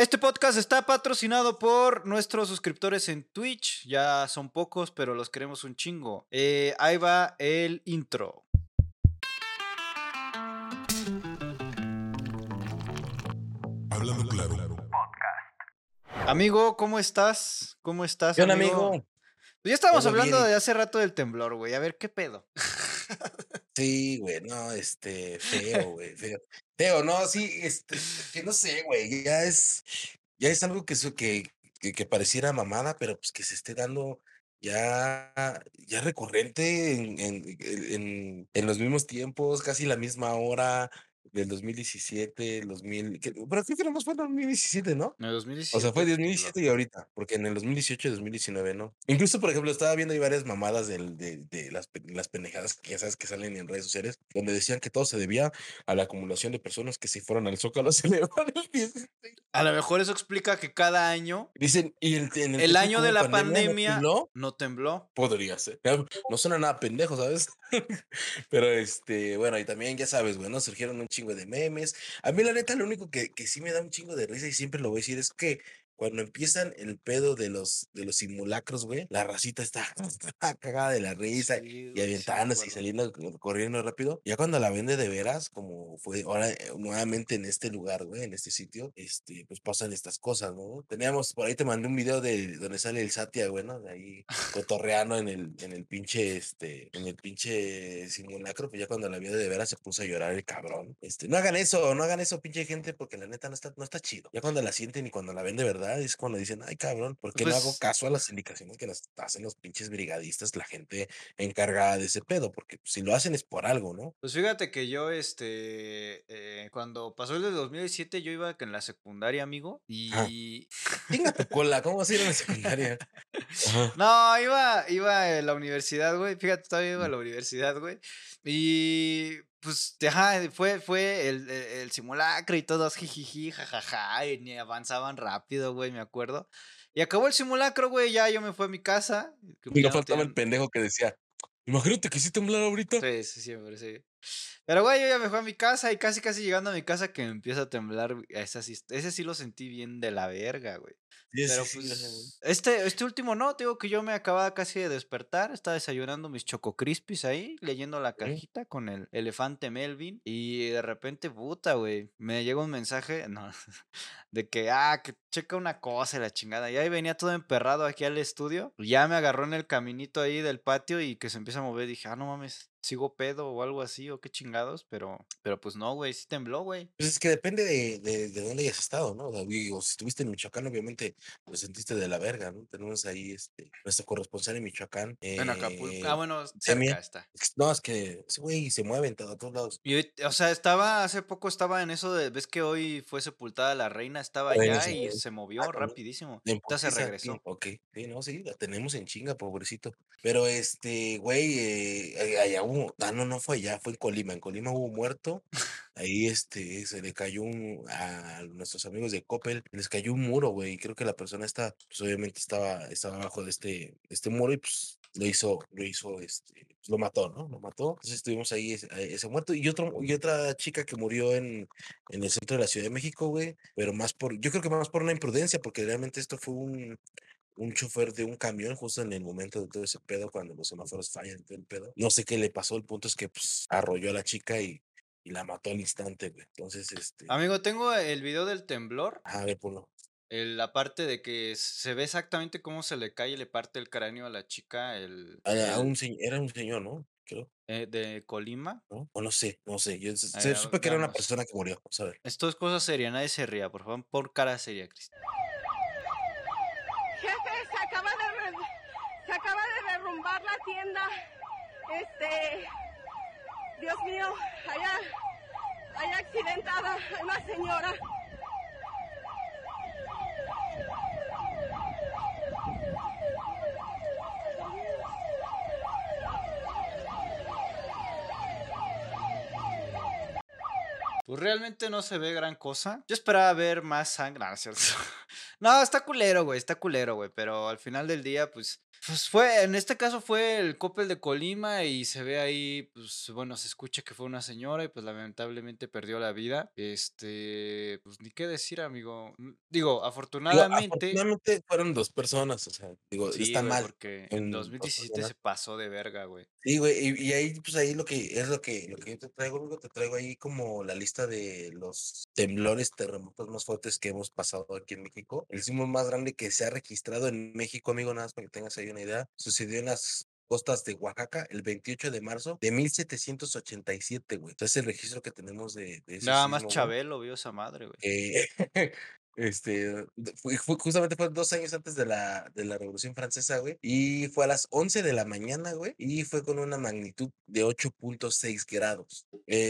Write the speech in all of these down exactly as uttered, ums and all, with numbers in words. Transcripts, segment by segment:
Este podcast está patrocinado por nuestros suscriptores en Twitch. Ya son pocos, pero los queremos un chingo. Eh, ahí va el intro. Hablando claro. Amigo, ¿cómo estás? ¿Cómo estás, ¿Qué onda, amigo? amigo? Pues ya estábamos Todo hablando bien. de hace rato del temblor, güey. A ver, ¿qué pedo? Sí, güey, no, este, feo, güey, feo. Feo, no, sí, este, que no sé, güey, ya es, ya es algo que, su- que, que, que pareciera mamada, pero pues que se esté dando ya, ya recurrente en, en, en, en los mismos tiempos, casi la misma hora del dos mil diecisiete, el dos mil, que- pero creo que nomás fue en el dos mil diecisiete, ¿no? En el dos mil O sea, diecisiete fue el temblor. dos mil diecisiete y ahorita, porque en el dos mil dieciocho y dos mil diecinueve no. Incluso, por ejemplo, estaba viendo ahí varias mamadas del- de, de las, pe- las pendejadas que ya sabes que salen en redes sociales, donde decían que todo se debía a la acumulación de personas que se fueron al Zócalo a celebrar el dieciséis. A lo mejor eso explica que cada año, Dicen, y el, en el el tiempo que año de hubo la pandemia, ¿no pandemia, tembló? no tembló. Podría ser. Ya, no suena nada pendejo, ¿sabes? Pero este, bueno, y también ya sabes, güey, ¿no? Surgieron un chingo de memes. A mí, la neta, lo único que, que sí me da un chingo de risa y siempre lo voy a decir es que cuando empiezan el pedo de los, de los simulacros, güey, la racita está, está cagada de la risa Sí, y güey, sí me aventándose y acuerdo. saliendo co- corriendo rápido. Ya cuando la vende de veras, como fue ahora eh, nuevamente en este lugar, güey, en este sitio, este, pues pasan estas cosas, ¿no? Teníamos, por ahí te mandé un video de donde sale el Satia, güey, ¿no? De ahí cotorreando en el, en el pinche, este, en el pinche simulacro, pues ya cuando la vio de veras se puso a llorar el cabrón. Este, no hagan eso, no hagan eso, pinche gente, porque la neta no está, no está chido. Ya cuando la sienten y cuando la ven de verdad, es cuando dicen, ay, cabrón, ¿por qué no hago Pues caso a las indicaciones que nos hacen los pinches brigadistas, la gente encargada de ese pedo? Porque pues, si lo hacen es por algo, ¿no? Pues fíjate que yo, este, eh, cuando pasó el de dos mil diecisiete, yo iba en la secundaria, amigo, Ajá. y... Chinga tu cola, ¿cómo vas a ir a la secundaria? Ajá. No, iba, iba a la universidad, güey, fíjate, todavía iba a Mm. la universidad, güey, y pues, ajá, fue, fue el, el, el simulacro y todos jijiji, jajaja, y ni avanzaban rápido, güey, me acuerdo, y acabó el simulacro, güey, ya yo me fui a mi casa, que Y pues no ya no faltaba el tenían... pendejo que decía, imagínate que sí temblar ahorita. Sí, sí, siempre, sí. Pero, güey, yo ya me fui a mi casa y casi, casi llegando a mi casa que me empieza a temblar, güey, esa sí, ese sí lo sentí bien de la verga, güey. Sí, sí, Pero sí, ya sé, güey. pues, este, este último no, te digo que yo me acababa casi de despertar, estaba desayunando mis Choco Crispies ahí, leyendo la Ujú. cajita con el elefante Melvin, y de repente, puta, güey, me llega un mensaje, no, de que, ah, que checa una cosa y la chingada, y ahí venía todo emperrado aquí al estudio, y ya me agarró en el caminito ahí del patio y que se empieza a mover, dije, ah, no mames, sigo pedo o algo así, o qué chingados, pero, pero pues no, güey, sí tembló, güey. Pues es que depende de, de, de dónde hayas estado, ¿no? O sea, digo, si estuviste en Michoacán, obviamente lo sentiste de la verga, ¿no? Tenemos ahí este, nuestro corresponsal en Michoacán, En Acapulco, ah, eh, bueno, cerca Semia. está. Ex- No, es que ese güey se mueve en todo- a todos lados. Y ahorita- o sea, estaba, hace poco estaba en eso de, ves que hoy fue sepultada la reina, estaba Bueno, allá se y mueve. se Ah, movió cabrón. rapidísimo. En Ahorita se putiza, sí, regresó. ok. Sí, no, sí, la tenemos en chinga, pobrecito. Pero este, güey, eh, eh, allá hubo, ah, no, no fue allá, fue en Colima. En Colima hubo muerto. Ahí este, se le cayó un, a nuestros amigos de Coppel, les cayó un muro, güey. Y creo que la persona esta, pues obviamente estaba, estaba abajo de este, de este muro y pues lo hizo, lo hizo, este, pues, lo mató, ¿no? Lo mató. Entonces estuvimos ahí ese, ese muerto. Y otro, y otra chica que murió en, en el centro de la Ciudad de México, güey, pero más por, yo creo que más por una imprudencia, porque realmente esto fue un, un chofer de un camión justo en el momento de todo ese pedo, cuando los semáforos fallan, todo el pedo. No sé qué le pasó, el punto es que pues arrolló a la chica y, y la mató al instante, güey. Entonces, este, Amigo, tengo el video del temblor, a ver, ponlo. el- la parte de que se ve exactamente cómo se le cae y le parte el cráneo a la chica, el, A, a un el señor, era un señor, ¿no? Creo, eh, de Colima. ¿no? O no sé, no sé. Yo s- A se- ver, a- supe que era una veamos. persona que murió. Vamos a ver. Esto es cosa seria, nadie se ría, por favor, por cara seria, Cristian. Jefe, se acaba de re- se acaba de derrumbar la tienda. Este, Dios mío, allá, allá accidentada, hay una señora. Pues realmente no se ve gran cosa. Yo esperaba ver más sangre. No, no es cierto. No, está culero, güey. Está culero, güey. Pero al final del día, pues. Pues fue, en este caso fue el Coppel de Colima y se ve ahí, pues bueno, se escucha que fue una señora y pues lamentablemente perdió la vida. Este, pues ni qué decir, amigo. Mm, Digo, Digo, afortunadamente, afortunadamente fueron dos personas, o sea, digo, sí, está güey, mal, porque en son dos dos mil diecisiete personas. se pasó de verga, güey. Sí, güey, y, y ahí, pues ahí lo que es lo que, lo que yo te traigo, amigo, te traigo ahí como la lista de los temblores, terremotos más fuertes que hemos pasado aquí en México. El sismo más grande que se ha registrado en México, amigo, nada más para que tengas ahí una idea, sucedió en las costas de Oaxaca el veintiocho de marzo de mil setecientos ochenta y siete, güey. Entonces el registro que tenemos de, de ese Nada más sismo, güey. Chabelo vio esa madre, güey. Eh, este, de- fue, fue- justamente fue dos años antes de la, de la Revolución Francesa, güey, y fue a las once de la mañana, güey, y fue con una magnitud de ocho punto seis grados.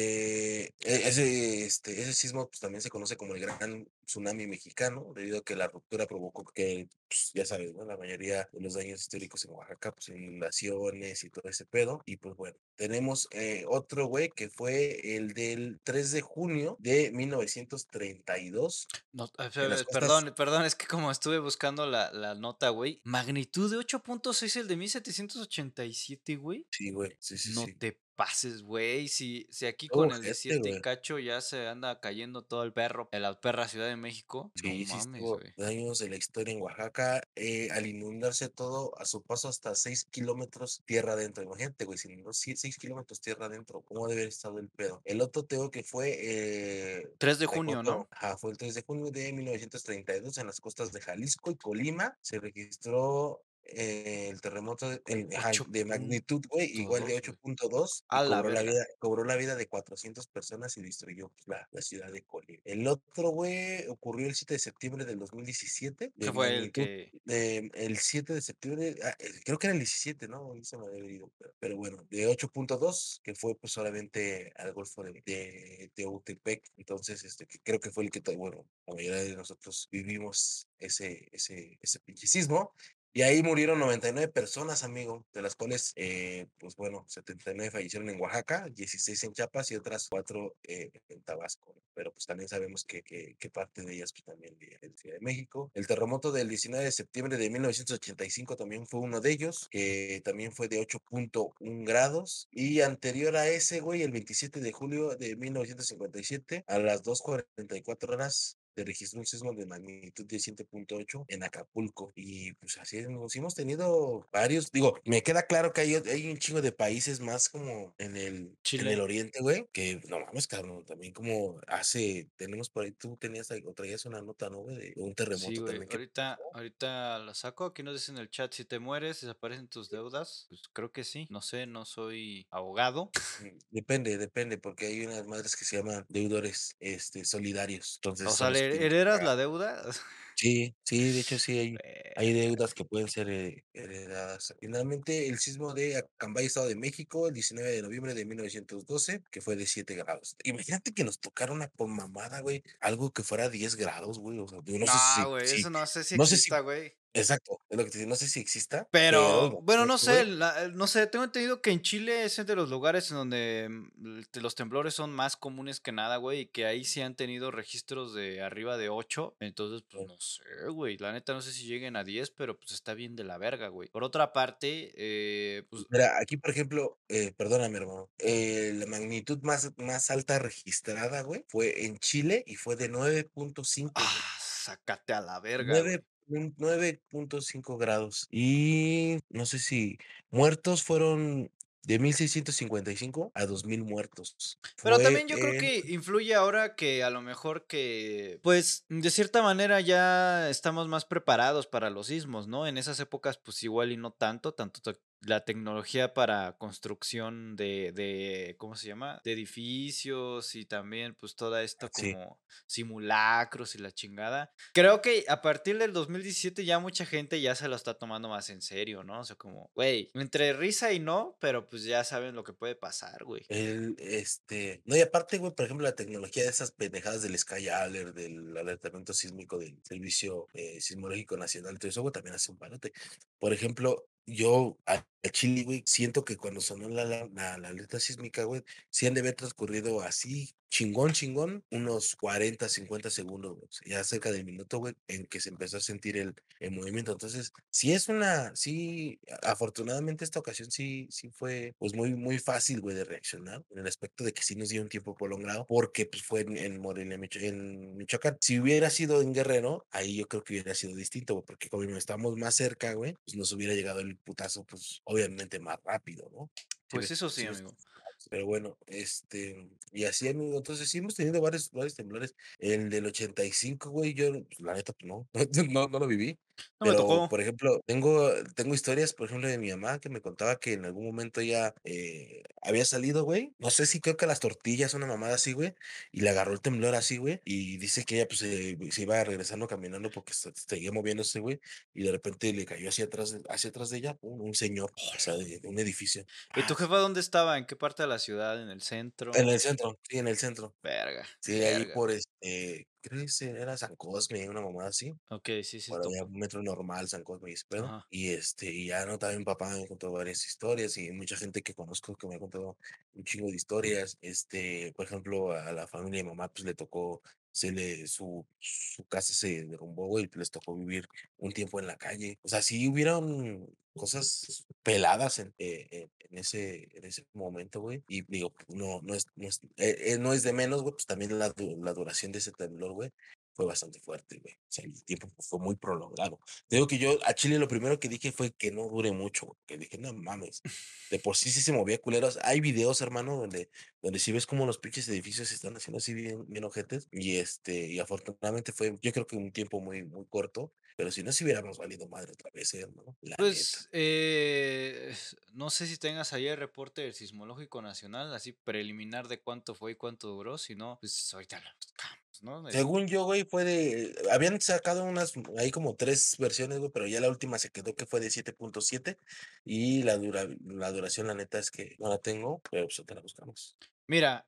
Eh, e- ese, este, ese sismo pues, también se conoce como el Gran Tsunami Mexicano, debido a que la ruptura provocó que, pues, ya sabes, ¿no? La mayoría de los daños históricos en Oaxaca, pues inundaciones y todo ese pedo, y pues bueno. Tenemos eh, otro, güey, que fue el del tres de junio de mil novecientos treinta y dos No, eh, en las fe- costas. perdón, perdón, es que como estuve buscando la, la nota, güey. Magnitud de ocho punto seis el de mil setecientos ochenta y siete, güey. Sí, güey, sí, sí, No sí. te pases, güey. Si, si aquí Todo con el de ojete, siete y güey. cacho ya se anda cayendo todo el perro en la perra Ciudad de México. No Sí, sí, mames, estuvo güey. daños de la historia en Oaxaca, eh, al inundarse todo a su paso hasta seis kilómetros tierra adentro. Imagínate, güey, si inundó seis kilómetros tierra adentro, ¿cómo debe haber estado el pedo? El otro teo que fue, eh, tres de de junio, ¿no? cuatro, ajá, fue el tres de junio de mil novecientos treinta y dos en las costas de Jalisco y Colima. Se registró eh, el terremoto de, el- ajá, Ocho de magnitud, güey, punto igual de dos, ocho güey. punto dos y A la cobró la verga. vida, cobró la vida de cuatrocientas personas y destruyó pues, la, la ciudad de Colima. El otro, güey, ocurrió el siete de septiembre del dos mil diecisiete de ¿Qué fue el magnitud, que? de, el siete de septiembre, ah, eh, creo que era el diecisiete, ¿no? Ahí se me había ido, pero, pero bueno, de ocho punto dos que fue pues solamente al Golfo de, de Tehuantepec. Entonces, este, que creo que fue el que, to- bueno, la mayoría de nosotros vivimos ese, ese, ese pinche sismo. Y ahí murieron noventa y nueve personas, amigo, de las cuales, eh, pues bueno, setenta y nueve fallecieron en Oaxaca, dieciséis en Chiapas y otras cuatro eh, en Tabasco, ¿no? Pero pues también sabemos que, que, que parte de ellas pues, también de, de Ciudad de México. El terremoto del diecinueve de septiembre de mil novecientos ochenta y cinco también fue uno de ellos, que también fue de ocho punto uno grados. Y anterior a ese, güey, el veintisiete de julio de mil novecientos cincuenta y siete, a las dos cuarenta y cuatro horas, se registró un sismo de magnitud de siete punto ocho en Acapulco. Y pues así hemos, hemos tenido varios. Digo, me queda claro que hay, ot- hay un chingo de países más como en el, en el Chile. oriente, güey, que no mames, cabrón. También como hace, tenemos por ahí, tú tenías ahí- o traías una nota, ¿no, güey? De un Sí, terremoto güey. también que Ahorita, pasó. ahorita la saco. Aquí nos dicen en el chat, si te mueres, desaparecen tus deudas. Pues creo que sí. No sé, no soy abogado. Mm, Depende, depende, porque hay unas madres que se llaman deudores, este, solidarios. Entonces O sea, son los que ¿le tienen que heredas pagar. la deuda? Sí, sí, de hecho sí hay, hay Verga. deudas que pueden ser eh, heredadas. Finalmente, el sismo de Acambay, Estado de México, el diecinueve de noviembre de mil novecientos doce, que fue de siete grados. Imagínate que nos tocara una por mamada, güey, algo que fuera diez grados, güey. O sea, yo no sé No, si, güey, si, eso no sé si no sé si, exista, güey. exacto, es lo que te digo, no sé si exista, pero Pero, bueno, imagínate, no sé, güey. la- no sé, tengo entendido que en Chile es de los lugares en donde mm, el- te- los temblores son más comunes que nada, güey, y que ahí sí han tenido registros de arriba de ocho. Entonces, pues no sé, güey, la neta no sé si lleguen a diez, pero pues está bien de la verga, güey. Por otra parte, eh, pues, Mira, aquí, por ejemplo, eh, perdóname, hermano, eh, la magnitud más, más alta registrada, güey, fue en Chile y fue de nueve punto cinco, güey. ah, sácate a la verga, nueve güey. pun- nueve punto cinco grados. Y no sé si muertos fueron de mil seiscientos cincuenta y cinco a dos mil muertos. Pero Fue también yo creo en... que influye ahora que a lo mejor que, pues, de cierta manera ya estamos más preparados para los sismos, ¿no? En esas épocas, pues igual y no tanto, tanto te- la tecnología para construcción de, de, ¿cómo se llama? De edificios y también, pues, todo esto Sí, como simulacros y la chingada. Creo que a partir del dos mil diecisiete ya mucha gente ya se lo está tomando más en serio, ¿no? O sea, como, güey, entre risa y no, pero pues ya saben lo que puede pasar, güey. el, este... No, y aparte, güey, por ejemplo, la tecnología de esas pendejadas del Sky Alert, del alertamiento sísmico del Servicio eh, Sismológico Nacional, todo eso, güey, también hace un parote. Por ejemplo, yo al chile, güey, siento que cuando sonó la la la la alerta sísmica, güey, sí han de haber transcurrido así, chingón, chingón, unos cuarenta, cincuenta segundos, güey, o sea, ya cerca del minuto, güey, en que se empezó a sentir el el movimiento. Entonces, sí es una sí, a afortunadamente esta ocasión sí sí fue, pues, muy muy fácil, güey, de reaccionar, en el aspecto de que sí nos dio un tiempo prolongado, porque, pues, fue en en Morelia, Micho en Michoacán. Si hubiera sido en Guerrero, ahí yo creo que hubiera sido distinto, güey, porque como estamos más cerca, güey, pues, nos hubiera llegado el putazo, pues, obviamente más rápido, ¿no? Sí Pues me eso sí, sí me amigo. pero bueno, este, y así, amigo, entonces sí hemos tenido varios varios temblores. El del ochenta y cinco, güey, yo, pues, la neta, pues no, no no lo viví, No me pero, tocó. por ejemplo, tengo tengo historias, por ejemplo, de mi mamá que me contaba que en algún momento ella, eh, había salido, güey, no sé si creo que a las tortillas, una mamada así, güey, y le agarró el temblor así, güey, y dice que ella, pues, se se iba regresando caminando porque se seguía moviéndose, güey, y de repente le cayó hacia atrás de hacia atrás de ella, un un señor, o sea, de de un edificio. ¿Y tu jefa dónde estaba? ¿En qué parte de la ciudad? ¿En el En centro? el centro, sí, en el centro. Verga, Sí, ahí verga. por, este, creo que se era San Cosme, una mamada así, Okey, sí, sí por allá, topo. Metro Normal, San Cosme y ese pedo. Ajá. Y, este, y ya, ¿no? También mi papá me contó varias historias y mucha gente que conozco que me ha contado un chingo de historias. Este, por ejemplo, a la familia de mi mamá, pues, le tocó, se le su su casa se derrumbó, güey, y les tocó vivir un tiempo en la calle. O sea, sí hubieron cosas peladas en, eh, eh, en ese en ese momento, güey. Y digo, no no es no es, eh eh, no es de menos, güey, pues también la du la duración de ese temblor, güey, fue bastante fuerte, güey. O sea, el tiempo fue muy prolongado. Te digo que yo a Chile lo primero que dije fue que no dure mucho, güey, que dije: "No mames". De por sí sí se movía culeros. Hay videos, hermano, donde donde sí ves cómo los pinches edificios se están haciendo así bien bien ojetes, y, este, y afortunadamente fue, yo creo que un tiempo muy muy corto, pero si no, sí hubiéramos valido madre otra vez, eh, hermano, la neta. Pues, eh, s no sé si tengas ahí el reporte del Sismológico Nacional, así preliminar de cuánto fue y cuánto duró, si no, pues ahorita lo buscamos, ¿no? Es Según yo, güey, fue de habían sacado unas ahí como tres versiones, güey, pero ya la última se quedó que fue de siete punto siete y la dura la duración, la neta es que no la tengo, pero, pues, ahorita la buscamos. Mira,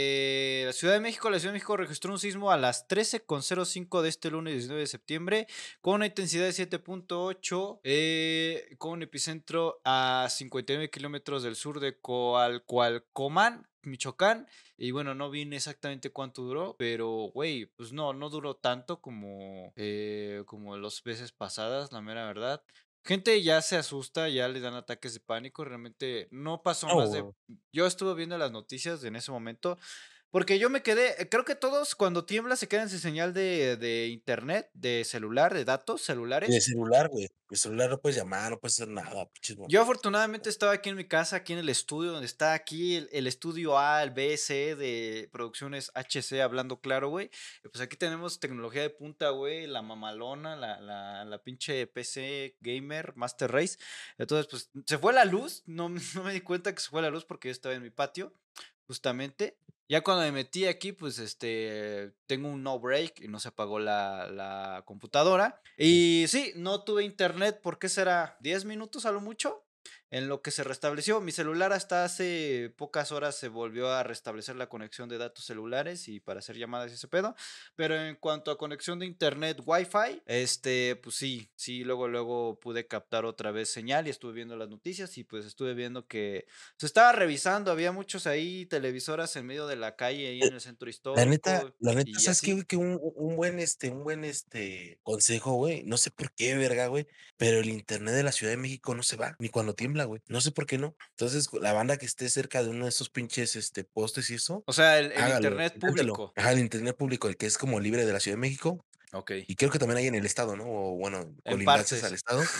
eh, la Ciudad de México, la Ciudad de México registró un sismo a las trece con cero cinco de este lunes diecinueve de septiembre, con una intensidad de siete punto ocho, eh, con epicentro a cincuenta y nueve kilómetros del sur de Coalcualcomán, Michoacán. Y bueno, no vi exactamente cuánto duró, pero güey, pues no, no duró tanto como, eh, como las veces pasadas, la mera verdad. Gente ya se asusta, ya le dan ataques de pánico, realmente no pasó más de No, yo estuve viendo las noticias en ese momento, porque yo me quedé, eh, creo que todos cuando tiembla se quedan sin señal de de internet, de celular, de datos y de celulares. celular, güey, de celular no puedes llamar, no puedes hacer nada, pinches Yo morros. afortunadamente estaba aquí en mi casa, aquí en el estudio, donde está aquí el el estudio A, el B, C de Producciones H C Hablando Claro, güey. Y pues aquí tenemos tecnología de punta, güey, la mamalona, la la la pinche P C gamer Master Race. Entonces, pues, se fue la luz, no no me di cuenta que se fue la luz porque yo estaba en mi patio, justamente. Ya cuando me metí aquí, pues, este, tengo un no break y no se apagó la la computadora. Y sí, no tuve internet, ¿por qué será? ¿diez minutos a lo mucho? En lo que se restableció. Mi celular hasta hace pocas horas se volvió a restablecer la conexión de datos celulares y para hacer llamadas y ese pedo. Pero en cuanto a conexión de internet Wi-Fi, este, pues sí, sí, luego, luego pude captar otra vez señal y estuve viendo las noticias y pues estuve viendo que se estaba revisando, había muchos ahí televisoras en medio de la calle, ahí Eh, en el centro la neta histórico la neta, y ¿sabes qué, así. güey? Que un un buen, este un buen, este, consejo, güey, no sé por qué verga, güey, pero el Internet de la Ciudad de México no se va, ni cuando tiembla, güey, no sé por qué no. Entonces, la banda que esté cerca de uno de esos pinches, este, postes y eso, O sea, el, el hágalo, internet inténtelo. público. Ajá, el Internet público, el que es como libre de la Ciudad de México, Ok. y creo que también hay en el estado, ¿no? O bueno, En colindancias al partes. estado.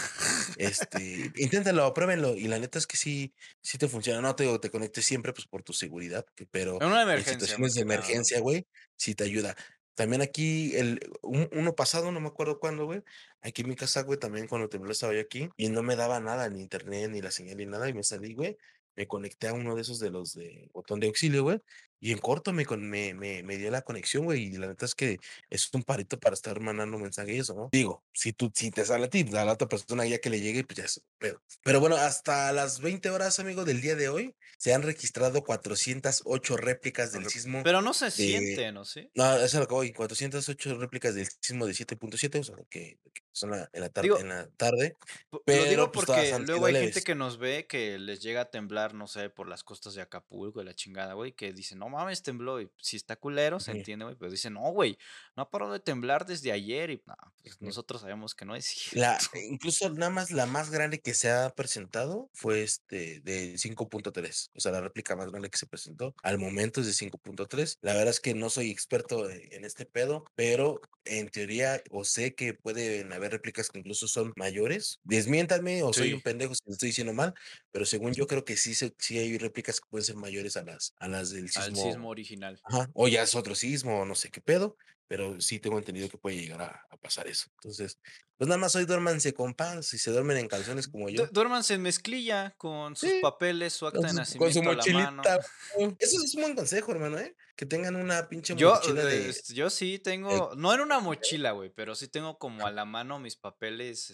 Este, inténtalo, pruébenlo, y la neta es que sí sí te funciona. No te digo, te conectes siempre, pues, por tu seguridad, que pero En una en emergencia, situaciones más de que nada, ¿no? emergencia, güey, sí te ayuda. También aquí el un uno pasado, no me acuerdo cuándo, güey, aquí en mi casa, güey, también cuando tembló estaba yo aquí, y no me daba nada, ni internet, ni la señal, ni nada, y me salí, güey, me conecté a uno de esos de los de botón de auxilio, güey, y en corto me, con- me, me, me dio la conexión, güey, y la neta es que es un parito para estar mandando mensajes y eso, ¿no? Digo, si tú, si te sale a ti, a la otra persona ya que le llegue, pues ya es pedo. Pero bueno, hasta las veinte horas, amigo, del día de hoy, se han registrado cuatrocientas ocho réplicas del sismo Pero no se de... siente, ¿no? ¿Sí? No, eso es lo que voy, cuatrocientas ocho réplicas del sismo de siete punto siete, o sea, que, que son la- en la tarde, en Digo, la tarde, pu- lo pero digo pues todas porque han luego sido hay gente leves. que nos ve que les llega a temblar, no sé, por las costas de Acapulco y la chingada, güey, que dicen, no mames, tembló. Y si está culero, se Ujú, entiende, güey, pero dicen, no, güey, no ha parado de temblar desde ayer. Y no, pues ujú. nosotros sabemos que no es La, cierto. incluso nada más la más grande que se ha presentado fue este de cinco punto tres, o sea, la réplica más grande que se presentó al momento es de cinco punto tres. La verdad es que no soy experto e- en este pedo, pero en teoría o sé que pueden haber réplicas que incluso son mayores. Desmiéntanme o soy un Sí, pendejo si lo estoy diciendo mal, pero según yo creo que sí, se- sí hay réplicas que pueden ser mayores a las, a las del al sismo sismo. original. Ajá, o ya es otro sismo o no sé qué pedo, pero sí tengo entendido que puede llegar a, a pasar eso. Entonces, pues nada más hoy duérmanse con paz, si se duermen en calzones como Du- yo. duérmanse en mezclilla con sus Sí, papeles, su con acta de su, con su nacimiento a la mano. mochilita. güey. Eso es un buen consejo, hermano, ¿eh? Que tengan una pinche Yo, mochila eh, de, este, yo sí de tengo, no en una mochila, güey, pero sí tengo como a la mano mis papeles,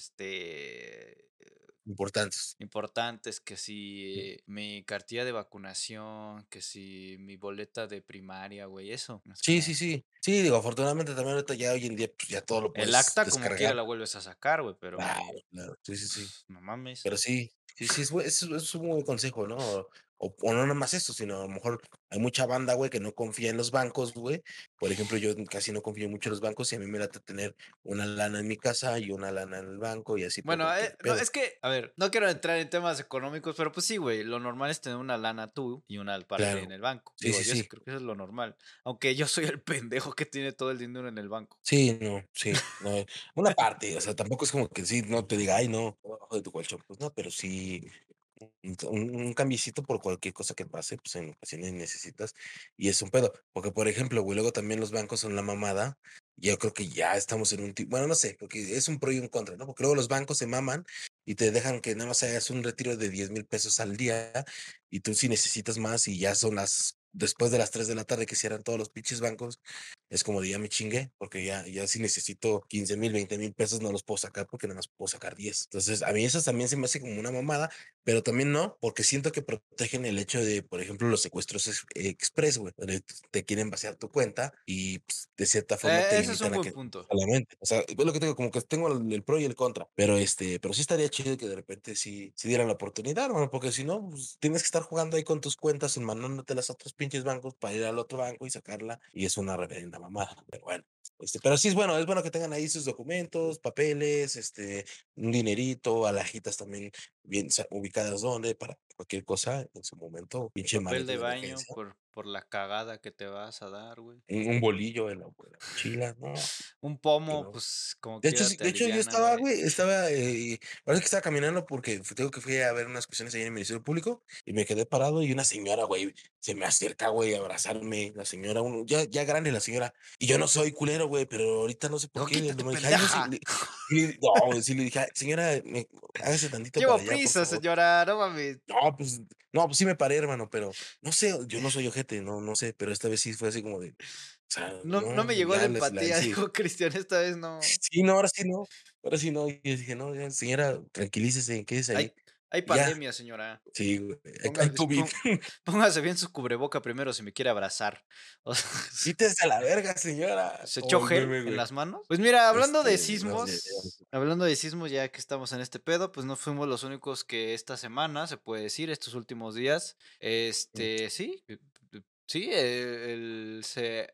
este, importantes. importantes, que si mi cartilla de vacunación, que si mi boleta de primaria, güey, eso. Es Sí, sí, como, sí. Sí, digo, afortunadamente también ahorita ya hoy en día pues ya todo lo el puedes acta como quiera descargar. la vuelves a sacar, güey, pero Claro, mi, claro. Sí, sí, sí. pues, no mames. Pero sí, sí, sí, es, bue- es, es un buen consejo, ¿no? O, o- o no nada más eso, sino a lo mejor hay mucha banda, güey, que no confía en los bancos, güey. Por ejemplo, yo casi no confío mucho en los bancos y a mí me late tener una lana en mi casa y una lana en el banco y así por Bueno, eh, cualquier no, pedo. es que, a ver, no quiero entrar en temas económicos, pero pues sí, güey, lo normal es tener una lana tú y una parte en Claro. el banco. Sí, Digo, sí, yo sí sí. creo que eso es lo normal. Aunque yo soy el pendejo que tiene todo el dinero en el banco. Sí, no, sí, no. Una parte, o sea, tampoco es como que sí, no te diga, ay, no, abajo de tu colchón. Pues no, pero sí, un, un un cambiecito por cualquier cosa que pase, pues en ocasiones necesitas y es un pedo. Porque, por ejemplo, güey, luego también los bancos son la mamada. y Yo creo que ya estamos en un tipo, bueno, no sé, porque es un pro y un contra, ¿no? Porque luego los bancos se maman y te dejan que nada más hagas un retiro de diez mil pesos al día y tú sí necesitas más y ya son las, después de las tres de la tarde que cierran todos los pinches bancos, es como de ya me chingué, porque ya, ya si necesito quince mil, veinte mil pesos no los puedo sacar porque nada más puedo sacar diez. Entonces, a mí eso también se me hace como una mamada, pero también no, porque siento que protegen el hecho de, por ejemplo, los secuestros ex- express, güey, donde t- te quieren vaciar tu cuenta y pues, de cierta forma te Eh, ese es un limitan a buen que punto. solamente, o sea, es lo que tengo, como que tengo el, el pro y el contra, pero este, pero sí estaría chido que de repente sí, sí dieran la oportunidad, hermano, porque si no, pues, tienes que estar jugando ahí con tus cuentas y mandándote las otros pinches bancos para ir al otro banco y sacarla, y es una reverenda mamada, pero bueno. Este, pero sí es bueno, es bueno que tengan ahí sus documentos, papeles, este, un dinerito, alajitas también bien sa- ubicadas donde, para cualquier cosa en su momento, pinche Papel maleta de de baño emergencia, por, por la cagada que te vas a dar, güey. un, un bolillo en la, en la mochila, ¿no? Un Que pomo, no. pues como De hecho, quiera sí, te de hecho, yo aliviana, estaba, güey. güey, estaba, eh, ahora que estaba caminando porque fu- tengo que fui a ver unas cuestiones ahí en el Ministerio Público y me quedé parado y una señora, güey, se me acerca, güey, a abrazarme, la señora, uno, ya, ya grande la señora, y yo no soy culero, güey, pero ahorita no sé por Digo, qué, le quítate, le dije, ay, no, sí, pendeja. le- y le- no, güey, sí le dije, "Ay, señora, me, hágase tantito para Llevo allá, por prisa, favor". señora, no mames. No, pues, no, pues sí me paré, hermano, pero no sé, yo no soy ojete, no, no sé, pero esta vez sí fue así como de, o sea, No, no no, me llegó la ya les, la empatía, hice. dijo Cristian, esta vez no. Sí, no, ahora sí no, ahora sí no. Y yo dije, no, ya, señora, tranquilícese, quédese Hay, ahí. hay Y ya, pandemia, señora. sí, güey, hay, hay Póngase, COVID. pon- póngase bien su cubreboca primero si me quiere abrazar. O sea, Quítese a la verga, señora, ¿se echó como el gel meme, en güey. las manos? Pues mira, hablando de Este, no sé, sismos, hablando de sismos, ya que estamos en este pedo, pues no fuimos los únicos que esta semana, se puede decir, estos últimos días, este, sí, eh, eh, sí, eh, el, se,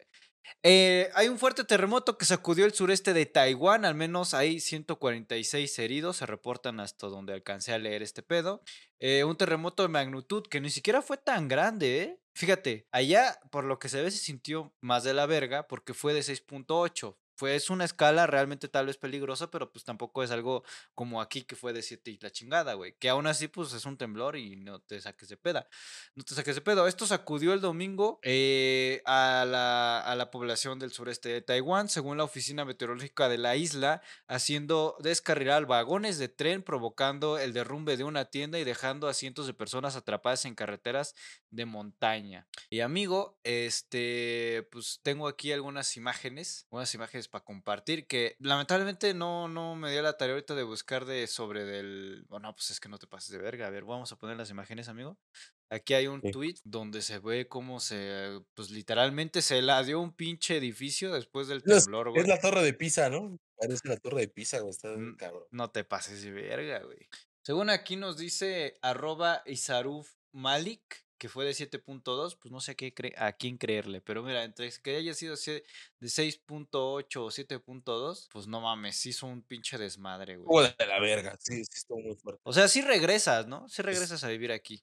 eh, hay un fuerte terremoto que sacudió el sureste de Taiwán, al menos hay ciento cuarenta y seis heridos, se reportan hasta donde alcancé a leer este pedo. Eh, un terremoto de magnitud que ni siquiera fue tan grande, ¿eh? Fíjate, allá por lo que se ve se sintió más de la verga porque fue de seis punto ocho. fue, es una escala realmente tal vez peligrosa, pero pues tampoco es algo como aquí que fue de siete y la chingada, güey. Que aún así, pues es un temblor y no te saques de peda. No te saques de pedo. Esto sacudió el domingo eh, a, la, a la población del sureste de Taiwán, según la oficina meteorológica de la isla, haciendo descarrilar vagones de tren, provocando el derrumbe de una tienda y dejando a cientos de personas atrapadas en carreteras de montaña. Y amigo, este, pues tengo aquí algunas imágenes, unas imágenes para compartir que lamentablemente no, no me dio la tarea ahorita de buscar de sobre del, bueno, pues es que no te pases de verga. A ver, vamos a poner las imágenes, amigo. Aquí hay un Sí. tweet donde se ve cómo se, pues literalmente se la dio un pinche edificio después del No, es temblor, es güey. la torre de Pisa, ¿no? Parece la torre de Pisa, güey, está N- cabrón. No te pases de verga, güey. Según aquí nos dice arroba Isaruf Malik, que fue de siete punto dos, pues no sé a, qué cre- a quién creerle, pero mira, entre que haya sido sie- de seis punto ocho o siete punto dos, pues no mames, hizo un pinche desmadre, güey. Estuvo de la verga, sí, sí estuvo muy fuerte. O sea, sí regresas, ¿no? Sí Es regresas a vivir aquí.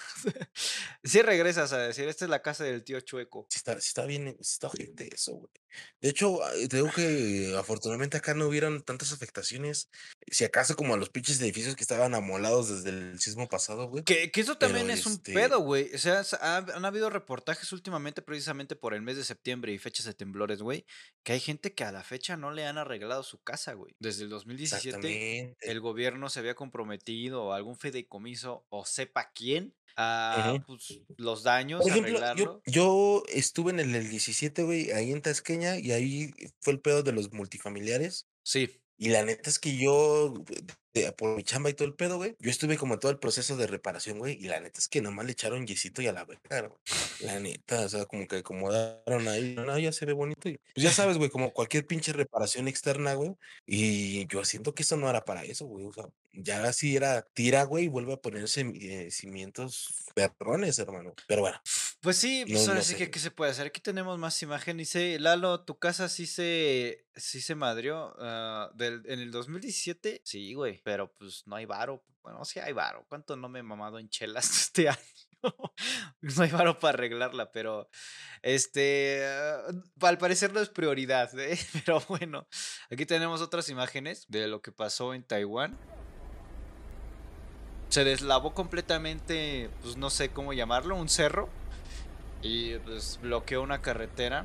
Sí regresas a decir, esta es la casa del tío Chueco. sí está sí está bien, sí está ojete eso, güey. De hecho, ah, te digo que afortunadamente acá no hubieron tantas afectaciones, si acaso como a los pinches edificios que estaban amolados desde el sismo pasado, güey, Que, que eso pero, también es un este pedo, güey. O sea, s- ha- han habido reportajes últimamente, precisamente por el mes de septiembre y fechas de temblores, güey, que hay gente que a la fecha no le han arreglado su casa, güey. Desde el dos mil diecisiete, exactamente. el gobierno se había comprometido, o algún fideicomiso, o sepa quién, a Ujú. pues, los Por daños, ejemplo, yo arreglarlo. yo estuve en el del diecisiete, güey, ahí en Tasqueña, y ahí fue el pedo de los multifamiliares. Sí. Y la neta es que yo, eh, por mi chamba y todo el pedo, güey, yo estuve como en todo el proceso de reparación, güey, y la neta es que nomás le echaron yesito y a la verga, güey. La neta, o sea, como que acomodaron ahí, no, ya se ve bonito. Y, pues ya sabes, güey, como cualquier pinche reparación externa, güey. Y yo siento que eso no era para eso, güey. O sea, ya si era tira, güey, y vuelve a ponerse eh, cimientos perrones, hermano. Pero bueno, Pues sí, pues no, ahora no sí sé, que güey. qué se puede hacer. Aquí tenemos más imagen. Dice, Lalo, tu casa sí se, sí se madrió ah, del, en el dos mil diecisiete. Sí, güey, pero pues no hay varo. Bueno, sí hay varo. ¿Cuánto no me he mamado en chelas este año? No hay varo para arreglarla, pero este, ah, al parecer no es prioridad, ¿eh? Pero bueno, aquí tenemos otras imágenes de lo que pasó en Taiwán. Se deslavó completamente, pues no sé cómo llamarlo, un cerro. Y pues bloqueó una carretera.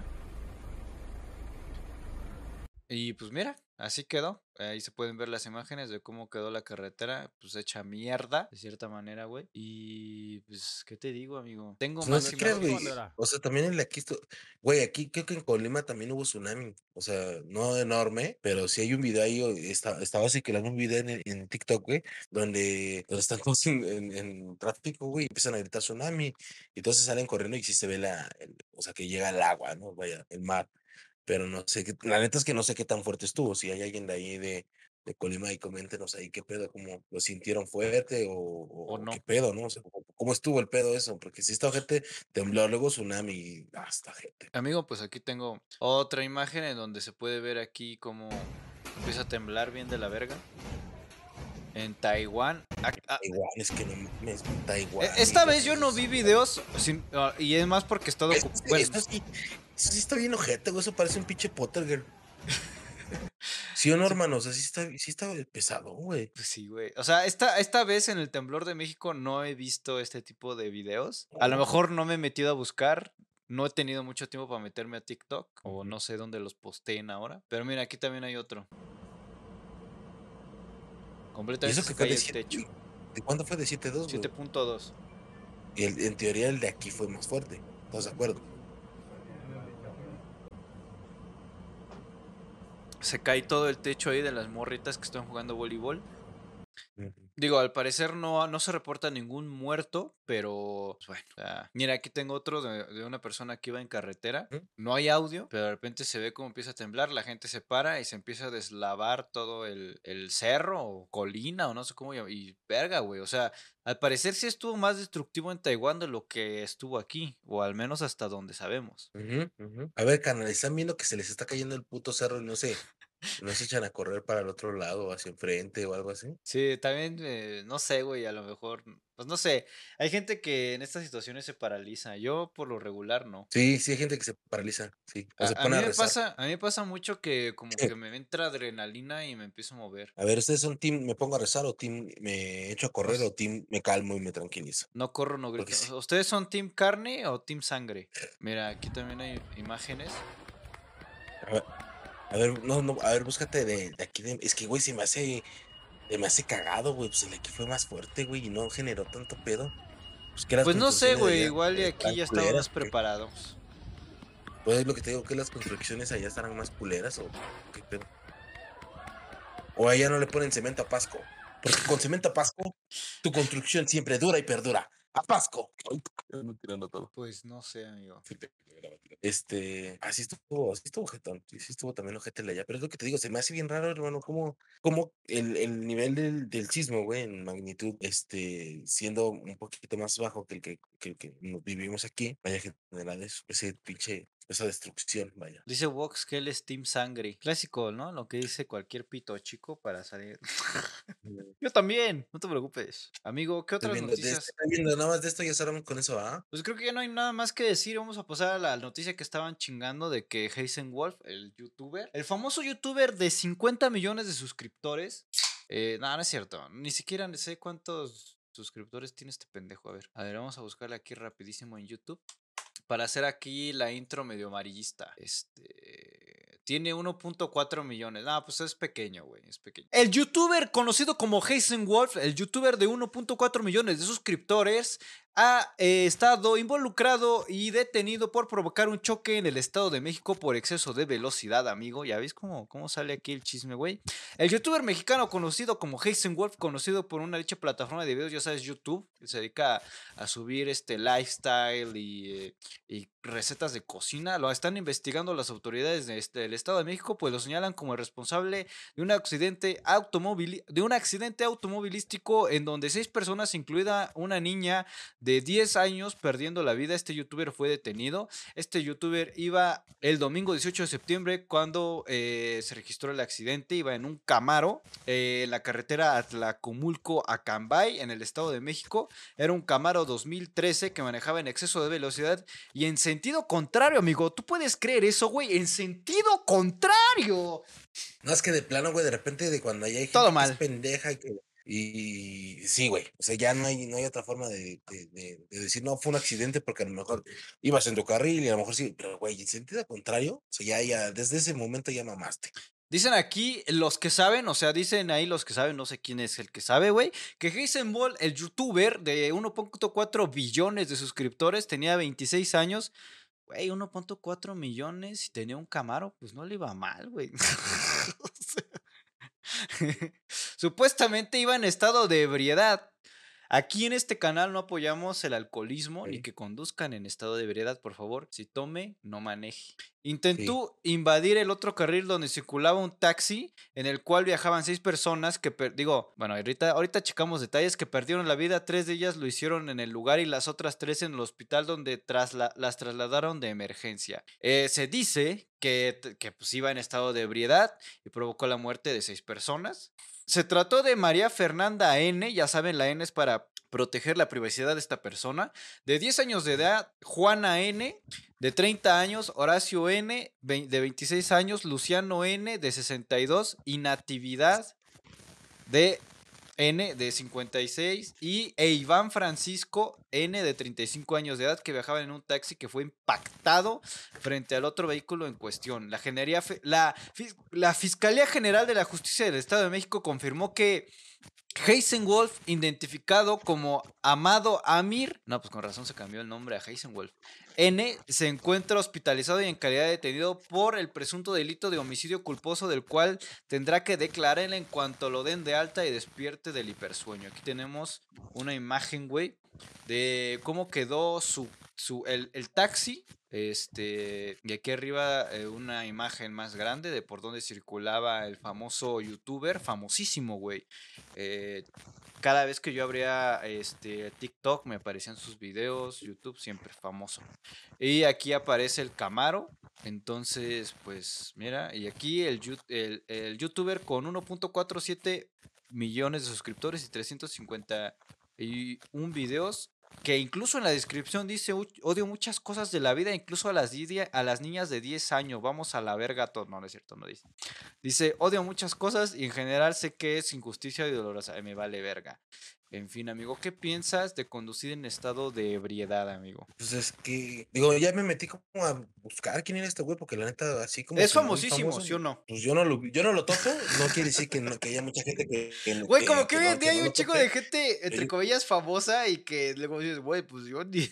Y pues mira, así quedó. Ahí se pueden ver las imágenes de cómo quedó la carretera, pues hecha mierda, de cierta manera, güey. Y pues, ¿qué te digo, amigo? Tengo Pues no más te creas, güey. imágenes. O sea, también el aquí, esto- güey, aquí creo que en Colima también hubo tsunami. O sea, no enorme, pero sí hay un video ahí, o está, estaba circulando un video en, el- en TikTok, güey, donde, donde están todos en, en- en tráfico, güey, y empiezan a gritar tsunami. Y entonces salen corriendo y sí se ve la, el- o sea, que llega el agua, ¿no? Vaya, el mar. Pero no sé, qué- la neta es que no sé qué tan fuerte estuvo. Si hay alguien de ahí de, de Colima y coméntenos ahí qué pedo, cómo lo sintieron fuerte o, ¿O o qué no? pedo, ¿no? O sea, cómo, cómo estuvo el pedo eso, porque si esta gente tembló, luego tsunami y hasta gente. Amigo, pues aquí tengo otra imagen en donde se puede ver aquí cómo empieza a temblar bien de la verga. En Taiwán. Ac- ah, Taiwán, es que no mames, güey, e- Taiwán y esta los vez yo no vi videos, sin- ah, y es más porque he estado Eso, ocup- sí- bueno, eso sí, eso sí está bien ojete, güey. Eso parece un pinche Pottergirl. ¿Sí o no, sí, hermano? O sea, sí está, sí está pesado, güey. pues sí, güey. O sea, esta, esta vez en el temblor de México no he visto este tipo de videos. A lo No. mejor no me he metido a buscar. No he tenido mucho tiempo para meterme a TikTok. O Ujú. no sé dónde los posteen ahora. Pero mira, aquí también hay otro. Y Completamente eso que se fue cae de el siete, techo. ¿de cuándo fue de siete dos, güey? siete punto dos. Y el- en teoría el de aquí fue más fuerte. ¿Estás de acuerdo? Se cae todo el techo ahí de las morritas que están jugando voleibol. Ujú. Digo, al parecer no, no se reporta ningún muerto, pero pues, bueno. O sea, mira, aquí tengo otro de, de una persona que iba en carretera. ¿Mm? No hay audio, pero de repente se ve como empieza a temblar, la gente se para y se empieza a deslavar todo el, el cerro o colina o no sé cómo llam- Y verga, güey. O sea, al parecer sí estuvo más destructivo en Taiwán de lo que estuvo aquí, o al menos hasta donde sabemos. Ujú, ujú. A ver, carnal, están viendo que se les está cayendo el puto cerro y no sé. No se echan a correr para el otro lado, hacia enfrente o algo así. Sí, también, eh, no sé, güey, a lo mejor, pues no sé, hay gente que en estas situaciones se paraliza, yo por lo regular no. Sí, sí hay gente que se paraliza, sí, o se A, a pone mí a me rezar. pasa, a mí me pasa mucho que como que me entra adrenalina y me empiezo a mover. A ver, ¿ustedes son team me pongo a rezar o team me echo a O correr s- o team me calmo y me tranquilizo? no corro, no Porque grito. sí. ¿Ustedes son team carne o team sangre? Mira, aquí también hay imágenes. A ver, a ver, no, no, a ver, búscate de, de aquí de, es que, güey, se me hace, se me hace cagado, güey, pues el aquí fue más fuerte, güey, y no generó tanto pedo. Pues que las Pues no sé, construcciones de güey, allá igual y eh, aquí estarán ya estaban culeras, más ¿o qué? preparados. Pues es lo que te digo, que las construcciones allá estarán más culeras o qué pedo. O allá no le ponen cemento a Pasco. Porque con cemento a Pasco, tu construcción siempre dura y perdura. ¡A Pasco! Ay, ando tirando todo. Pues no sé, amigo. Sí, te- Este, así estuvo, así estuvo jetón, sí sí estuvo también ojete el de allá, pero es lo que te digo, se me hace bien raro, hermano, como, como el, el nivel del, del sismo, güey, en magnitud, este, siendo un poquito más bajo que el que, que, el que nos vivimos aquí, vaya generar eso, ese pinche, esa destrucción, vaya. Dice Vox que él es team sangre. Clásico, ¿no? Lo que dice cualquier pito chico para salir. Mm. Yo también, no te preocupes. Amigo, ¿qué Estoy otras viendo, de este, noticias? estoy viendo nada más de esto, ya cerramos con eso, ¿ah? Pues creo que ya no hay nada más que decir. Vamos a pasar a la noticia que estaban chingando de que Hazen Wolf, el youtuber, el famoso youtuber de cincuenta millones de suscriptores. Eh, no, no es cierto. Ni siquiera sé cuántos suscriptores tiene este pendejo. A ver, a ver, vamos a buscarle aquí rapidísimo en YouTube. Para hacer aquí la intro medio amarillista. Este. Tiene uno punto cuatro millones. No, pues es pequeño, güey. Es pequeño. El youtuber conocido como Hazen Wolf, el youtuber de uno punto cuatro millones de suscriptores, ha eh, estado involucrado y detenido por provocar un choque en el Estado de México por exceso de velocidad, amigo. ¿Ya ves cómo, cómo sale aquí el chisme, güey? El youtuber mexicano conocido como Hazen Wolf, conocido por una dicha plataforma de videos, ya sabes, YouTube, que se dedica a, a subir este lifestyle y, eh, y recetas de cocina, lo están investigando las autoridades de este, del Estado de México, pues lo señalan como el responsable de un accidente automóvil, de un accidente automovilístico en donde seis personas, incluida una niña de diez años, perdiendo la vida. Este youtuber fue detenido. Este youtuber iba el domingo dieciocho de septiembre cuando eh, se registró el accidente, iba en un Camaro eh, en la carretera Atlacomulco a Cambay, en el Estado de México. Era un Camaro dos mil trece que manejaba en exceso de velocidad y en sentido contrario, amigo. ¿Tú puedes creer eso, güey? En sentido contrario. No, es que de plano, güey, de repente de cuando ahí hay Todo gente que es mal. pendeja y que y sí, güey, o sea, ya no hay no hay otra forma de de de de decir: "No, fue un accidente", porque a lo mejor ibas en tu carril y a lo mejor sí, pero güey, en sentido contrario, o sea, ya ya desde ese momento ya mamaste. Dicen aquí los que saben, o sea, dicen ahí los que saben, no sé quién es el que sabe, güey, que Jason Ball, el youtuber de uno punto cuatro billones de suscriptores, tenía veintiséis años. Güey, uno punto cuatro millones y tenía un Camaro, pues no le iba mal, güey. O sea, supuestamente iba en estado de ebriedad. Aquí en este canal no apoyamos el alcoholismo ni Okey. que conduzcan en estado de ebriedad, por favor. Si tome, no maneje. Sí, Intentó invadir el otro carril donde circulaba un taxi en el cual viajaban seis personas que, per- digo, bueno, ahorita, ahorita checamos detalles, que perdieron la vida. Tres de ellas lo hicieron en el lugar y las otras tres en el hospital donde trasla- las trasladaron de emergencia. Eh, se dice que, t- que pues, iba en estado de ebriedad y provocó la muerte de seis personas. Se trató de María Fernanda N, ya saben, la N es para proteger la privacidad de esta persona, de diez años de edad, Juana N, de treinta años, Horacio N, vein- de veintiséis años, Luciano N, de sesenta y dos, y Natividad de N, de cincuenta y seis, y e Iván Francisco N, de treinta y cinco años de edad, que viajaban en un taxi que fue impactado frente al otro vehículo en cuestión. La, Genería Fe- la, Fis- la Fiscalía General de la Justicia del Estado de México confirmó que Hazen Wolf, identificado como Amado Amir, no, pues con razón se cambió el nombre a Hazen Wolf, N, se encuentra hospitalizado y en calidad de detenido por el presunto delito de homicidio culposo, del cual tendrá que declarar en cuanto lo den de alta y despierte del hipersueño. Aquí tenemos una imagen, güey, de cómo quedó su su, el, el taxi, este, y aquí arriba eh, una imagen más grande de por donde circulaba el famoso youtuber, famosísimo, güey. Eh, cada vez que yo abría este TikTok me aparecían sus videos, YouTube siempre famoso. Y aquí aparece el Camaro. Entonces, pues mira, y aquí el, el, el youtuber con uno punto cuarenta y siete millones de suscriptores y trescientos cincuenta y un videos, que incluso en la descripción dice odio muchas cosas de la vida, incluso a las, a las niñas de diez años, vamos a la verga todo. No, no es cierto, no dice. Dice, odio muchas cosas y en general sé que es injusticia y dolorosa. Me vale verga. En fin, amigo, ¿qué piensas de conducir en estado de ebriedad, amigo? Pues es que, digo, ya me metí como a buscar quién era este güey, porque la neta, así como Es que muy famosísimo, famoso, ¿sí o no? pues yo no lo, yo no lo topo, no quiere decir que, no, que haya mucha gente que, que, Güey, como que, que que hoy en no, día que hay no un lo chico de tope. gente, Pero entre yo- comillas, famosa y que luego dices, güey, pues yo ni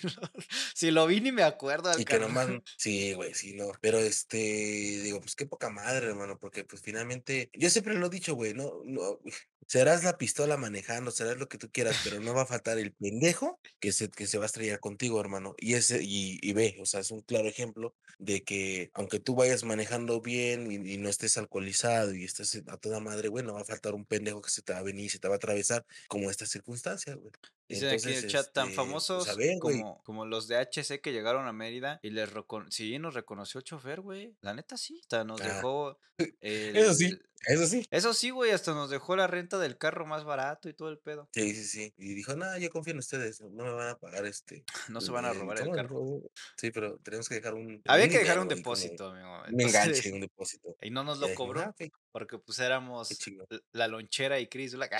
si lo vi ni me acuerdo al Y que carnal. nomás, sí, güey, sí, no. Pero este, digo, pues qué poca madre, hermano, porque pues finalmente, yo siempre lo he dicho, güey, no, no, serás la pistola manejando, serás lo que tú quieras, pero no va a faltar el pendejo que se, que se va a estrellar contigo, hermano. Y ese, y, y ve, o sea, es un claro ejemplo de que aunque tú vayas manejando bien y, y no estés alcoholizado y estés a toda madre, güey, no va a faltar un pendejo que se te va a venir y se te va a atravesar como estas circunstancias, güey. Dicen aquí en Entonces, el chat tan este, pues a famosos ver, güey. como, como los de H C que llegaron a Mérida y les recon sí, nos reconoció el chofer, güey. La neta sí. Hasta nos Ah, dejó eso sí, el. eso sí. Eso sí, güey, hasta nos dejó la renta del carro más barato y todo el pedo. Sí, sí, sí. Y dijo, no, yo confío en ustedes, no me van a pagar este, No se el, van a el- robar el ¿cómo carro. dijo? Sí, pero tenemos que dejar un, un Había que dejar un dinero ahí como depósito, amigo. un enganche, Entonces, un depósito. y no nos Ya lo dijimos, ah, cobró ok, porque pues qué éramos chido. l- la lonchera y Chris Black.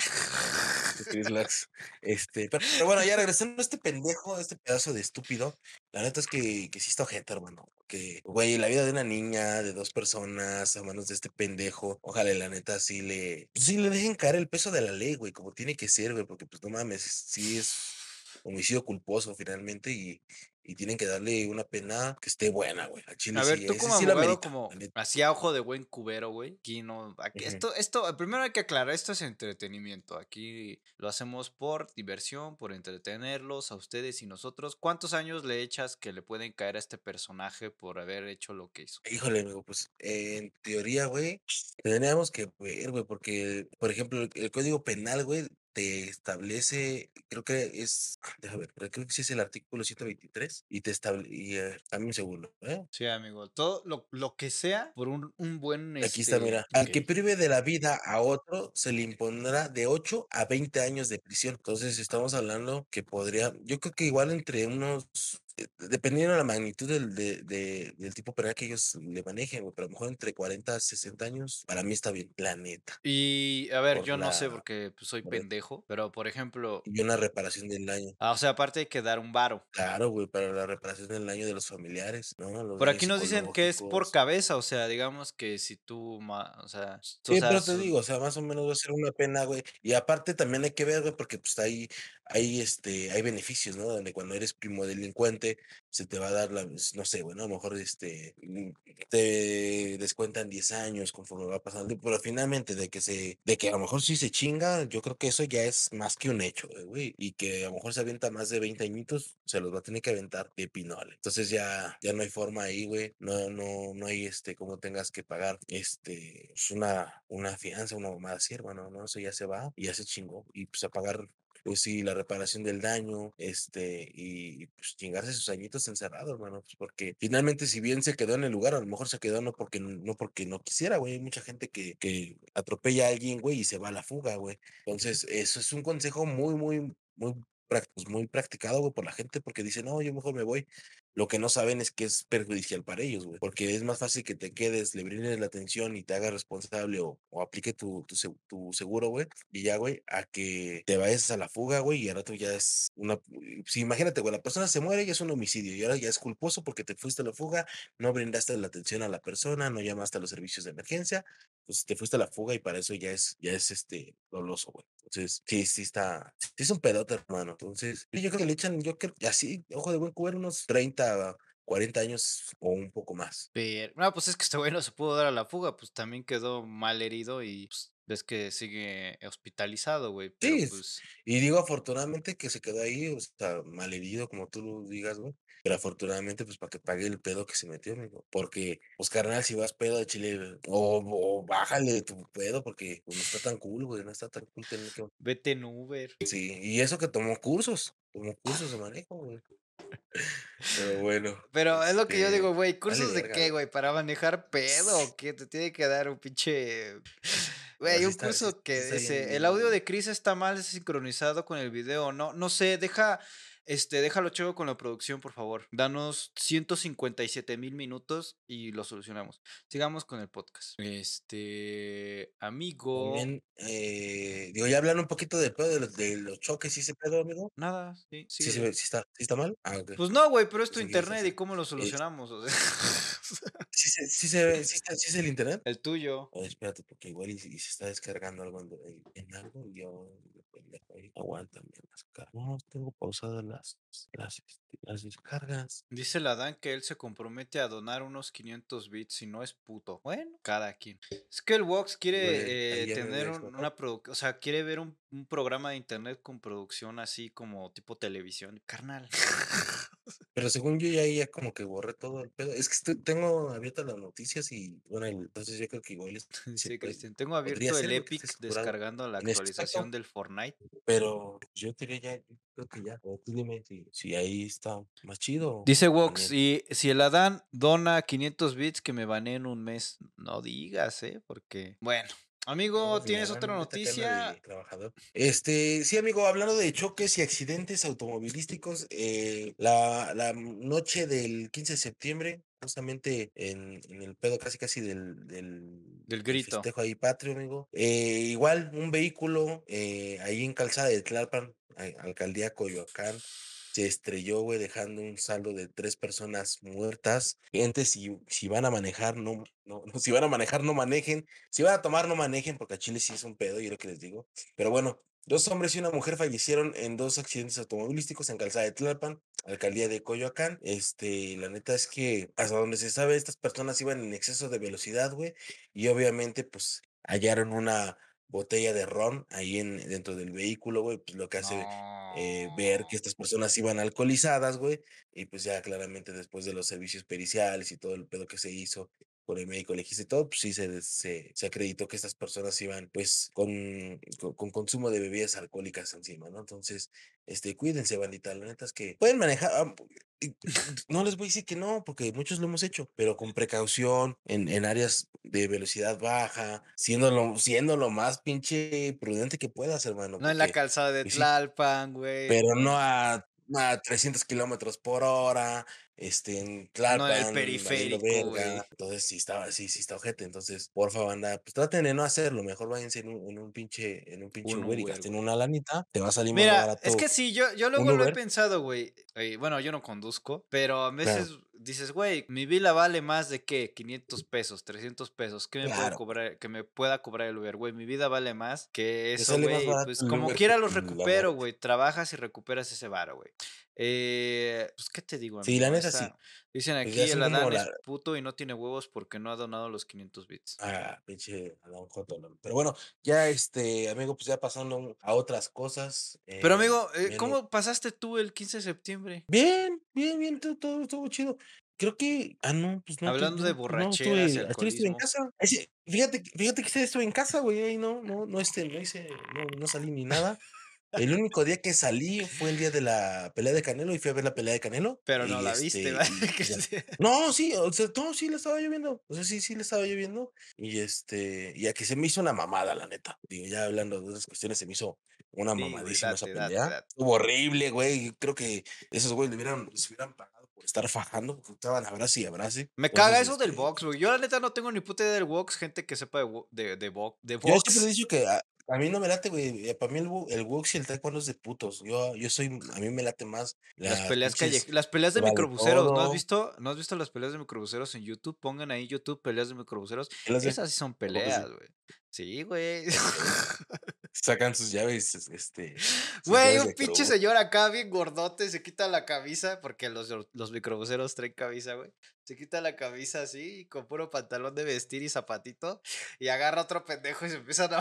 Chris Lax. Este, pero, pero bueno, ya regresando a este pendejo, a este pedazo de estúpido, la neta es que, que sí está ojete, hermano. Que, güey, la vida de una niña, de dos personas, a manos de este pendejo, ojalá la neta sí le, pues sí le dejen caer el peso de la ley, güey, como tiene que ser, güey, porque pues no mames, sí es homicidio culposo finalmente y, y tienen que darle una pena que esté buena, güey. A Chile A ver, sí, tú ese como sí la abogado, merita, la como neta. hacía ojo de buen cubero, güey. Aquí no, aquí Ujú. esto, esto, primero hay que aclarar, esto es entretenimiento. Aquí lo hacemos por diversión, por entretenerlos a ustedes y nosotros. ¿Cuántos años le echas que le pueden caer a este personaje por haber hecho lo que hizo? Híjole, amigo, pues en teoría, güey, tendríamos que ver, güey, porque, por ejemplo, el, el Código Penal, güey, te establece, creo que es, déjame ver, pero creo que sí es el artículo ciento veintitrés y te establece, y eh, dame un segundo, ¿eh? Sí, amigo. Todo lo, lo que sea por un, un buen, Aquí está, este, mira. ok. Al que prive de la vida a otro se le impondrá de ocho a veinte años de prisión. Entonces, estamos hablando que podría, yo creo que igual entre unos, eh, dependiendo de la magnitud del, de- de- del tipo penal que ellos le manejen, güey, pero a lo mejor entre cuarenta a sesenta años, para mí está bien, la neta, Y a ver, por yo no sé la, porque pues, soy por el- pendejo, pero por ejemplo, y una reparación del daño. ah, o sea, aparte hay que dar un varo. Claro, güey, para la reparación del daño de los familiares, ¿no? Los Por daños aquí nos dicen que es por psicológicos. cabeza, o sea, digamos que si tú, ma- o sea, s- o Sí, sea, pero te son- digo, o sea, más o menos va a ser una pena, güey. Y aparte también hay que ver, güey, porque pues hay, hay, este, hay beneficios, ¿no? Donde cuando eres primo delincuente, se te va a dar la, pues, no sé, güey, ¿no? A lo mejor, este, mm, te descuentan diez años conforme va pasando el tiempo, pero finalmente de que se, de que a lo mejor sí se chinga, yo creo que eso ya es más que un hecho, güey, güey, y que a lo mejor se avienta más de veinte añitos, se los va a tener que aventar de pinole. Entonces ya, ya no hay forma ahí, güey, no, no, no hay, este, como tengas que pagar, este, pues una, una fianza, una mamada así, hermano, ¿no? Eso ya se va y ya se chingó, y pues a pagar pues sí, la reparación del daño, este, y pues chingarse sus añitos encerrado, hermano, pues porque finalmente si bien se quedó en el lugar, a lo mejor se quedó no porque no porque no quisiera, güey, hay mucha gente que, que atropella a alguien, güey, y se va a la fuga, güey. Entonces, eso es un consejo muy, muy, muy, prac- pues, muy practicado, güey, por la gente, porque dice, no, yo mejor me voy. Lo que no saben es que es perjudicial para ellos, güey, porque es más fácil que te quedes, le brindes la atención y te hagas responsable o, o aplique tu, tu, se- tu seguro, güey, y ya, güey, a que te vayas a la fuga, güey, y ahora tú ya es una... Sí, imagínate, güey, la persona se muere y es un homicidio, y ahora ya es culposo porque te fuiste a la fuga, no brindaste la atención a la persona, no llamaste a los servicios de emergencia, pues te fuiste a la fuga y para eso ya es, ya es este, doloso, güey. Entonces, sí, sí está, sí es un pedote, hermano. Entonces, yo creo que le echan, yo creo, así, ojo de buen cubero, unos treinta cuarenta años o un poco más. pero, no, pues es que este güey no se pudo dar a la fuga, pues también quedó mal herido y pues, ves que sigue hospitalizado, güey, pero Sí, s pues y digo afortunadamente que se quedó ahí, o sea, malherido, como tú lo digas, güey, pero afortunadamente, pues, para que pague el pedo que se metió, amigo, porque, pues, carnal, si vas pedo de chile, o o bájale tu pedo, porque, pues, no está tan cool, güey, no está tan cool tener que vete en Uber. sí, y eso que tomó cursos, tomó cursos de manejo, güey. Pero bueno, Pero es lo que yo digo, este, güey, vale ¿cursos de verga, qué, güey. güey? ¿Para manejar pedo o qué? Te tiene que dar un pinche No, güey, sí un está sí curso sí que está bien dice: "El audio bien de Chris está mal sincronizado con el video", no no sé, deja, este, déjalo checo con la producción, por favor. Danos ciento cincuenta y siete mil minutos y lo solucionamos. Sigamos con el podcast. Este, amigo también, eh, digo, ya hablando un poquito del pedo de los de los choques y ese pedo, amigo. nada, sí, ¿Sí se síguele. ve sí está sí está mal? Ah, okey. Pues no, güey, pero es tu Pensé que ibas a internet, ¿y decir, cómo lo es solucionamos? O sea, ¿sí se sí se ve sí está sí es el internet? el tuyo. A ver, espérate, porque igual y y se está descargando algo en en en algo y yo de pendejo ahí. Aguántame las ca no, tengo pausadas las las, este, las descargas. Dice el Adán que él se compromete a donar unos quinientos bits si no es puto. Bueno, cada quien. Es que el Vox Güey, quiere ahí eh, ya me tener ves un- mejor. una produ- o sea, quiere ver un, un programa de internet con producción así como tipo televisión. Carnal. Pero según yo ya ahí ya como que borré todo el pedo. Es que estoy tengo abiertas las noticias y, bueno, el entonces yo creo que igual es se Dice puede Cristian, tengo podría abierto el ser porque esté Epic saturado descargando la en ese aspecto, actualización del Fortnite. pero yo diría ya, yo creo que ya. O tú dime si si ahí está más chido, Dice Vox, Daniel. y si el Adán dona quinientos bits que me baneen un mes. No digas, ¿eh? Porque, bueno. No, Amigo, si ¿tienes Adán otra ahorita que anda de noticia? trabajador. Este, sí, amigo, hablando de choques y accidentes automovilísticos, eh, la, la noche del quince de septiembre, justamente en, en el pedo casi casi del, del, Del del grito. festejo ahí patrio, amigo. eh, igual, un vehículo eh, ahí en Calzada de Tlalpan, a- alcaldía Coyoacán, se estrelló, güey, dejando un saldo de tres personas muertas. Gente, si, si van a manejar, no, no, no, si van a manejar, no manejen. Si van a tomar, no manejen, porque a Chile sí es un pedo, yo lo que les digo. Pero bueno, dos hombres y una mujer fallecieron en dos accidentes automovilísticos en Calzada de Tlalpan, alcaldía de Coyoacán. Este, la neta es que hasta donde se sabe, estas personas iban en exceso de velocidad, güey, y obviamente, pues, hallaron una botella de ron ahí en, dentro del vehículo, güey, pues lo que hace eh, ver que No. estas personas iban alcoholizadas, güey, y pues ya claramente después de los servicios periciales y todo el pedo que se hizo por el médico legista y todo, pues sí se, se, se acreditó que estas personas iban pues con, con, con consumo de bebidas alcohólicas encima, ¿no? Entonces, este, cuídense, bandita, la neta es que pueden manejar, ah, y no les voy a decir que no, porque muchos lo hemos hecho, pero con precaución, en, en áreas de velocidad baja, siendo lo, siendo lo más pinche prudente que puedas, hermano, No en la porque calzada de pues sí, Tlalpan, güey, pero no no en a, a trescientos kilómetros por hora, este, en no en el Tlalpan, valiendo periférico, verga. güey. Entonces sí estaba, sí, sí está ojete. Entonces, porfa, banda, pues traten de no hacerlo. Mejor váyanse en un, en un pinche, en un pinche Un Uber y Uber, gasten güey. una lanita. Te va a salir más Mira, es barato que sí, yo yo un luego lo he Uber. pensado, güey. Eh, bueno, yo no conduzco, pero a Claro, veces dices: "Güey, mi vida vale más de, ¿qué? quinientos pesos, trescientos pesos, ¿qué me puede claro. cobrar que me pueda cobrar el Uber?". Güey, mi vida vale más que Te eso, sale más güey, barato pues, el como Uber que quiera los la recupero, muerte. güey. Trabajas y recuperas ese varo, güey. Eh, pues, ¿qué te digo, Sí, la amigo? neta sí. Esta dicen Pues ya aquí: son "El como Adán es la, puto y no tiene huevos porque no ha donado los quinientos bits". ah, pinche Adán Joto, ¿no? Pero bueno, ya este, amigo, pues ya pasando a otras cosas, Pero, eh, amigo, eh, menos. ¿cómo pasaste tú el quince de septiembre? Bien, bien, bien, todo, todo estuvo chido. Creo que, ah, no, pues no, tu- Hablando de no, pues no, borracheras y estuve, ayer estuve en alcoholismo. casa. Ese- fíjate, que- fíjate que ese estuve en casa, güey, ahí no, no, no, este, no hice, no, no salí ni nada. El único día que salí fue el día de la pelea de Canelo y fui a ver la pelea de Canelo. Pero no Y la viste, este, ¿vale? y Que ya. sí. No, sí, o sea, no, sí le estaba lloviendo. O sea, sí, sí le estaba lloviendo. Y este, y a que se me hizo una mamada, la neta. Digo, ya hablando de esas cuestiones, se me hizo una Sí, güey, mamadísima esa date, date, pelea. date. Estuvo horrible, güey. Creo que esos güeyes le hubieran, les hubieran pagado por estar fajando, porque estaban abrazo y abrazo. Me caga Entonces, eso del este, box, güey. Yo la neta no tengo ni puta idea del box, gente que sepa de, wo- de, de, bo- de yo siempre he box. dicho que a, a mí no me late, güey. Para mí el, bo- el box y el taekwondo es de putos. Yo, yo soy, a mí me late más Las las peleas calle, pinches las peleas que de vale microbuseros, ¿no has todo. visto? ¿No has visto las peleas de microbuseros en YouTube? Pongan ahí YouTube peleas de microbuseros. ¿Qué las de? Esas sí son ¿A poco sí? peleas, güey. Sí, güey. Sacan sus llaves, es- este, sus Güey, llaves un de pinche acrobús. señor acá bien gordote se quita la camisa, porque los, los microbuseros traen camisa, güey. Se quita la camisa así, con puro pantalón de vestir y zapatito, y agarra a otro pendejo y se empiezan a...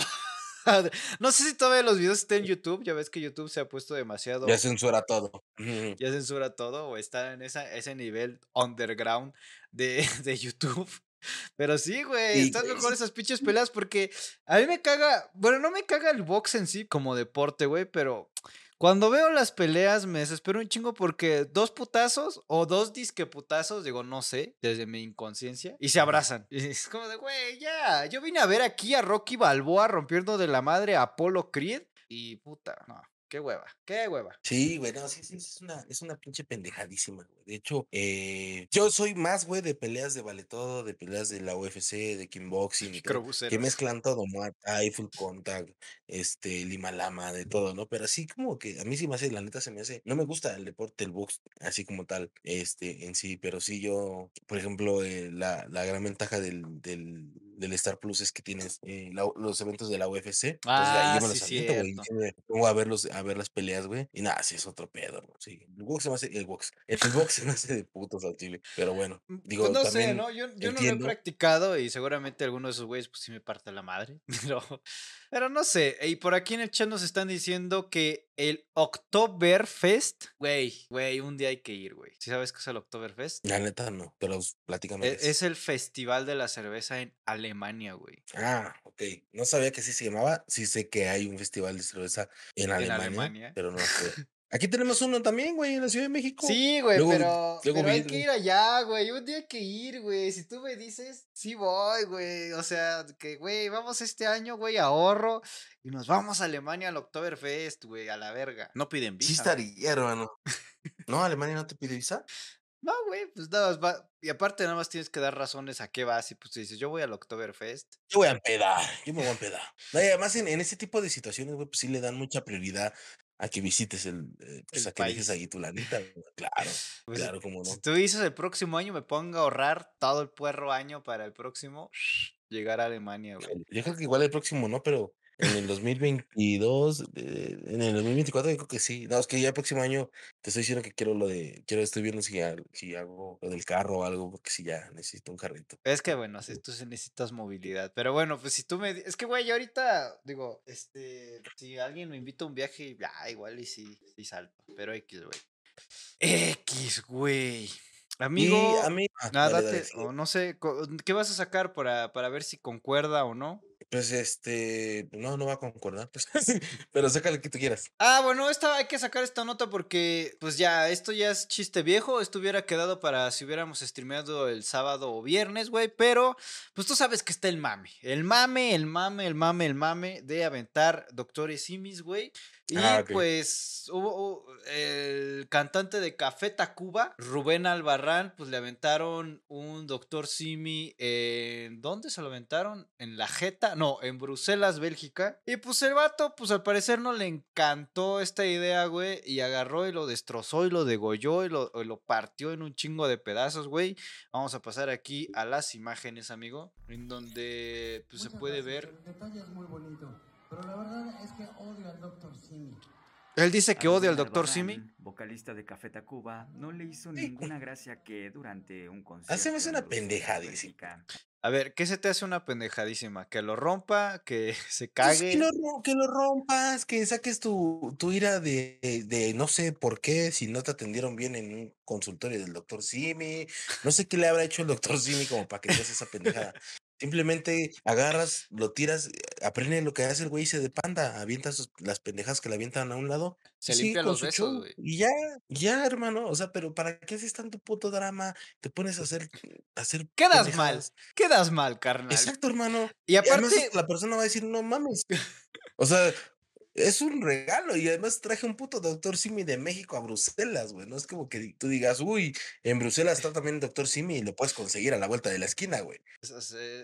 No sé si todavía los videos están en YouTube, ya ves que YouTube se ha puesto Ya demasiado, censura todo. Ujú. ya censura todo, o está en esa, ese nivel underground de, de YouTube. Pero sí, güey, Sí, están güey, mejor sí. esas pinches peleas porque a mí me caga, bueno, no me caga el box en sí como deporte, güey, pero cuando veo las peleas me desespero un chingo porque dos putazos o dos disque putazos, digo, no sé, desde mi inconsciencia, y se Ujú. abrazan. Y es como de, güey, ya, yo vine a ver aquí a Rocky Balboa rompiendo de la madre a Apollo Creed y puta, no, qué hueva, qué hueva. Sí, güey, no, sí, sí, es una, es una pinche pendejadísima, güey. De hecho, eh, yo soy más, güey, de peleas de vale todo, de peleas de la U F C, de kickboxing y todo, que Microbuseros. mezclan todo, Muay Thai, Full Contact, este, Lima Lama, de todo, ¿no? Pero así como que a mí sí me hace, la neta se me hace, no me gusta el deporte, el box, así como tal, este, en sí, pero sí yo, por ejemplo, eh, la, la gran ventaja del, del, del Star Plus es que tienes eh, la- los eventos de la U F C, entonces ahí Ah, yo me sí, los aviento, güey, y cierto. sí me pongo a verlos, a ver las peleas, güey, y nada, sí es otro pedo, ¿no? Sí, el box se me hace, el box, el box se me hace de putos al chile, pero bueno, Mm, Pues digo, no sé, también ¿no? Yo, yo no lo he entiendo. practicado y seguramente alguno de esos güeyes pues sí me parte la madre, pero, pero no sé. Y por aquí en el chat nos están diciendo que el Oktoberfest, güey, güey, un día hay que ir, güey. ¿Sí sabes qué es el Oktoberfest? La neta no, pero s- platícame qué E- es. Es el festival de la cerveza en Alemania, güey. Ah, ok. No sabía que así se llamaba. Sí sé que hay un festival de cerveza en En Alemania, Alemania. pero no sé. Aquí tenemos uno también, güey, en la Ciudad de México. Sí, güey, Luego, pero, luego pero hay vi, que ir allá, güey. Un día hay que ir, güey. Si tú me dices, sí voy, güey. O sea, que, güey, vamos este año, güey, ahorro y nos vamos a Alemania al Oktoberfest, güey, a la verga. No piden sí visa. estaría, hermano. No, Alemania no te pide visa. No, güey, pues nada más va. Y aparte, nada más tienes que dar razones a qué vas. Y pues dices, yo voy al Oktoberfest. Yo voy a empedar, yo me voy a empedar. No, y además en, en ese tipo de situaciones, güey, pues sí le dan mucha prioridad a que visites el, eh, pues El a que dejes país. ahí tu lanita, güey. Claro, Pues si claro, cómo si no. tú dices el próximo año, me pongo a ahorrar todo el puerro año para el próximo llegar a Alemania, güey. Híjole, yo creo que igual el próximo no, pero en el dos mil veintidós, eh, en el dos mil veinticuatro yo creo que sí. No, es que ya el próximo año te estoy diciendo que quiero lo de, quiero, estoy viendo si, ha- si hago lo del carro o algo, porque si ya necesito un carrito. Es que bueno, si tú sí necesitas movilidad. Pero bueno, pues si tú me. di- Es que, güey, yo ahorita digo, este. Si alguien me invita a un viaje, ya, igual y sí, sí salto. Pero X, güey. X, güey. Y a Amigo, mí, ah, nada, dale, dale, date. sigue. O no sé, co- ¿qué vas a sacar para, para ver si concuerda o no? Pues este, no, no va a concordar, pues, pero sácale lo que tú quieras. Ah, bueno, esta, hay que sacar esta nota porque, pues ya, esto ya es chiste viejo. Esto hubiera quedado para si hubiéramos streameado el sábado o viernes, güey. Pero, pues tú sabes que está el mame. El mame, el mame, el mame, el mame de aventar Doctores Simis, güey. Y Ah, ok. pues hubo hubo- el cantante de Café Tacuba, Rubén Albarrán, pues le aventaron un Doctor Simi en... ¿Dónde se lo aventaron? En la Jeta, no, en Bruselas, Bélgica. Y pues el vato, pues al parecer no le encantó esta idea, güey, y agarró y lo destrozó y lo degolló y lo, y lo partió en un chingo de pedazos, güey. Vamos a pasar aquí a las imágenes, amigo, en donde pues se Muchas puede gracias, ver. el detalle es muy bonito, pero la verdad es que odio al doctor Simi. Él dice A que odia al Rubén Doctor Simi. Albarrán, vocalista de Café Tacuba, no le hizo Sí, ninguna gracia que durante un haceme concierto en una Bruselas, pendejadísima. Bélgica, A ver, ¿qué se te hace una pendejadísima? ¿Que lo rompa? ¿Que se Pues que lo, cague? ro- que lo rompas, que saques tu, tu ira de, de no sé por qué, si no te atendieron bien en un consultorio del doctor Simi, no sé qué le habrá hecho el doctor Simi como para que te hagas esa pendejada. Simplemente agarras, lo tiras, eh, aprende lo que hace el güey ese de panda, avienta sus- las pendejas que le avientan a un lado y Se sigue limpia con los su besos, show. güey. Y ya, ya, hermano, o sea, pero ¿para qué haces tanto puto drama? Te pones a hacer, a hacer Quedas mal, pendejadas. quedas mal, carnal. Exacto, hermano. Y Y además aparte, hasta la persona va a decir, no mames. O sea, es un regalo y además traje un puto doctor Simi de México a Bruselas, güey. No es como que tú digas, uy, en Bruselas está también el doctor Simi y lo puedes conseguir a la vuelta de la esquina, güey. es, es, eh,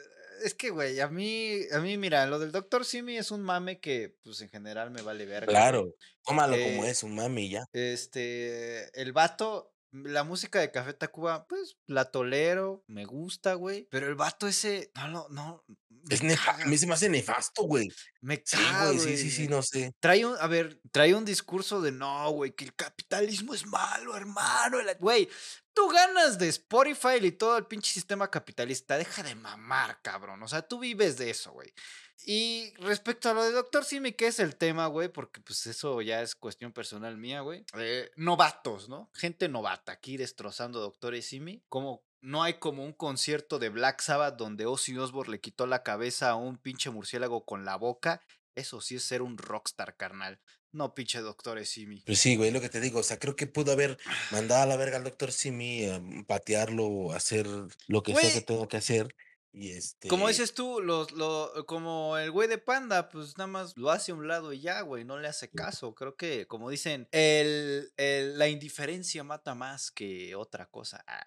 es que, güey, a mí, a mí, mira, lo del Doctor Simi es un mame que, pues, en general me vale verga, güey. Claro, tómalo como Eh, es, un mami y ya. este, el vato la música de Café Tacuba, pues la tolero, me gusta, güey. Pero el vato ese, no, no, no, Es me nefa a caga, mí se me güey. hace nefasto, güey. Me Sí, caga, güey, sí, sí, güey. sí, me- no sé. Trae un, a ver, trae un discurso de no, güey, que el capitalismo es malo, hermano. y la- Güey, tú ganas de Spotify y todo el pinche sistema capitalista. Deja de mamar, cabrón. O sea, tú vives de eso, güey. Y respecto a lo de Doctor Simi, ¿qué es el tema, güey? Porque pues eso ya es cuestión personal mía, güey. Eh, novatos, ¿no? Gente novata aquí destrozando Doctor Simi. Como no hay como un concierto de Black Sabbath donde Ozzy Osbourne le quitó la cabeza a un pinche murciélago con la boca. Eso sí es ser un rockstar, carnal. No pinche Doctor Simi. Pues sí, güey, lo que te digo, o sea, creo que pudo haber mandado a la verga al doctor Simi, em, patearlo, hacer lo que sea que Güey, tenga que hacer. Y como este, dices tú, los, lo, como el güey de Panda, pues nada más lo hace a un lado y ya, güey, no le hace caso. Creo que, como dicen, el, el- la indiferencia mata más que otra cosa. Ah.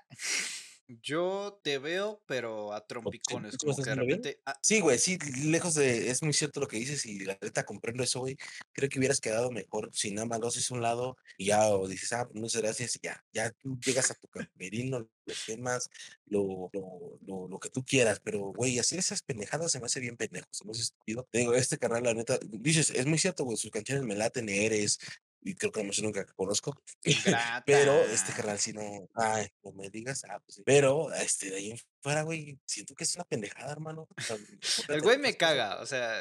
Yo te veo, pero a ¿o ¿sí, trompicones, sí me como estás que de viendo bien? repente, ah, Sí, güey, sí, lejos de, es muy cierto lo que dices y la neta comprendo eso, güey. Creo que hubieras quedado mejor si nada más lo haces a un lado y ya, o dices, ah, pues muchas gracias, y ya, ya tú llegas a tu camerino, lo quemas, lo, lo, lo, lo que tú quieras, pero, güey, hacer esas pendejadas se me hace bien pendejo, se me hace estúpido. Te digo, este canal, la neta, dices, es muy cierto, güey, sus canciones me laten, eres, y creo que no sé nunca que conozco, pero este ingrata. canal si no, ay, no me digas, ah, pues sí. Pero, este, de ahí en fuera, güey, siento que es una pendejada, hermano. O sea, El enfócate en güey otras me cosas. caga, o sea,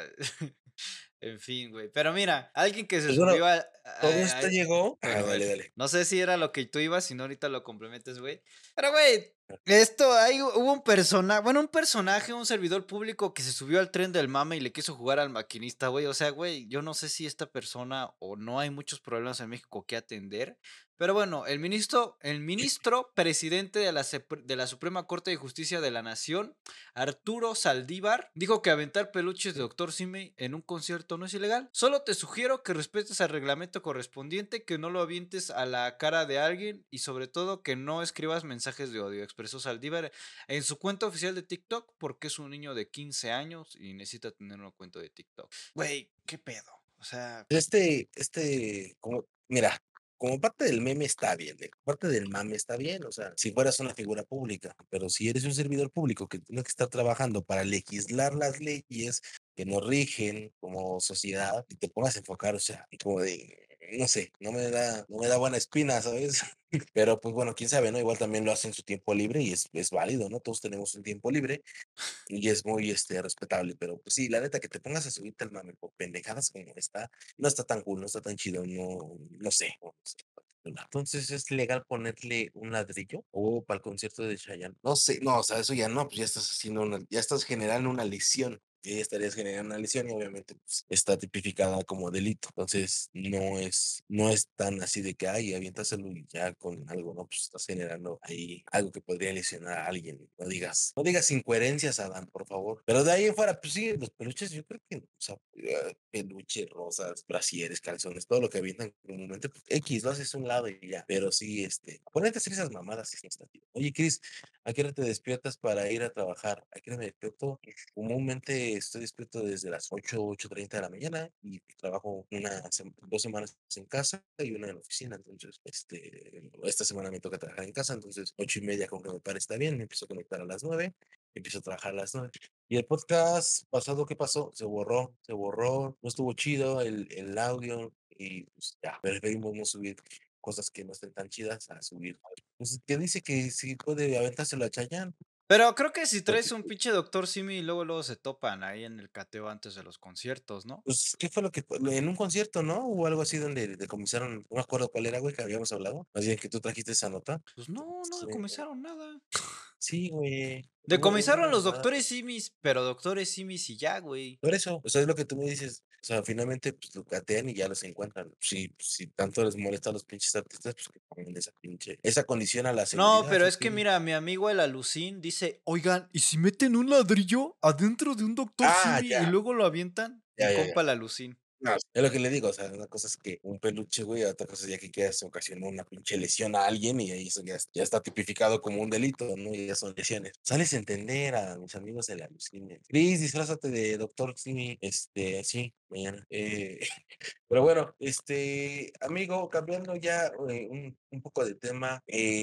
en fin, güey. Pero mira, alguien que se Pues bueno, subió a, todo a- esto a- llegó. Ah, bueno, dale, bueno, dale. no sé si era lo que tú ibas, si no ahorita lo complementes, güey. Pero, güey, esto, hay, hubo un personaje, bueno, un personaje, un servidor público que se subió al tren del mame y le quiso jugar al maquinista, güey. O sea, güey, yo no sé si esta persona o no hay muchos problemas en México que atender. Pero bueno, el ministro, el ministro presidente de la, Sepre- de la Suprema Corte de Justicia de la Nación, Arturo Saldívar, dijo que aventar peluches de Doctor Simi en un concierto no es ilegal. Solo te sugiero que respetes al reglamento correspondiente, que no lo avientes a la cara de alguien y sobre todo que no escribas mensajes de odio, expresó Saldívar en su cuenta oficial de TikTok porque es un niño de quince años y necesita tener una cuenta de TikTok. Güey, ¿qué pedo? O sea, Este, este, como, mira, como parte del meme está bien, eh, parte del mame está bien, o sea, si fueras una figura pública, pero si eres un servidor público que tiene que estar trabajando para legislar las leyes que nos rigen como sociedad y te pongas a enfocar, o sea, y como de, no sé, no me da, no me da buena espina, ¿sabes? Pero pues bueno, quién sabe, ¿no? Igual también lo hace en su tiempo libre y es, es válido, ¿no? Todos tenemos un tiempo libre y es muy este, respetable, pero pues sí, la neta que te pongas a subirte al mame por pendejadas como está, no está tan cool, no está tan chido, no, no sé. No sé. Entonces, ¿es legal ponerle un ladrillo o para el concierto de Chayanne? No sé, no, o sea, eso ya no, pues ya estás haciendo una, ya estás generando una lesión. Y ahí estarías generando una lesión y obviamente pues, está tipificada como delito. Entonces, no es, no es tan así de que, ay, aviéntaselo y ya con algo, ¿no? Pues estás generando ahí algo que podría lesionar a alguien. No digas, no digas incoherencias, Adán, por favor. Pero de ahí en fuera, pues sí, los peluches, yo creo que, o sea, eh, peluche, rosas, brasieres, calzones, todo lo que avientan comúnmente, pues, X, lo haces a un lado y ya. Pero sí, este, ponerte a hacer esas mamadas sí está chido. Oye, Cris, ¿a qué hora te despiertas para ir a trabajar? ¿A qué hora me despierto? Comúnmente estoy despierto desde las ocho ocho treinta de la mañana y trabajo una, sem- dos semanas en casa y una en la oficina. Entonces, este, esta semana me toca trabajar en casa, entonces ocho y media con que me pare está bien, me empiezo a conectar a las nueve, empiezo a trabajar a las nueve. Y el podcast pasado, ¿qué pasó? Se borró, se borró, no estuvo chido el, el audio y pues ya, preferimos no subir cosas que no estén tan chidas a subir. Pues que dice que si puede aventárselo a Chayanne. pero creo que si Porque traes un pinche Doctor Simi y luego luego se topan ahí en el cateo antes de los conciertos, ¿no? pues, ¿qué fue lo que en un concierto, ¿no? Hubo algo así donde decomisaron, no me acuerdo cuál era, güey, que habíamos hablado. Más bien que tú trajiste esa nota. Pues no, no Sí, decomisaron nada. sí, güey. Hubo una Decomisaron los mamada. Doctores Simis, pero Doctores Simis y ya, güey. Por eso, o sea, es lo que tú me dices. O sea, finalmente, pues lo catean y ya los encuentran. Si, si tanto les molesta a los pinches artistas, pues que pongan esa pinche, esa condición a la No, seguridad, pero es ¿ok? que mira, mi amigo el Alucín dice, oigan, ¿y si meten un ladrillo adentro de un Doctor Ah, Simi y ya, luego lo avientan? ya, Mi ya, ya. compa el Alucín. No, es lo que le digo, o sea, una cosa es que un peluche, güey, otra cosa ya que quieras ocasionar una pinche lesión a alguien y ahí eso ya, es- ya está tipificado como un delito, ¿no? Y ya son lesiones. Sales a entender a mis amigos de la alucine. Cris, disfrázate de doctor Simi, este, sí. mañana. Eh, pero bueno, este, amigo, cambiando ya eh, un, un poco de tema,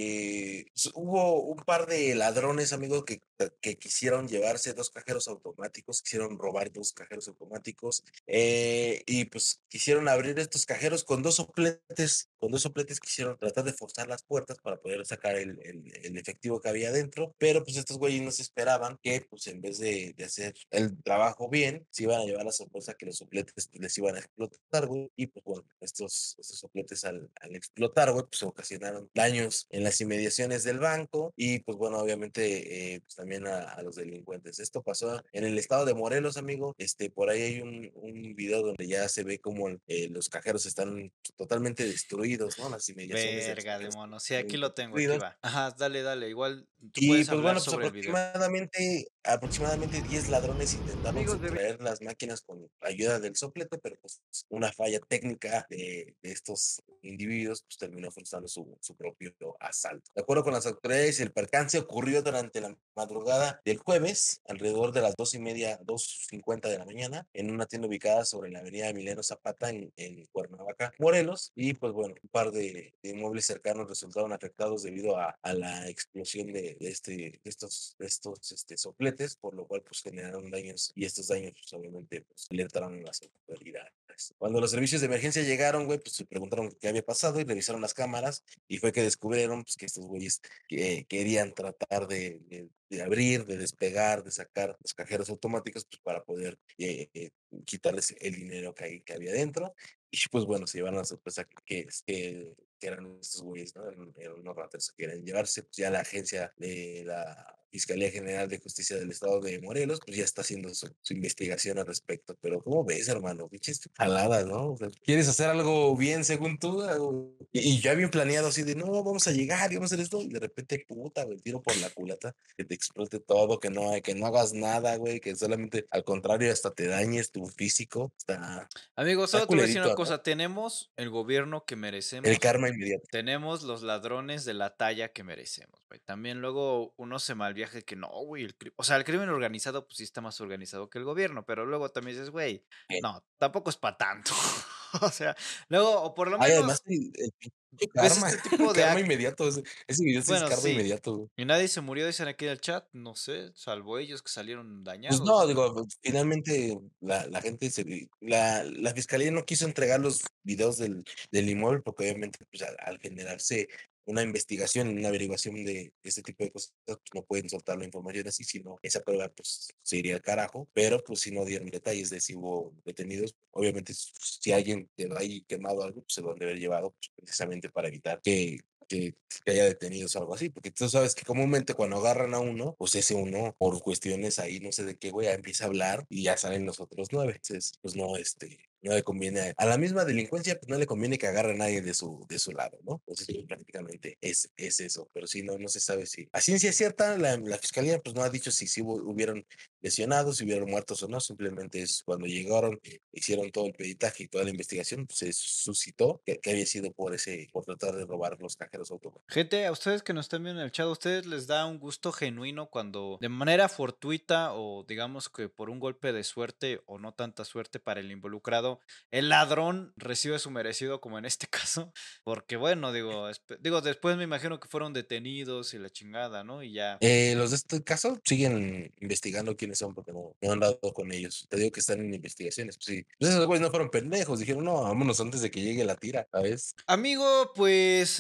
eh, s- hubo un par de ladrones, amigo, que, que quisieron llevarse dos cajeros automáticos, quisieron robar dos cajeros automáticos, eh, y pues quisieron abrir estos cajeros con dos sopletes, con dos sopletes quisieron tratar de forzar las puertas para poder sacar el, el, el efectivo que había adentro, pero pues estos güeyes no se esperaban que pues en vez de, de hacer el trabajo bien, se iban a llevar la sorpresa que los sopletes pues, les iban a explotar, güey, y pues bueno, estos, estos sopletes al, al explotar, güey, pues ocasionaron daños en las inmediaciones del banco y pues bueno, obviamente eh, pues también a, a los delincuentes. Esto pasó en el estado de Morelos, amigo, este, por ahí hay un, un video donde ya se ve como eh, los cajeros están totalmente destruidos, ¿no? Las inmediaciones de los Verga de cajeros mono. Sí, aquí totalmente lo tengo, aquí destruidos. va. Ajá, dale, dale. Igual tú Y puedes pues hablar bueno, pues sobre el video. aproximadamente, aproximadamente diez ladrones intentaron Amigos, debe- sustraer las máquinas con ayuda del soplete, pero pues una falla técnica de, de estos individuos pues terminó forzando su, su propio asalto. De acuerdo con las autoridades, el percance ocurrió durante la madrugada del jueves, alrededor de las dos y media, dos cincuenta de la mañana, en una tienda ubicada sobre la avenida Emiliano Zapata en, en Cuernavaca, Morelos, y pues bueno, un par de, de inmuebles cercanos resultaron afectados debido a, a la explosión de, de este, de estos, de estos este, sopletes, por lo cual pues generaron daños y estos daños pues obviamente pues alertaron a las autoridades. Cuando los servicios de emergencia llegaron, güey, pues se preguntaron qué había pasado y revisaron las cámaras y fue que descubrieron pues que estos güeyes que querían tratar de, de, de abrir, de despegar, de sacar los cajeros automáticos pues para poder eh, eh, quitarles el dinero que, hay, que había dentro. Y pues bueno, se llevaron la sorpresa que, que, que eran estos güeyes, ¿no? Eran, eran unos rateros que querían llevarse. Pues ya la agencia de la Fiscalía General de Justicia del Estado de Morelos, pues ya está haciendo su, su investigación al respecto. Pero ¿cómo ves, hermano? Pinches jaladas, ¿no? O sea, ¿quieres hacer algo bien según tú? Algo- Y, y yo había planeado así de, no, vamos a llegar y vamos a hacer esto. Y de repente, puta, güey, tiro por la culata, que te explote todo, que no, que no hagas nada, güey, que solamente al contrario hasta te dañes tu físico. Está, Amigos, está solo te voy a decir una culerito, ¿no? cosa. Tenemos el gobierno que El merecemos. karma inmediato. Tenemos los ladrones de la talla que merecemos, güey. También luego uno se malviaja de que no, güey, el cri- o sea, el crimen organizado pues sí está más organizado que el gobierno, pero luego también dices, güey, Eh, no, tampoco es para tanto. O sea, luego, o por lo Ay, además, menos el, el pinche ves karma, este el tipo de karma actos. inmediato. Ese, ese video sí es Bueno, karma sí. inmediato, güey. Y nadie se murió, dicen aquí en el chat, no sé, salvo ellos que salieron Pues dañados, no, ¿no? digo, pues, finalmente la, la gente se, vi- la, la fiscalía no quiso entregar los videos del, del inmueble porque obviamente pues, al, al generarse una investigación, una averiguación de este tipo de cosas, pues no pueden soltar la información así, sino esa prueba pues se iría al carajo, pero pues si no dieron detalles de si hubo detenidos, obviamente s- si alguien quedó ahí quemado algo, pues se lo han de haber llevado pues, precisamente para evitar que que, que haya detenidos o algo así, porque tú sabes que comúnmente cuando agarran a uno, pues ese uno, por cuestiones ahí, no sé de qué, güey, ya empieza a hablar y ya salen los otros nueve. Entonces, pues no, este, no le conviene, a la misma delincuencia, pues no le conviene que agarre a nadie de su, de su lado, ¿no? Entonces, pues, prácticamente es, es eso, pero sí, no, no se sabe si. A ciencia cierta, la, la fiscalía, pues no ha dicho si, si hubo- hubieron lesionados, si hubieron muertos o no, simplemente es cuando llegaron, hicieron todo el peritaje y toda la investigación, pues, se suscitó que, que había sido por ese, por tratar de robar los cajeros automáticos. Gente, a ustedes que nos están viendo en el chat, ¿a ustedes les da un gusto genuino cuando de manera fortuita o digamos que por un golpe de suerte o no tanta suerte para el involucrado, el ladrón recibe su merecido como en este caso? Porque bueno, digo, espe- digo, después me imagino que fueron detenidos y la chingada, ¿no? Y ya. Eh, los de este caso siguen investigando quiénes son porque no, no han dado con ellos. Te digo que están en investigaciones. Pues sí. Pues esos güeyes no fueron pendejos. Dijeron, no, vámonos antes de que llegue la tira, ¿sabes? Amigo, pues,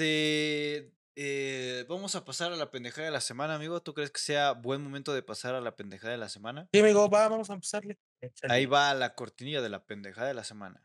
este, eh, vamos a pasar a la pendejada de la semana, amigo. ¿Tú crees que sea buen momento de pasar a la pendejada de la semana? Sí, amigo, va, vamos a empezarle. Ahí Échale. va la cortinilla de la pendejada de la semana.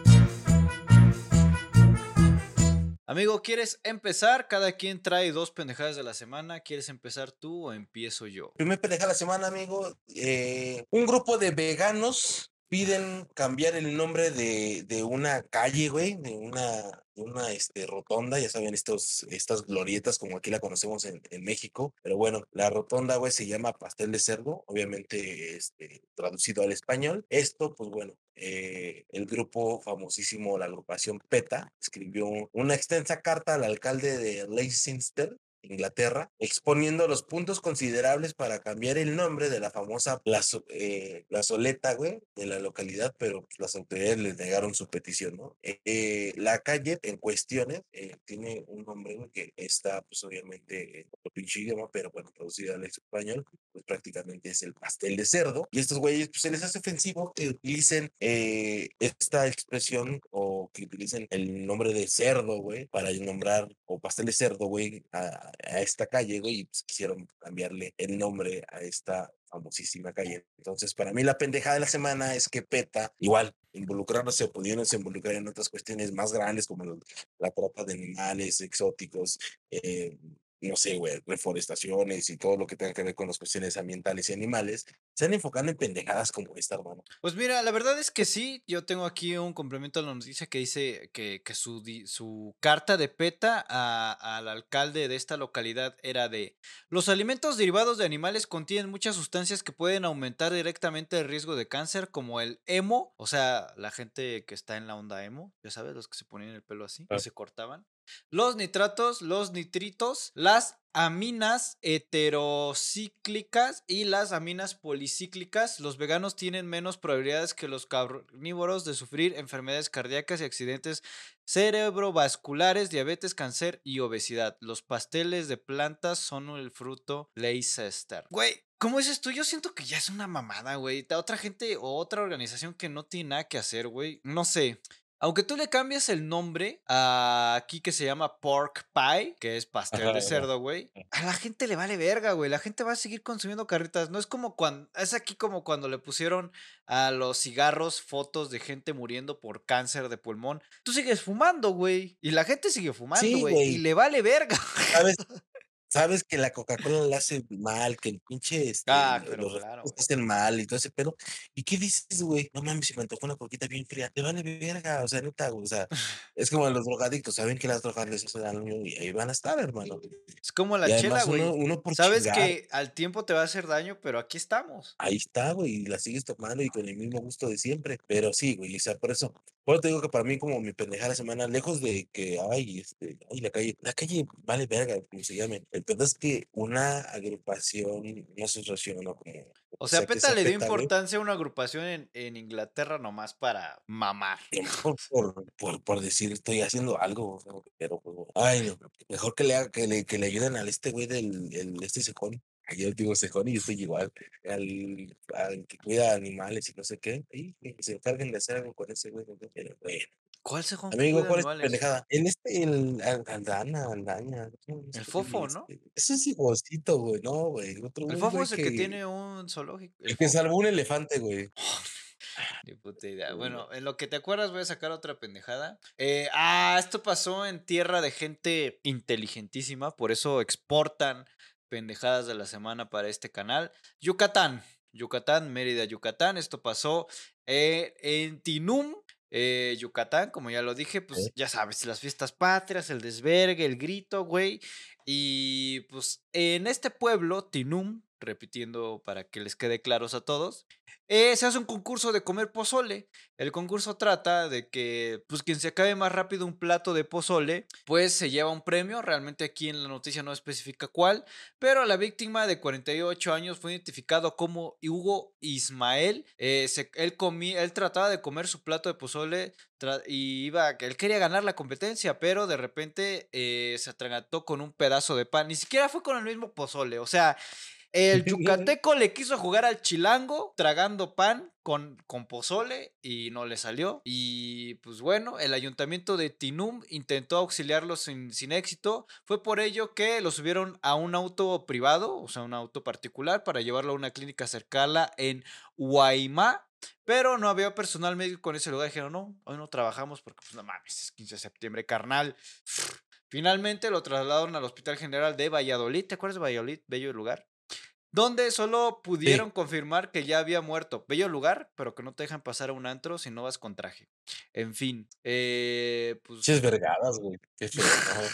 Amigo, ¿quieres empezar? Cada quien trae dos pendejadas de la semana. ¿Quieres empezar tú o empiezo yo? Primer pendeja de la semana, amigo. Eh, un grupo de veganos piden cambiar el nombre de, de una calle, güey, de una, de una este, rotonda, ya saben, estos, estas glorietas como aquí la conocemos en, en México, pero bueno, la rotonda, güey, se llama Pastel de Cerdo, obviamente este, traducido al español. Esto, pues bueno, eh, el grupo famosísimo, la agrupación PETA, escribió una extensa carta al alcalde de Leicester Inglaterra, exponiendo los puntos considerables para cambiar el nombre de la famosa plazo, eh, plazoleta, güey, de la localidad, pero pues, las autoridades les negaron su petición, ¿no? Eh, eh, la calle en cuestiones eh, tiene un nombre, güey, que está, pues obviamente, en otro pinche idioma, pero bueno, traducido al español, pues prácticamente es el pastel de cerdo. Y estos güeyes, pues se les hace ofensivo que utilicen eh, esta expresión o que utilicen el nombre de cerdo, güey, para nombrar, o pastel de cerdo, güey, a, a esta calle, güey, y pues quisieron cambiarle el nombre a esta famosísima calle. Entonces, para mí la pendejada de la semana es que PETA, igual, involucrándose, pudiéndose involucrar en otras cuestiones más grandes como la, la trata de animales exóticos, eh, no sé, güey, reforestaciones y todo lo que tenga que ver con las cuestiones ambientales y animales, se han enfocado en pendejadas como esta, hermano. Pues mira, la verdad es que sí, yo tengo aquí un complemento a la noticia que dice que, que su, di- su carta de PETA a- al alcalde de esta localidad era de: los alimentos derivados de animales contienen muchas sustancias que pueden aumentar directamente el riesgo de cáncer, como el emo, o sea, la gente que está en la onda emo, ya sabes, los que se ponían el pelo así, que Ah. se cortaban. Los nitratos, los nitritos, las aminas heterocíclicas y las aminas policíclicas. Los veganos tienen menos probabilidades que los carnívoros de sufrir enfermedades cardíacas y accidentes cerebrovasculares, diabetes, cáncer y obesidad. Los pasteles de plantas son el fruto Leicester. Güey, ¿cómo dices tú? Yo siento que ya es una mamada, güey. Ta- Otra gente o otra organización que no tiene nada que hacer, güey. No sé. Aunque tú le cambias el nombre a aquí que se llama Pork Pie, que es pastel Ajá, de ajá. cerdo, güey, Ajá. a la gente le vale verga, güey. La gente va a seguir consumiendo carritas. No es como cuando, es aquí como cuando le pusieron a los cigarros fotos de gente muriendo por cáncer de pulmón. Tú sigues fumando, güey. Y la gente sigue fumando, Sí, güey. Y güey, le vale verga. ¿sabes? Sabes que la Coca-Cola le hace mal, que el pinche, este, Ah, lo- pero los claro, refrescos güey. te hacen mal y todo ese pedo. ¿Y qué dices, güey? No mames, si me antojó una coquita bien fría, te vale verga, o sea, neta, güey, o sea, es como los drogadictos, saben que las drogas les hacen daño y ahí van a estar, hermano. Es como Y la chela, además uno, güey. uno por Sabes chingar, que al tiempo te va a hacer daño, pero aquí estamos. ahí está, güey, y la sigues tomando y con el mismo gusto de siempre. Pero sí, güey, o sea, por eso, por eso te digo que para mí como mi pendejada de semana, lejos de que, ay, este, ay, la calle, la calle vale verga, como se llame. El pedo es que una agrupación, una asociación o como, O o sea, sea, que PETA sea le dio PETA, güey, importancia a una agrupación en, en Inglaterra nomás para mamar. y más por, por, por, por decir estoy haciendo algo, o sea, pero pues, bueno, ay, no, mejor que le haga, que le, que le ayuden al este güey del, el, este cejón. Yo digo cejón y yo estoy igual, al, al que cuida animales y no sé qué, y que se encarguen de hacer algo con ese güey, ¿no? Pero bueno. ¿Cuál cejón que Amigo, cuida ¿cuál es tu animales? pendejada? En este, el Al- Aldana, Aldaña, no, no sé El cómo se llama fofo, ¿no? este. Ese es hijosito, güey, no, güey, otro, El un fofo güey es el que que, tiene un zoológico. El el que fofo. salvó un elefante, güey. Ni puta idea. Uy, Bueno, en lo que te acuerdas voy a sacar otra pendejada. Eh, ah, esto pasó en tierra de gente inteligentísima, por eso exportan pendejadas de la semana para este canal. Yucatán, Yucatán, Mérida, Yucatán. Esto pasó eh, en Tinum, eh, Yucatán, como ya lo dije, ¿eh? pues ya sabes, las fiestas patrias, el desvergue, el grito, güey. Y pues en este pueblo, Tinum, repitiendo para que les quede claros a todos, eh, se hace un concurso de comer pozole. El concurso trata de que, pues, quien se acabe más rápido un plato de pozole, pues se lleva un premio. Realmente aquí en la noticia no especifica cuál, pero la víctima de cuarenta y ocho años fue identificado como Hugo Ismael. Eh, se- él, comía, él trataba de comer su plato de pozole tra- y iba, él quería ganar la competencia, pero de repente eh, se atragantó con un pedazo de pan. Ni siquiera fue con el mismo pozole, o sea, el yucateco le quiso jugar al chilango tragando pan con, con pozole y no le salió. Y pues bueno, el ayuntamiento de Tinum intentó auxiliarlo sin, sin éxito. Fue por ello que lo subieron a un auto privado, o sea, un auto particular, para llevarlo a una clínica cercana en Guaymá. Pero no había personal médico en ese lugar. Dijeron, no, hoy no trabajamos porque, pues no mames, es quince de septiembre, carnal. Finalmente lo trasladaron al Hospital General de Valladolid. ¿Te acuerdas de Valladolid? Bello lugar. Donde solo Sí, pudieron confirmar que ya había muerto. Bello lugar, pero que no te dejan pasar a un antro si no vas con traje. En fin, eh, ches pues... vergadas, güey, qué feo, no.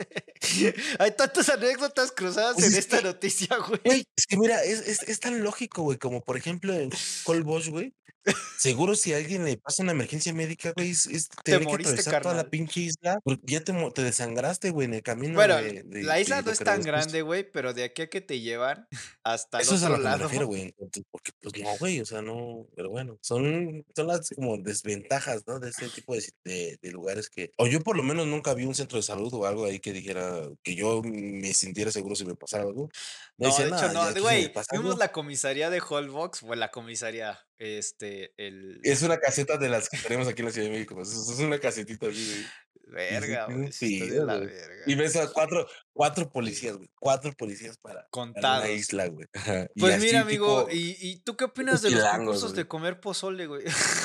Hay tantas anécdotas cruzadas Pues en es esta que, noticia, güey. güey, es que mira, es, es, es tan lógico, güey, como por ejemplo en Call Bosch, güey. Seguro si a alguien le pasa una emergencia médica, güey, es es Te tener que moriste, atravesar toda la carnal. pinche isla, porque ya te mo te desangraste, güey, en el camino Bueno, de de la isla de no lo es que tan regresaste. grande, güey, pero de aquí a que te llevan hasta el Eso es a otro lo que me refiero, lado. güey, entonces, porque, pues, no, güey, o sea, no, pero bueno, son son las como desventajas, ¿no? De este tipo de si de de lugares que o yo por lo menos nunca vi un centro de salud o algo ahí que dijera que yo me sintiera seguro si me pasara algo. Me No, decía: de hecho, "No, ya no, de aquí si me güey, pasa vimos algo". la comisaría de Holbox, o la comisaría, este, el Es una caseta de las que tenemos aquí en la Ciudad de México, pues, es es una casetita así de y sí verga, tiene güey, un sí está de frío, la güey. Y verga. ves a cuatro cuatro policías, güey, cuatro policías para para una Contados. isla, güey. Ajá. Y Pues mira, así amigo, tipo ¿y y tú qué tipo opinas de los chilangos, concursos güey. de comer pozole, güey?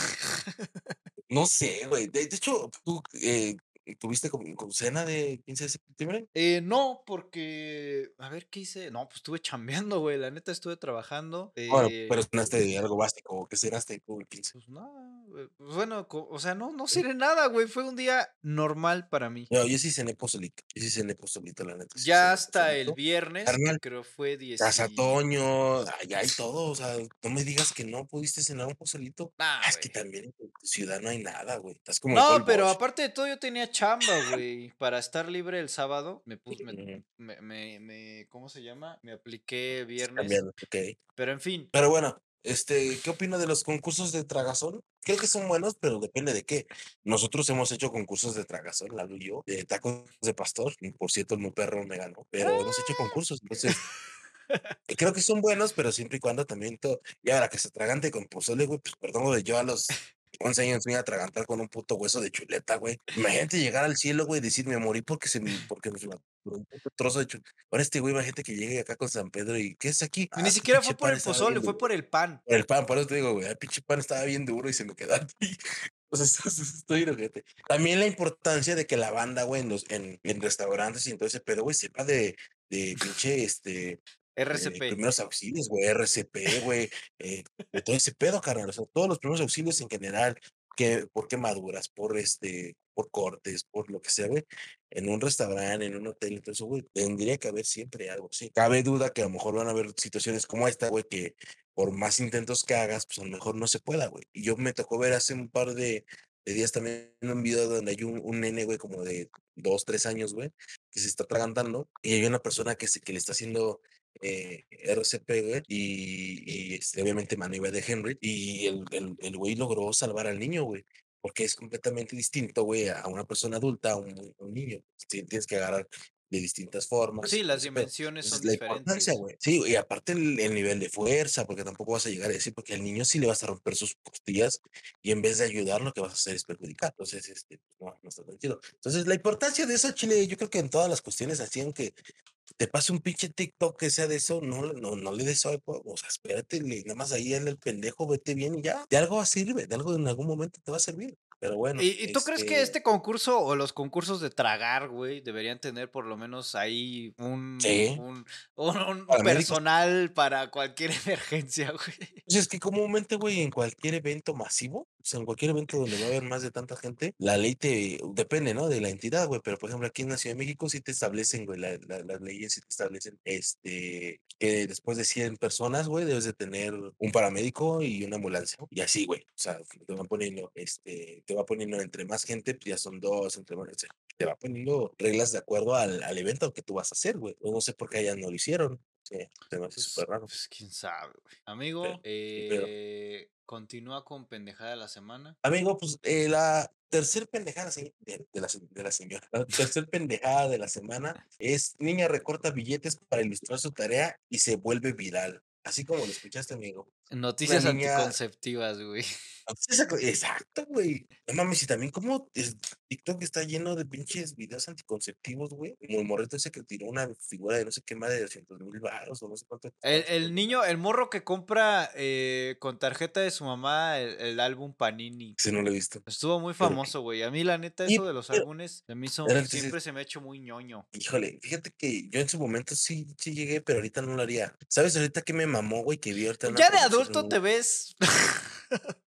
No sé, güey. De de hecho, tú, eh, ¿tuviste como como cena de quince de septiembre? Eh, no, porque, a ver, ¿qué hice? No, pues estuve chambeando, güey, la neta estuve trabajando, Bueno, eh pero cenaste algo básico, ¿o qué cenaste tú el quince? pues nada, güey, pues bueno, co o sea, no no cené nada, güey, fue un día normal para mí. No, yo sí cené pozolito, yo sí cené pozolito, la neta, sí Ya cené hasta el pozolito. viernes, que Carnal, creo fue Casa dieci Toño, allá hay todo, o sea, no me digas que no pudiste cenar un pozolito. no, Ah, es que güey. también en tu ciudad no hay nada, güey. Estás como en No, pero Bosch. aparte de todo, yo tenía chamba, güey. Para estar libre el sábado, me puse, me, Mm, me, me, me- ¿cómo se llama? Me apliqué estás viernes. cambiando, okey. Pero en fin, Pero bueno, este, ¿qué opina de los concursos de tragazón? Creo que son buenos, pero depende de qué. Nosotros hemos hecho concursos de tragazón, Lalo y yo, de tacos de pastor, y por cierto, el muy perro me ganó, pero hemos hecho concursos, entonces, eh, creo que son buenos, pero siempre y cuando también todo y ahora que se atragante con pozole, güey, pues perdón, güey, yo a los once años me iba a atragantar con un puto hueso de chuleta, güey. Imagínate llegar al cielo, güey, y decir: "Me morí porque se m porque me por un puto trozo de chu". Ahora este güey, imagínate que llegue acá con San Pedro y: "¿Qué es aquí?". ni "Ah, es que siquiera pinche fue por pan el estaba pozole, bien fue duro". por el pan. Por el pan, por eso te digo, güey, el pinche pan estaba bien duro y se me quedó aquí. O sea, estoy ojete. También la importancia de que la banda, güey, en los en en restaurantes y en todo ese pedo, güey, sepa de de pinche, este, eh, R C P. primeros auxilios, güey, R C P, güey, eh, de todo ese pedo, carnal. O sea, todos los primeros auxilios en general, que por quemaduras, por, este, por cortes, por lo que sea, güey, en un restaurante, en un hotel, entonces, güey, tendría que haber siempre algo así. Cabe duda que a lo mejor van a haber situaciones como esta, güey, que por más intentos que hagas, pues a lo mejor no se pueda, güey. Y yo me tocó ver hace un par de, de días también un video donde hay un, un nene, güey, como de dos, tres años, güey, que se está atragantando y hay una persona que, se, que le está haciendo eh, R C P, güey, y, y este, obviamente maniobra de Henry, y el, el, el güey logró salvar al niño, güey. Porque es completamente distinto, güey, a una persona adulta, a un, a un niño. Sí, tienes que agarrar de distintas formas Sí, y todo las ese pedo. dimensiones Entonces, son la importancia, diferentes. güey. Sí, y aparte el, el nivel de fuerza, porque tampoco vas a llegar a decir, porque al niño sí le vas a romper sus costillas y en vez de ayudar, lo que vas a hacer es perjudicar. Entonces, este, no, no está tan chido. Entonces, la importancia de eso, Chile, yo creo que en todas las cuestiones, así, aunque te pase un pinche TikTok que sea de eso, no, no, no le des soy, o sea, espérate, le- nada más ahí en el pendejo, vete bien y ya. De algo sirve, de algo en algún momento te va a servir. Pero bueno, ¿Y, y tú crees que este, este concurso o los concursos de tragar, güey, deberían tener por lo menos ahí un, sí, un, un, un paramédicos. personal para cualquier emergencia, güey? Pues es que comúnmente, güey, en cualquier evento masivo, o sea, en cualquier evento donde va a haber más de tanta gente, la ley te depende, ¿no? De la entidad, güey, pero por ejemplo aquí en la Ciudad de México sí te establecen, güey, la- la- las leyes sí te establecen, este, que después de cien personas, güey, debes de tener un paramédico y una ambulancia, ¿no? Y así, güey, o sea, te van poniendo, este, te va poniendo entre más gente, pues ya son dos, entre más, o sea, te va poniendo reglas de acuerdo al, al evento que tú vas a hacer, güey. Yo no sé por qué allá no lo hicieron, sí, se me hace Pues, súper raro, pues quién sabe, güey. pero, Amigo, pero eh, continúa con pendejada de la semana. amigo, pues eh, la tercer pendejada sí, de, de la, se- de la señora, la tercer pendejada de la semana es niña recorta billetes para ilustrar su tarea y se vuelve viral. Así como lo escuchaste, amigo. Una Noticias niña anticonceptivas, güey. Exacto, exacto, güey. No mames, y también como es- TikTok está lleno de pinches videos anticonceptivos, güey. Como el morrito ese que tiró una figura de no sé qué más de doscientos mil baros o no sé cuánto El, costaba su el pendeja. niño, el morro que compra eh, con tarjeta de su mamá el, el álbum Panini. Ese no lo he visto. Estuvo muy Pero, famoso, güey. A mí, la neta, y, eso de los pero, álbumes se me hizo, pero siempre entonces, se me ha hecho muy ñoño. híjole, fíjate que yo en su momento sí, sí llegué, pero ahorita no lo haría. ¿Sabes ahorita qué me mamó, güey? Que vi ahorita una Ya de promoción en adulto un te ves.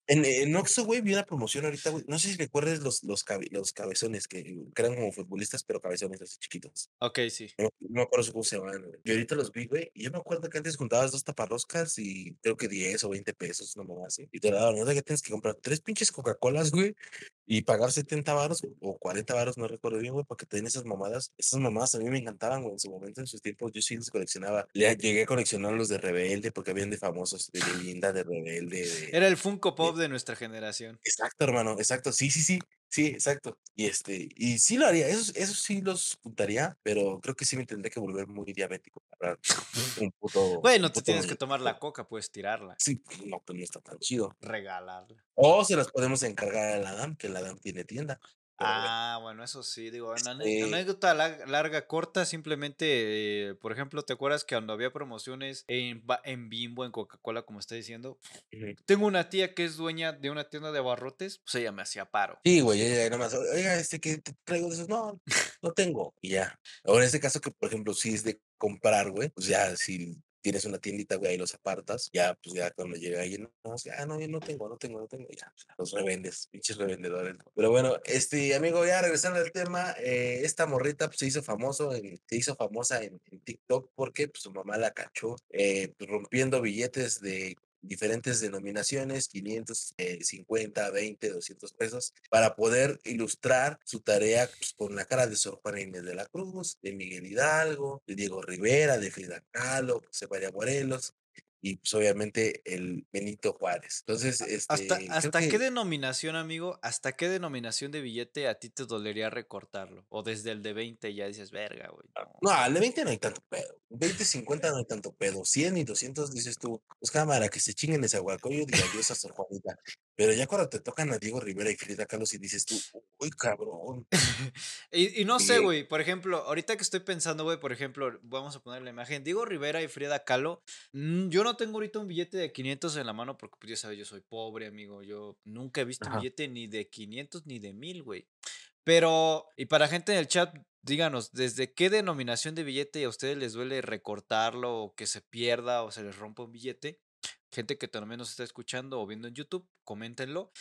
En, en Oxxo, güey, vi una promoción ahorita, güey. No sé si recuerdas los, los, cabe- los cabezones que, que eran como futbolistas, pero cabezones así chiquitos. Ok, sí. No, no me acuerdo cómo se llaman, güey. Yo ahorita los vi, güey. Y yo me acuerdo que antes juntabas dos taparroscas y creo que diez o veinte pesos, no mamá así. Y te la daban, ¿no? De que tienes que comprar tres pinches Coca-Colas, güey, y pagar setenta varos o cuarenta varos, no recuerdo bien, güey, porque te den esas mamadas. Esas mamadas a mí me encantaban, güey. En su momento, en sus tiempos, yo sí los coleccionaba. Le- llegué a coleccionar los de Rebelde, porque habían de famosos, de Belinda, de Rebelde, de, Era el Funko de Pop de nuestra generación. Exacto, hermano, exacto. Sí, sí, sí, sí, exacto. Y este, y sí lo haría, esos, esos sí los juntaría, pero creo que sí me tendré que volver muy diabético para un puto, Güey, un no te puto tienes que tomar la muñequito. coca, puedes tirarla, Sí, no, pues no está tan chido. regalarla. O se las podemos encargar a la Adam, que la Adam tiene tienda. Pero bueno, Ah, bueno, eso sí, digo, en ane- este, anécdota lar- larga, corta, simplemente, eh, por ejemplo, ¿te acuerdas que cuando había promociones en, Ba- en Bimbo, en Coca-Cola, como está diciendo? ujú. Tengo una tía que es dueña de una tienda de abarrotes, pues ella me hacía paro. Sí, güey, ella nada más, oiga, este que te traigo de esos, no, no tengo, y ya. Ahora, en este caso, que por ejemplo, si es de comprar, güey, pues ya, si tienes una tiendita, güey, ahí los apartas, ya, pues ya cuando llega alguien, no, ah, no, yo no tengo, no tengo, no tengo, ya, pues, los revendes, pinches revendedores. Pero bueno, este, amigo, ya regresando al tema, eh, esta morrita, pues se hizo famoso, en- se hizo famosa en, en TikTok porque, pues, su mamá la cachó, eh, pues, rompiendo billetes de diferentes denominaciones, quinientos, eh, cincuenta, veinte, doscientos pesos, para poder ilustrar su tarea pues, con la cara de Sor Juana Inés de la Cruz, de Miguel Hidalgo, de Diego Rivera, de Frida Kahlo, José María Morelos y pues obviamente el Benito Juárez. Entonces, ¿Hasta, este, creo hasta qué que denominación, amigo? ¿Hasta qué denominación de billete a ti te dolería recortarlo? O desde el de veinte ya dices, verga, güey. No. no, al de veinte no hay tanto pedo. veinte, cincuenta no hay tanto pedo. cien y doscientos dices tú, pues cámara, que se chinguen ese Zahualcóyotl y adiós a Sor Juanita. Pero ya cuando te tocan a Diego Rivera y Frida Kahlo y dices tú, uy, cabrón. Y, y no sé, Y, güey, por ejemplo, ahorita que estoy pensando, güey, por ejemplo, vamos a poner la imagen, Diego Rivera y Frida Kahlo, mm, yo no tengo ahorita un billete de quinientos en la mano porque, pues, ya sabes, yo soy pobre, amigo, yo nunca he visto un ajá. billete ni de quinientos ni de mil, güey. Pero, y para gente en el chat, díganos, ¿desde qué denominación de billete a ustedes les duele recortarlo o que se pierda o se les rompa un billete? Gente que también nos está escuchando o viendo en YouTube, coméntenlo.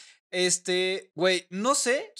Este, güey, no sé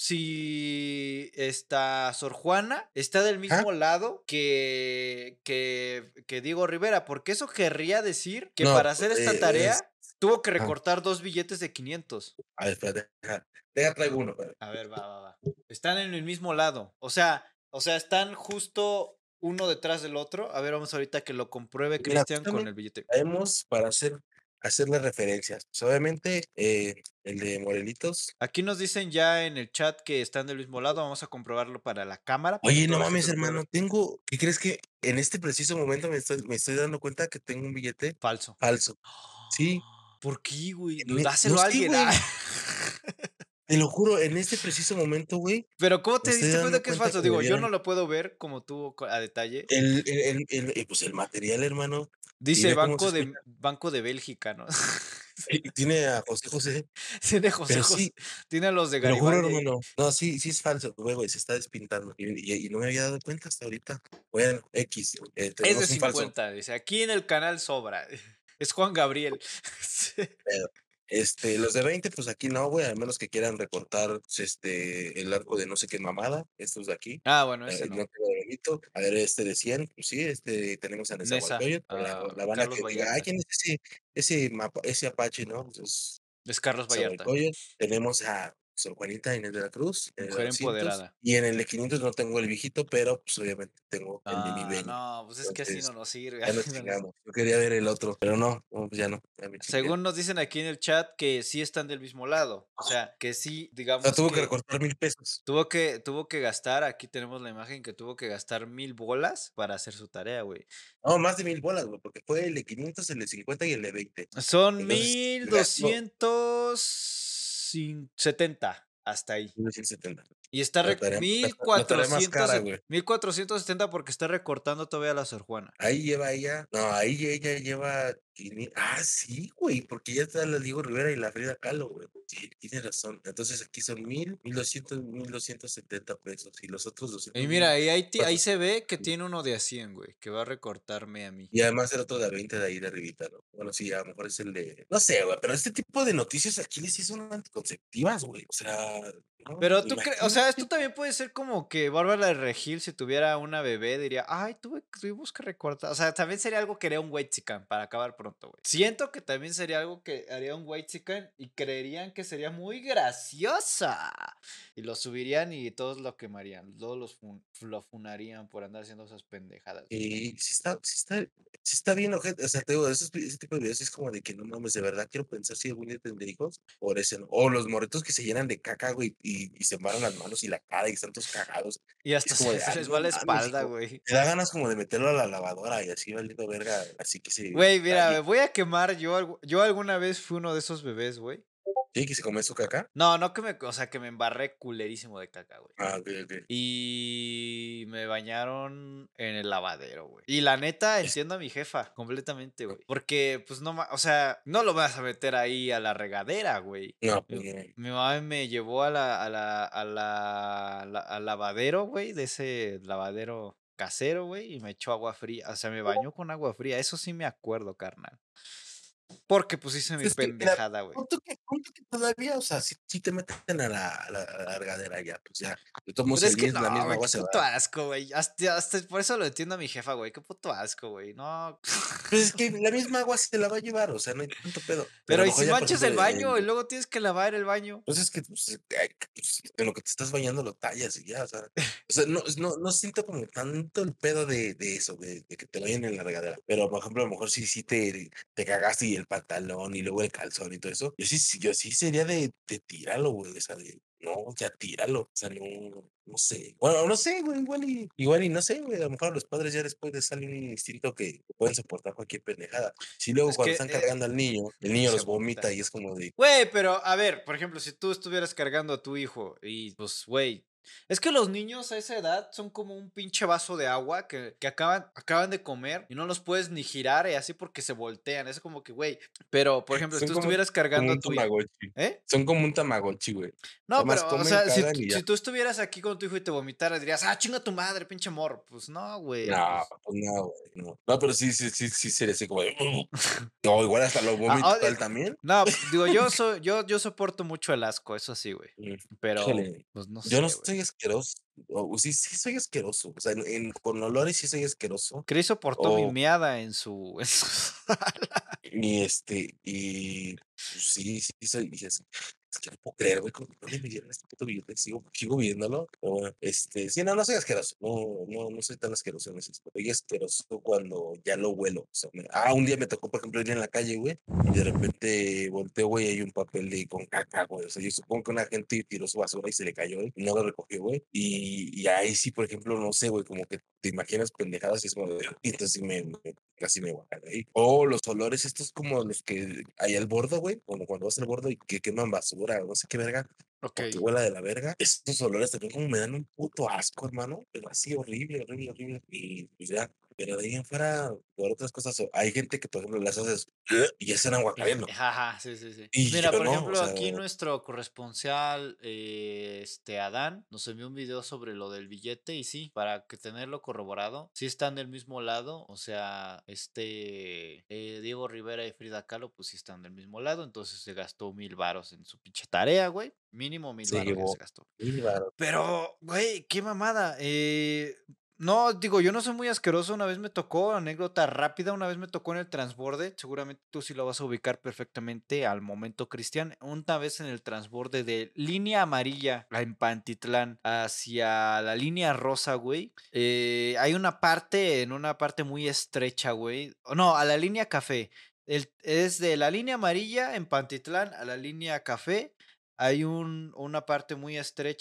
si esta Sor Juana está del Ajá. mismo lado que, que, que Diego Rivera, porque eso querría decir que No, para hacer esta eh, es, tarea tuvo que ajá. recortar dos billetes de quinientos. A ver, espérate, deja, deja traigo uno, espérate. A ver, va, va, va. Están en el mismo lado. O sea, o sea, están justo uno detrás del otro. A ver, vamos ahorita que lo compruebe Mira, Cristian con justamente el billete. traemos para hacer, hacerle referencias. Pues, obviamente, eh, el de Morelitos. Aquí nos dicen ya en el chat que están del mismo lado. Vamos a comprobarlo para la cámara, para que Oye, toda no la gente mames, lo pueda hermano, ver. tengo, ¿qué crees que en este preciso momento me estoy, me estoy dando cuenta que tengo un billete Falso. falso? Sí, ¿Por qué, güey? en e- no, Dáselo a sí, alguien. Ah. güey, te lo juro, en este preciso momento, güey, Pero ¿cómo me te estoy diste dando cuenta que es cuenta falso? que me Digo, yo no dieron lo puedo ver como tú co- a detalle. el, el, el, el- eh, pues el material, hermano, y Dice ve cómo se Banco escucha. de, Banco de Bélgica, ¿no? Y tiene a José José, Tiene José pero José. sí, Tiene a los de te lo juro, Garibaldi ahí. hermano. No, sí, sí es falso, güey, güey, se está despintando. Y, y- y no me había dado cuenta hasta ahorita. Bueno, X, eh, Es de tenemos un falso. cincuenta, dice. Aquí en el canal sobra. Es Juan Gabriel. Sí. Pedo. Este, los de veinte pues aquí no, güey, a menos que quieran recortar pues, este, el arco de no sé qué mamada, estos de aquí. Ah, bueno, ese Eh, no no. tengo de Benito. A ver, este de cien pues sí, este, tenemos a Nesa, Nezahualcóyotl, pero la, ah, la banda Carlos que diga, ay, Vallarta. ¿quién es ese, ese, mapa, ese Apache, no? Pues Es Carlos Vallarta. Nezahualcóyotl. Tenemos a Sor Juanita Inés de la Cruz, en el de Mujer doscientos empoderada. y en el de quinientos no tengo el viejito, pero pues obviamente tengo el de mi Ah, Beni. no, pues es que así no Entonces, nos sirve. ya nos No nos- chingamos. Yo quería ver el otro, pero no, no, pues ya no, ya me chingué. Según nos dicen aquí en el chat que sí están del mismo lado. O sea, que sí, O sea, digamos tuvo que que recortar mil pesos. tuvo que, tuvo que gastar, aquí tenemos la imagen que tuvo que gastar mil bolas para hacer su tarea, güey. No, más de mil bolas, güey, porque fue el de quinientos, el de cincuenta y el de veinte. Son Entonces, mil gastó doscientos setenta hasta ahí. mil setenta. Y está La rec- tarea, la, mil la tarea más cuatrocientos cara, set- güey. mil cuatrocientos setenta porque está recortando todavía la Sor Juana. Ahí lleva ella. No, ahí ella lleva. quini- Ah, sí, güey, porque ya está la Diego Rivera y la Frida Kahlo, güey. Sí, tienes razón. Entonces aquí son mil, mil doscientos, mil doscientos setenta pesos. Y los otros Y doscientos mira, mil. ahí, ahí, ti- ahí se ve que tiene uno de a cien, güey, que va a recortarme a mí. Y además el otro de a veinte de ahí de arribita, ¿no? Bueno, sí, a lo mejor es el de. No sé, güey, pero este tipo de noticias aquí sí son anticonceptivas, güey. O sea, no, Pero tú crees, o sea, esto imagínate. también puede ser como que Bárbara de Regil, si tuviera una bebé, diría, ay, tuve, tuvimos que recortar. O sea, también sería algo que haría un whitezican para acabar pronto, güey. Siento que también sería algo que haría un whitezican y creerían que sería muy graciosa. Y lo subirían y todos lo quemarían. Todos los fun- lo funarían por andar haciendo esas pendejadas. Y sí está, sí está, sí está bien, ojete. O sea, te digo, esos, ese tipo de videos sí es como de que no mames, de verdad quiero pensar si algún día tendré hijos por ese, ¿no? O los morritos que se llenan de caca, güey, y, y se embarran las manos y la cara y están todos cagados. Y Y hasta es como se, de, se ah, les no va la mames, espalda, hijo. güey. Te da ganas como de meterlo a la lavadora y así valiendo verga, así que se Güey, mira, me talle. voy a quemar. Yo, algu- yo alguna vez fui uno de esos bebés, güey. Sí, que se come su caca. No, no que me, o sea, que me embarré culerísimo de caca, güey. Ah, ok, ok. Y me bañaron en el lavadero, güey. Y la neta, Es, entiendo a mi jefa completamente, güey. Porque, pues, no, ma- o sea, no lo vas a meter ahí a la regadera, güey. no, Mi, pues no. mi mamá me llevó a la, a la, a la, la- al lavadero, güey, de ese lavadero casero, güey, y me echó agua fría. O sea, me bañó con agua fría. Eso sí me acuerdo, carnal. Porque, pues, hice mi Es que, mira, pendejada, güey. punto que, punto que todavía, o sea, si, si te meten a la, a la, a la regadera ya, pues ya, de todos modos Pero es el que día no, la misma güey, agua qué se va. puto asco, güey. Hasta, hasta por eso lo entiendo a mi jefa, güey. Qué puto asco, güey. No. Pues es que la misma agua se la va a llevar, o sea, no hay tanto pedo. Pero Pero a lo ¿y mejor si ya, por manchas ejemplo, el baño y el, luego tienes que lavar el baño? pues es que pues, ay, pues, en lo que te estás bañando lo tallas y ya, o sea, o sea, no, es- no, no siento como tanto el pedo de, de eso, de, de que te vayan en la regadera. Pero, por ejemplo, a lo mejor sí, sí te, te cagaste y el pantalón y luego el calzón y todo eso. Yo sí, sí- yo sí sería de, de tíralo, güey, o sea, de, no, ya tíralo, o sea, no, no sé. Bueno, no sé, güey, igual y, igual y no sé, güey, a lo mejor a los padres ya después de salir un instinto que pueden soportar cualquier pendejada. Si luego Es cuando que están eh, cargando al niño, el niño se los vomita vomita. y es como de, Güey, pero a ver, por ejemplo, si tú estuvieras cargando a tu hijo y pues, güey, es que los niños a esa edad son como un pinche vaso de agua que, que acaban, acaban de comer y no los puedes ni girar y así porque se voltean. Es como que, güey, pero por ejemplo, si son tú como, estuvieras como cargando a un tu hijo, tamagotchi. ¿eh? Son como un tamagotchi, güey. Nada No, más pero, o comen, sea, si, cagan tú- y ya. si tú estuvieras aquí con tu hijo y te vomitaras, dirías, ah, chinga tu madre, pinche morro. Pues no, güey, No, pues. pues no, güey, no. No, pero sí, sí, sí, sí sería así como de, no, igual hasta lo Ah, vomita ah, eh, él también. no, digo, yo soy, yo, yo soporto mucho el asco, eso sí, güey. Mm, Pero, Híjole, pues no yo no sé, güey. soy asqueroso. O, sí, sí soy asqueroso. O sea, en, en- con olores sí soy asqueroso. Chris soportó mi O, miada en su, en su sala. y este, y pues, sí, sí soy. Y es, es que no puedo creer, güey, cómo dónde me dieron este puto billete. Sigo, sigo viéndolo. Pero bueno, este, sí, no, no soy asqueroso. No, no, no soy tan asqueroso en ese aspecto. Soy asqueroso cuando ya lo huelo. O sea, me- ah, un día me tocó, por ejemplo, ir en la calle, güey, y de repente volteo, güey, y hay un papel de con caca, güey. O sea, yo supongo que una gente tiró su basura y se le cayó, güey, y no lo recogió, güey. Y, y ahí sí, por ejemplo, no sé, güey, como que te imaginas pendejadas y es como de, y entonces sí me, me- casi me bajan ahí. O los olores, estos como los que hay al bordo, güey, como cuando vas al bordo y que queman basura, o no sé qué verga, Ok. o que huela de la verga. Estos olores también como me dan un puto asco, hermano, pero así horrible, horrible, horrible. Y pues ya, pero de ahí en fuera, por otras cosas, o- hay gente que, por ejemplo, las haces y ya están agua Y- cayendo. Ajá, sí, sí, sí. Y Mira, yo por no, o ejemplo, sea, aquí nuestro corresponsal, eh, este Adán, nos envió un video sobre lo del billete y sí, para que tenerlo corroborado, sí están del mismo lado, o sea, este eh, Diego Rivera y Frida Kahlo, pues sí están del mismo lado, entonces se gastó mil varos en su pinche tarea, güey, mínimo mil se varos ya se llevó gastó. mil varos. Pero, güey, qué mamada. Eh, no, digo, yo no soy muy asqueroso. Una vez me tocó, anécdota rápida, una vez me tocó en el transborde. Seguramente tú sí lo vas a ubicar perfectamente al momento, Cristian. Una vez en el transborde de línea amarilla a en Pantitlán hacia la línea rosa, güey. eh, hay una parte, en una parte muy estrecha, güey. o No, a la línea café. El- es de la línea amarilla en Pantitlán a la línea café hay un, una parte muy estrecha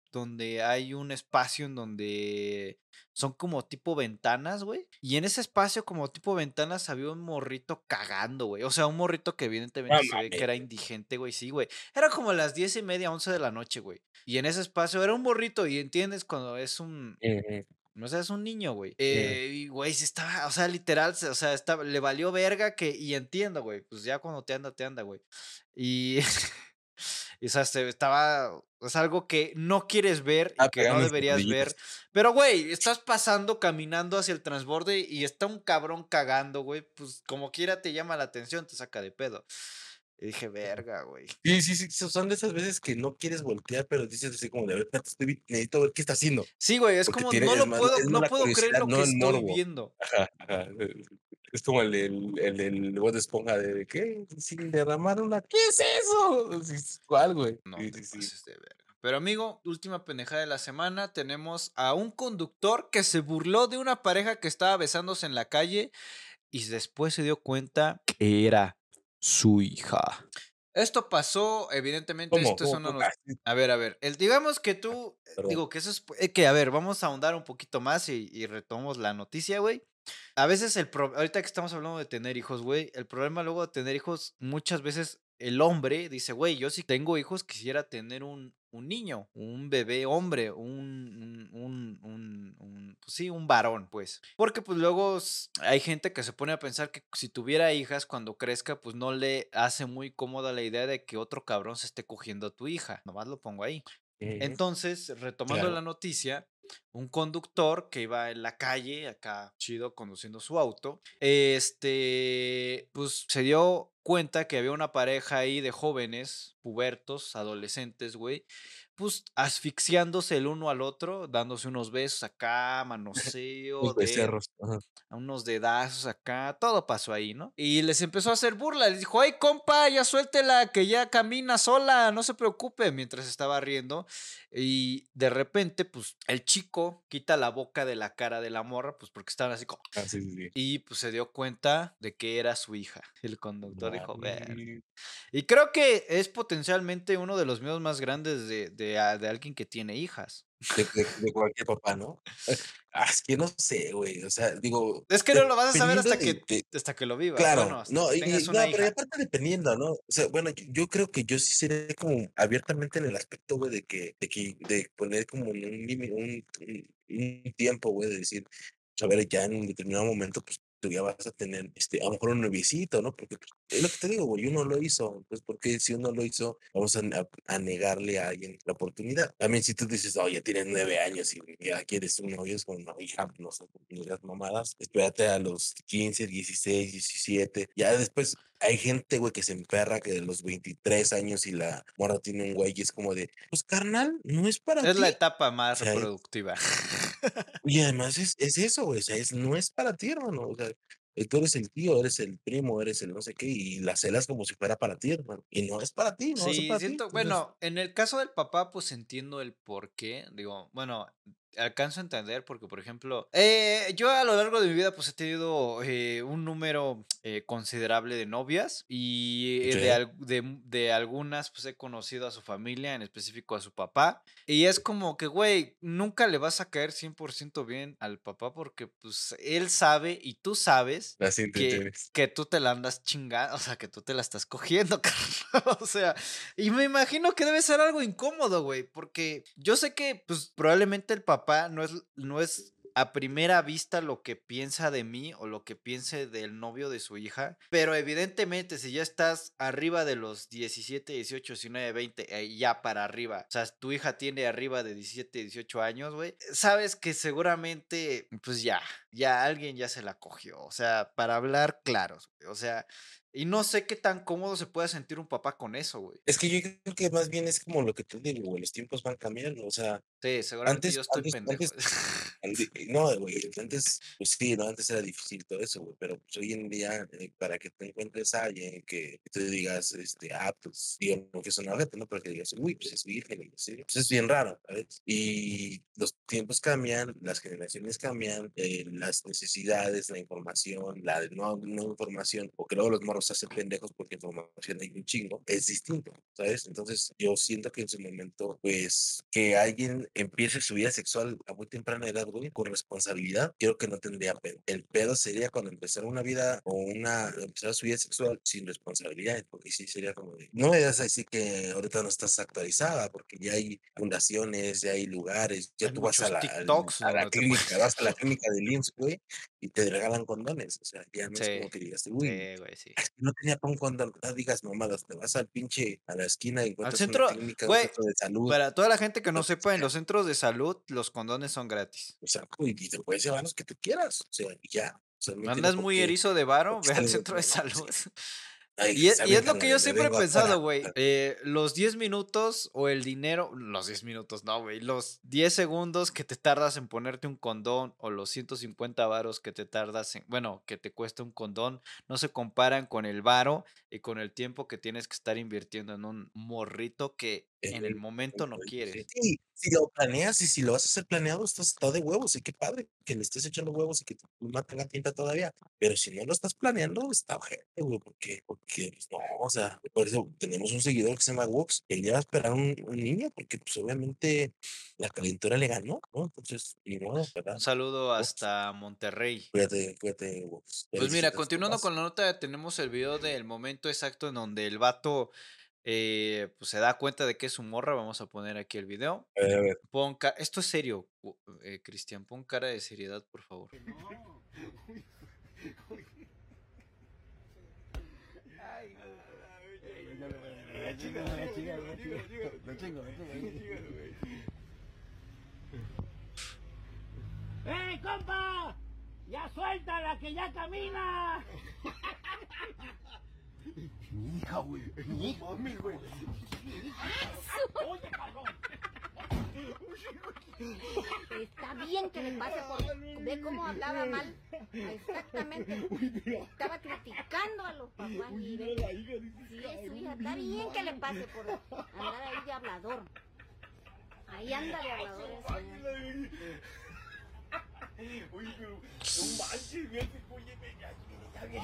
donde hay un espacio en donde son como tipo ventanas, güey. Y en ese espacio como tipo ventanas había un morrito cagando, güey. O sea, un morrito que No evidentemente se ve que mames, era güey. indigente, güey. Sí, güey. Era como las diez y media, once de la noche, güey. Y en ese espacio era un morrito y entiendes cuando es un... Ujú, O sea, es un niño, güey. ujú. Eh, y, güey, se estaba, o sea, literal, se- o sea, estaba, le valió verga que, y entiendo, güey, pues ya cuando te anda, te anda, güey. Y, y, o sea, se- estaba, es algo que no quieres ver y Ah, que no pegándose deberías ver. rodillitas. Pero, güey, estás pasando, caminando hacia el transborde y está un cabrón cagando, güey, pues como quiera te llama la atención, te saca de pedo. Y dije, verga, güey. Sí, sí, sí, so- son de esas veces que no quieres voltear, pero dices así como de, a ver, espérate, estoy vi- necesito ver qué está haciendo, Sí, güey, es porque como, tiene, no es lo más, puedo, es más no la puedo creer curiosidad, lo que no el estoy morbo. viendo. Ajá, ajá. eh, Es como el del, el del Bob de Esponja de, ¿qué? Sin derramar una, ¿qué es eso? Sí, es ¿cuál, güey? No Sí, te sí, sí. pases de verga. Pero amigo, última pendejada de la semana, tenemos a un conductor que se burló de una pareja que estaba besándose en la calle y después se dio cuenta que era su hija. Esto pasó, evidentemente, ¿Cómo? esto es ¿Cómo? una... ¿Cómo? nos- Ah, sí, A ver, a ver, el, digamos que tú, eh, perdón. digo que eso es, eh, que a ver, vamos a ahondar un poquito más y, y retomamos la noticia, güey. A veces el pro- ahorita que estamos hablando de tener hijos, güey, el problema luego de tener hijos, muchas veces el hombre dice, güey, yo si tengo hijos quisiera tener un, un niño, un bebé hombre, un, un, un, un- un- pues sí, un varón, pues. Porque pues luego s- hay gente que se pone a pensar que si tuviera hijas cuando crezca, pues no le hace muy cómoda la idea de que otro cabrón se esté cogiendo a tu hija. Nomás lo pongo ahí. Ujú, Entonces, retomando claro. la noticia, un conductor que iba en la calle, acá chido, conduciendo su auto, este, pues se dio cuenta que había una pareja ahí de jóvenes, pubertos, adolescentes, güey, pues asfixiándose el uno al otro, dándose unos besos acá, Los manoseo, de becerros. Ajá. a unos dedazos acá, todo pasó ahí, ¿no? Y les empezó a hacer burla, les dijo, ay compa, ya suéltela, que ya camina sola, no se preocupe, mientras estaba riendo. Y de repente, pues, el chico quita la boca de la cara de la morra, pues porque estaban así como... Ah, sí, sí, sí. Y pues se dio cuenta de que era su hija. El No conductor dijo, ver. mames. Y creo que es potencialmente uno de los miedos más grandes de, de, a- de alguien que tiene hijas. De, de, de cualquier papá, ¿no? Eh, Ah, es que no sé, güey. O sea, digo, Es que no lo vas a saber dependiendo hasta de, que, de- hasta que lo vivas. Bueno, claro, hasta no, que y tengas no, una pero y hija. aparte dependiendo, ¿no? O sea, bueno, yo, yo creo que yo sí seré como abiertamente en el aspecto, güey, de que, de que, de poner como un límite, un, un, un tiempo, güey, de decir, a ver, ya en un determinado momento, pues tú ya vas a tener, este, a lo mejor un noviecito, ¿no? Porque pues, es lo que te digo, güey, uno lo hizo, pues porque si uno lo hizo, vamos a, a- a negarle a alguien la oportunidad. También si tú dices, oye, ya tienes nueve años y ya quieres un novio, es como, no, hija, no sé, no seas mamadas, espérate a los quince dieciséis diecisiete ya después hay gente, güey, que se emperra que de los veintitrés años y la morra tiene un güey y es como de, pues carnal, no es para Es la ti. etapa O más sea, es- reproductiva. y además es, es eso, güey, o sea, es, no es para ti, hermano. O sea, eh, tú eres el tío, eres el primo, eres el no sé qué, y la celas como si fuera para ti, hermano. Y no es para ti, no va a ser Sí, para ti. siento, Entonces, bueno, en el caso del papá, pues entiendo el por qué. Digo, bueno, alcanzo a entender porque, por ejemplo, eh, yo a lo largo de mi vida, pues he tenido eh, un número eh, considerable de novias y eh, de, ok, al- de, de algunas, pues he conocido a su familia, en específico a su papá. Y es como que, güey, nunca le vas a caer cien por ciento bien al papá porque, pues, él sabe y tú sabes las que, intenciones. que tú te la andas chingando, o sea, que tú te la estás cogiendo, carnal. O sea, y me imagino que debe ser algo incómodo, güey, porque yo sé que, pues, probablemente el papá no es, no es a primera vista lo que piensa de mí o lo que piense del novio de su hija, pero evidentemente si ya estás arriba de los diecisiete, dieciocho, diecinueve, veinte, eh, ya para arriba, o sea, tu hija tiene arriba de diecisiete, dieciocho años, güey, sabes que seguramente, pues ya, ya alguien ya se la cogió, o sea, para hablar claros, güey, o sea, y no sé qué tan cómodo se puede sentir un papá con eso, güey. Es que yo creo que más bien es como lo que te digo, güey, los tiempos van cambiando. O sea, Sí, seguramente yo antes, estoy antes, pendejo. antes Andi- No, güey, antes, pues sí, ¿no? Antes era difícil todo eso, güey, pero pues hoy en día, eh, para que te encuentres a alguien que tú digas, este, ah, pues, digo, no que es una ojete, ¿no? Pero que digas, uy, pues es virgen, y así, pues es bien raro, ¿sabes? Y los tiempos cambian, las generaciones cambian, eh, las necesidades, la información, la no, no información, o que luego los morros se hacen pendejos porque información hay un chingo, es distinto, ¿sabes? Entonces, yo siento que en su momento, pues, que alguien empiece su vida sexual a muy temprana edad, güey, con responsabilidad, creo que no tendría pedo. El pedo sería cuando empezar una vida o una, empezar su vida sexual sin responsabilidad, porque sí sería como de, no me das a decir que ahorita no estás actualizada, porque ya hay fundaciones, ya hay lugares, ya Hay tú vas a muchos la, al- TikToks a la donde te puedes. clínica, vas a la clínica del I M S S, güey, y te regalan condones, o sea, ya no es Sí, como que digas, sí, uy, güey, sí. es que no tenía para un condón, no digas mamadas, te vas al pinche, a la esquina y Al encuentras una centro, clínica, un güey, centro de salud, para toda la gente que no lo que sepa, en sea. los centros de salud los condones son gratis. O sea, y y te puedes llevar los que tú quieras, o sea, y ya, o sea, no tiene ¿Andas por muy qué, erizo de por varo? qué Ve al estar centro de no, sí, salud. ay, Y es, se y es lo avientan la que de yo me siempre he vengo afuera, pensado, güey. eh, los diez minutos o el dinero, los diez minutos, no, güey. Los diez segundos que te tardas en ponerte un condón o los ciento cincuenta varos que te tardas en, bueno, que te cuesta un condón, no se comparan con el varo y con el tiempo que tienes que estar invirtiendo en un morrito que en en el un momento no momento, sí. quieres. Sí, si lo planeas y si lo vas a hacer planeado, estás está de huevos, y qué padre que le estés echando huevos y que tu pluma tenga tinta todavía, pero si no lo estás planeando, está ojete, güey, porque porque, pues, no, o sea, por eso tenemos un seguidor que se llama Wux, que él ya va a esperar un un niño, porque, pues, obviamente la calentura le ganó, ¿no? Entonces, ni modo, Un ¿verdad? saludo Wux, hasta Monterrey. cuídate, cuídate, Wux, ya le Pues mira, dijiste a tus continuando papás. con la nota, tenemos el video del momento exacto en donde el vato eh, pues se da cuenta de que es su morra. Vamos a poner aquí el video. A ver, a ver. Pon ca- Esto es serio, u- eh, Cristian. Pon cara de seriedad, por favor. ¡Eh, compa! ¡Ya suéltala, que ya camina! Mi hija, güey. Mi hija. Mami, güey. Oye, cabrón. Está bien que le pase por... Ve cómo hablaba mal. Exactamente. Estaba criticando a los papás y ve... Sí, es su hija. Está bien que le pase por andar ahí de hablador. Ahí anda de hablador el señor. Oye, pero no manches, me hace, oye, venga, está bien.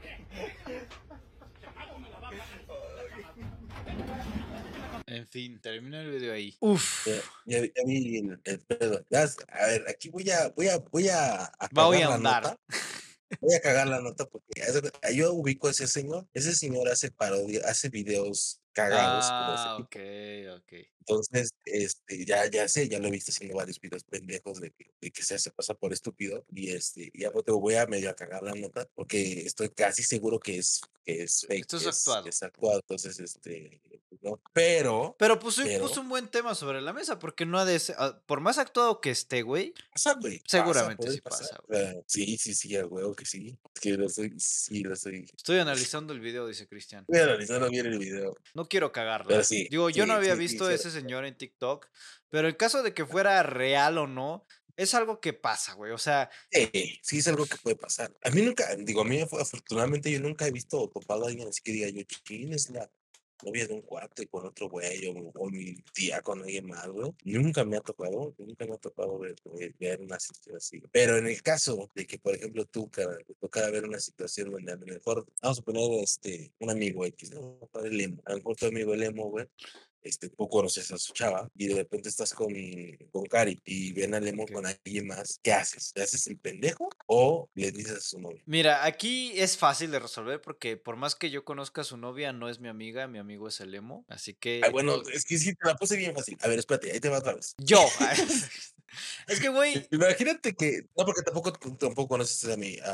En fin, termina el video ahí. Uf. Ya, ya vi ya vi el el pedo. Ya s A ver, aquí voy a voy a voy a a Voy cagar a la ahondar. nota. Voy a cagar la nota porque haz de cuenta, yo ubico a ese señor. Ese señor hace parodia, hace videos cagados como ese Ah, ok, tipo. ok. Entonces, este, ya ya sé, ya lo he visto haciendo varios videos pendejos de que de que se hace pasar por estúpido y, este, ya pues te voy a medio a cagar la nota porque estoy casi seguro que es que es fake, Esto es que es que actuado. es actuado. Entonces, este, pues no, pero Pero puso, puso pero un buen tema sobre la mesa porque no ha de ser- ah, por más actuado que esté, güey, pasa, güey, pasa, seguramente puede sí pasar. pasa, O güey. sea, sí, sí, sí, a huevo que sí. Es que lo estoy, sí, lo estoy. Estoy analizando el video, dice Cristian. Voy a analizarlo bien el video. No quiero Pero cagarla. sí, Digo, yo no sí, había sí, sí, visto a sí. ese señor en TikTok, pero en caso de que fuera real o no, es algo que pasa, güey. O sea, Sí, sí es algo que puede pasar. A mí nunca, digo, a mí afu- afortunadamente yo nunca he visto o topado a alguien así que diga yo, ¿quién es la novia de un cuate con otro güey o, o mi tía con alguien más, güey? Nunca me ha tocado, nunca me ha tocado ver, ver- ver una situación así. Pero en el caso de que, por ejemplo, tú, cara, te tocara ver una situación donde a lo mejor, vamos a poner este, un amigo X, ¿no? Vamos a poner el emo. A lo mejor tu amigo el emo, güey, este, tú conoces a su chava y de repente estás con, con Cari y ven al emo ok. con alguien más, ¿qué haces? ¿Le haces el pendejo o le dices a su novia? Mira, aquí es fácil de resolver porque por más que yo conozca a su novia, no es mi amiga, mi amigo es el emo. Así Ay, que bueno, es que sí, te la puse bien fácil. A ver, espérate, ahí te va otra vez. yo. Es que, güey, Imagínate que, no, porque tampoco, tampoco conoces a mi, a,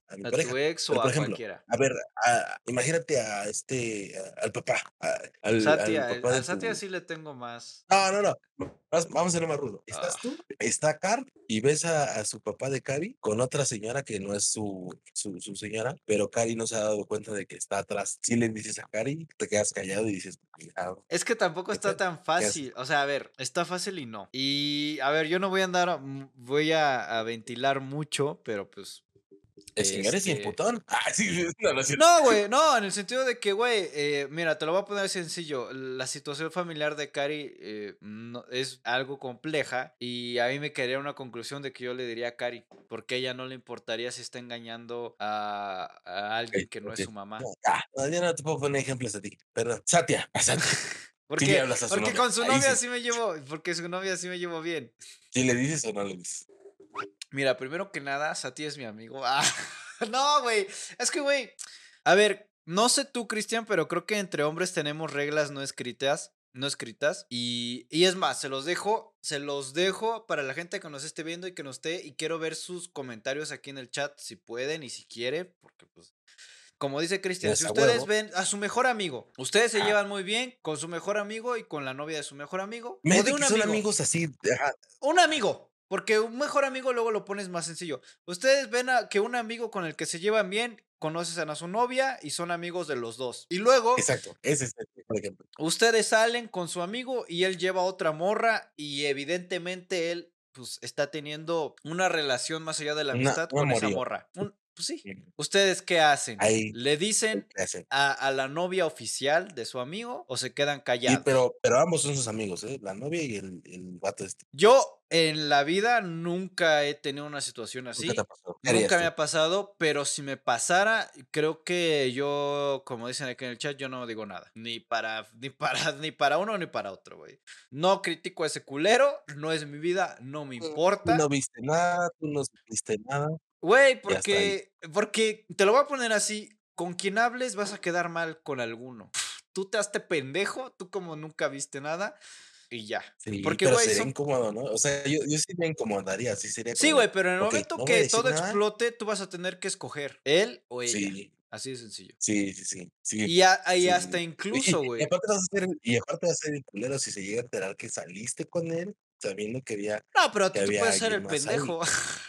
a mi A pareja. tu ex Pero, o por a ejemplo, cualquiera. a ver, a- imagínate a este, a- al papá, a- al, al Satia, el- papá de al Satia tu... sí le tengo más. No, no, no. Vas- Vamos a hacerlo más rudo. Ah, Estás tú, está Car y ves a, a su papá de Cari con otra señora que no es su, su, su señora, pero Cari no se ha dado cuenta de que está atrás. Si le dices a Cari, te quedas callado y dices, cuidado, es que tampoco ¿qué está pedo? tan ¿Qué haces? fácil. O sea, a ver, está fácil y no. Y a ver, yo no voy a andar, mm, voy a, a ventilar mucho, pero pues, El señor es bien este... putón. Ah, sí, sí, no, no es cierto. No, güey, no, en el sentido de que, güey, eh, mira, te lo voy a poner sencillo. La situación familiar de Cari eh, no- es algo compleja y a mí me quedaría una conclusión de que yo le diría a Cari, porque a ella no le importaría si está engañando a, a alguien Ok, que no ok. es su mamá. No, ah, no, yo no te puedo poner ejemplos a ti. Perdón. Satia, a Satia. Sí le Porque, hablas a su porque novia. con su Ahí novia sí. sí me llevo, porque su novia sí me llevo bien. ¿Sí le dices o no le dices? Mira, primero que nada, Sati es mi amigo. Ah, no, güey. Es que, güey. A ver, no sé tú, Cristian, pero creo que entre hombres tenemos reglas no escritas. No escritas. Y, y es más, se los dejo. Se los dejo para la gente que nos esté viendo y que nos esté. Y quiero ver sus comentarios aquí en el chat, si pueden y si quieren. Porque, pues. Como dice Cristian, Es si a ustedes huevo. ven a su mejor amigo, ustedes se Ah. llevan muy bien con su mejor amigo y con la novia de su mejor amigo. O Imagínate de un que son amigo. amigos así. Ajá. Un amigo. Porque un mejor amigo luego lo pones más sencillo. Ustedes ven a que un amigo con el que se llevan bien, conocen a su novia y son amigos de los dos. Y luego Exacto. Ese es el mejor ejemplo. ustedes salen con su amigo y él lleva otra morra y evidentemente él pues está teniendo una relación más allá de la Una, amistad un con esa amorío. morra. Un- pues sí. Ujú. ¿Ustedes qué hacen? Ahí. ¿Le dicen ¿Qué hacen? a, a la novia oficial de su amigo o se quedan Y, callados? pero, pero ambos son sus amigos, ¿eh? La novia y el, el vato este. Yo en la vida nunca he tenido una situación ¿Nunca te así. ha pasado? ¿Qué harías Nunca me tú? ha pasado, pero si me pasara, creo que yo, como dicen aquí en el chat, yo no digo nada. Ni para, ni para, ni para uno ni para otro, güey. No critico a ese culero, no es mi vida, no me Tú importa. no viste nada, tú no viste nada. Güey, Y hasta ahí. porque, porque te lo voy a poner así, con quien hables vas a quedar mal con alguno. Tú te haste pendejo, tú como nunca viste nada y ya. Sí, Porque, pero güey, sería son... incómodo, ¿no? O sea, yo, yo sí me incomodaría, sí sería Sí, como güey, de, pero en el ok, momento no voy a que decir todo nada. explote, tú vas a tener que escoger él o ella. Sí, Así de sencillo. sí, sí, sí, sí, Y, a- y sí, hasta sí. Y, incluso, y güey. aparte vas a ser, y aparte vas a ser el culero si se llega a enterar que saliste con él, sabiendo que había, No, pero que tú, tú había puedes ser alguien el más ahí. pendejo.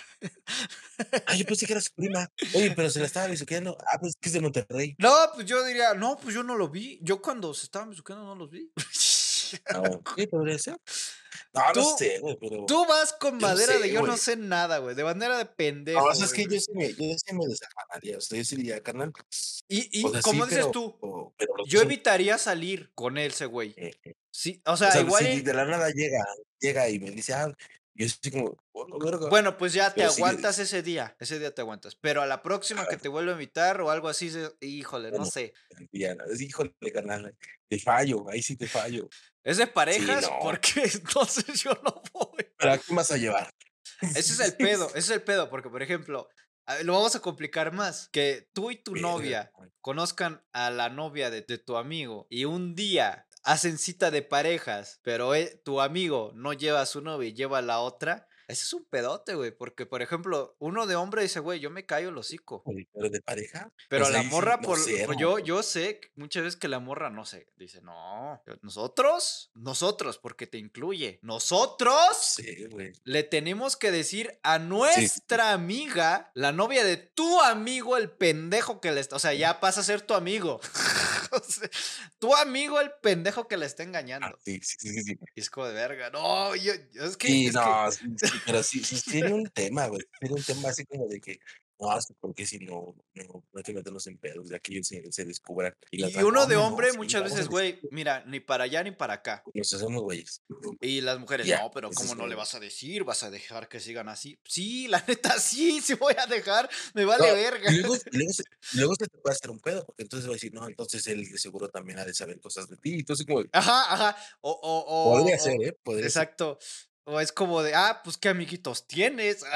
Ah, yo pensé que era su prima. Oye, pero se la estaba besuqueando. Ah, pues es que es de Monterrey. No, pues yo diría, no, pues yo no lo vi. Yo cuando se estaban besuqueando no los vi. No, sí, podría ser. No, no Tú, sé, güey, pero tú vas con yo no madera de sé, yo no güey. sé nada, güey. De bandera de No, o pendejo, sea, es güey. que yo sí me, yo sí me desafanaría. O sea, yo sí diría, carnal. Y, O y sea, como sí, dices pero, tú, pero los dos yo son. evitaría salir con él, ese güey. eh, eh. Sí, o O sea, sea, igual si y... de la nada llega, llega y me dice, ah, yo estoy como, bueno, verga. Bueno, pues ya te Pero sí, aguantas ese día. Ese día te aguantas. Pero a la próxima que te vuelva a invitar o algo así, se- híjole, no bueno, sé. ya, no, híjole, carnal, te fallo, ahí sí te fallo. ¿Es de Sí, parejas? no. Porque entonces yo no voy. ¿Pero a quién vas a llevar? Ese es el pedo, ese es el pedo, porque por ejemplo, a- lo vamos a complicar más, que tú y tu Verga, novia güey. conozcan a la novia de, de tu amigo y un día hacen cita de parejas, pero eh, tu amigo no lleva a su novia y lleva a la otra. Ese es un pedote, güey, porque por ejemplo, uno de hombre dice, güey, yo me callo el hocico. Oye, ¿pero de pareja? Pero O sea, la ahí sí, morra, no por, sé, por- yo, yo sé que muchas veces que la morra no sé, dice, no, nosotros, nosotros, porque te incluye, no nosotros sé, güey. le tenemos que decir a Sí, sí, sí. nuestra amiga, la novia de tu amigo, el pendejo que le está, o sea, ya pasa a ser tu amigo. O sea, tu amigo, el pendejo que le está Ah, engañando. sí, sí, sí, sí, sí. Y es como de verga, no, yo, yo- es que, Sí, es que, no, sí, sí, pero sí, sí tiene un tema, güey. Tiene un tema así como de que, no, es que porque si no, no, no hay que meternos en pedos, ya que ellos se, se descubran. Y la y otra, uno no, de no, no, hombre sí, muchas vamos a veces, decir, güey, mira, ni para allá ni para acá. nos hacemos güeyes. Y las mujeres, Ya, no, pero ese ¿cómo es no le un- vas a decir? ¿Vas a dejar que sigan así? Sí, la neta, sí, sí voy a dejar, me vale No, verga. y luego, y luego, se, y luego se te puede hacer un pedo, porque entonces va a decir, no, entonces él de seguro también ha de saber cosas de ti. Entonces, como, Ajá, ajá. O, o, o, podría ser, o- ¿eh? Podría ser. exacto. O es como de, ah, pues qué amiguitos tienes.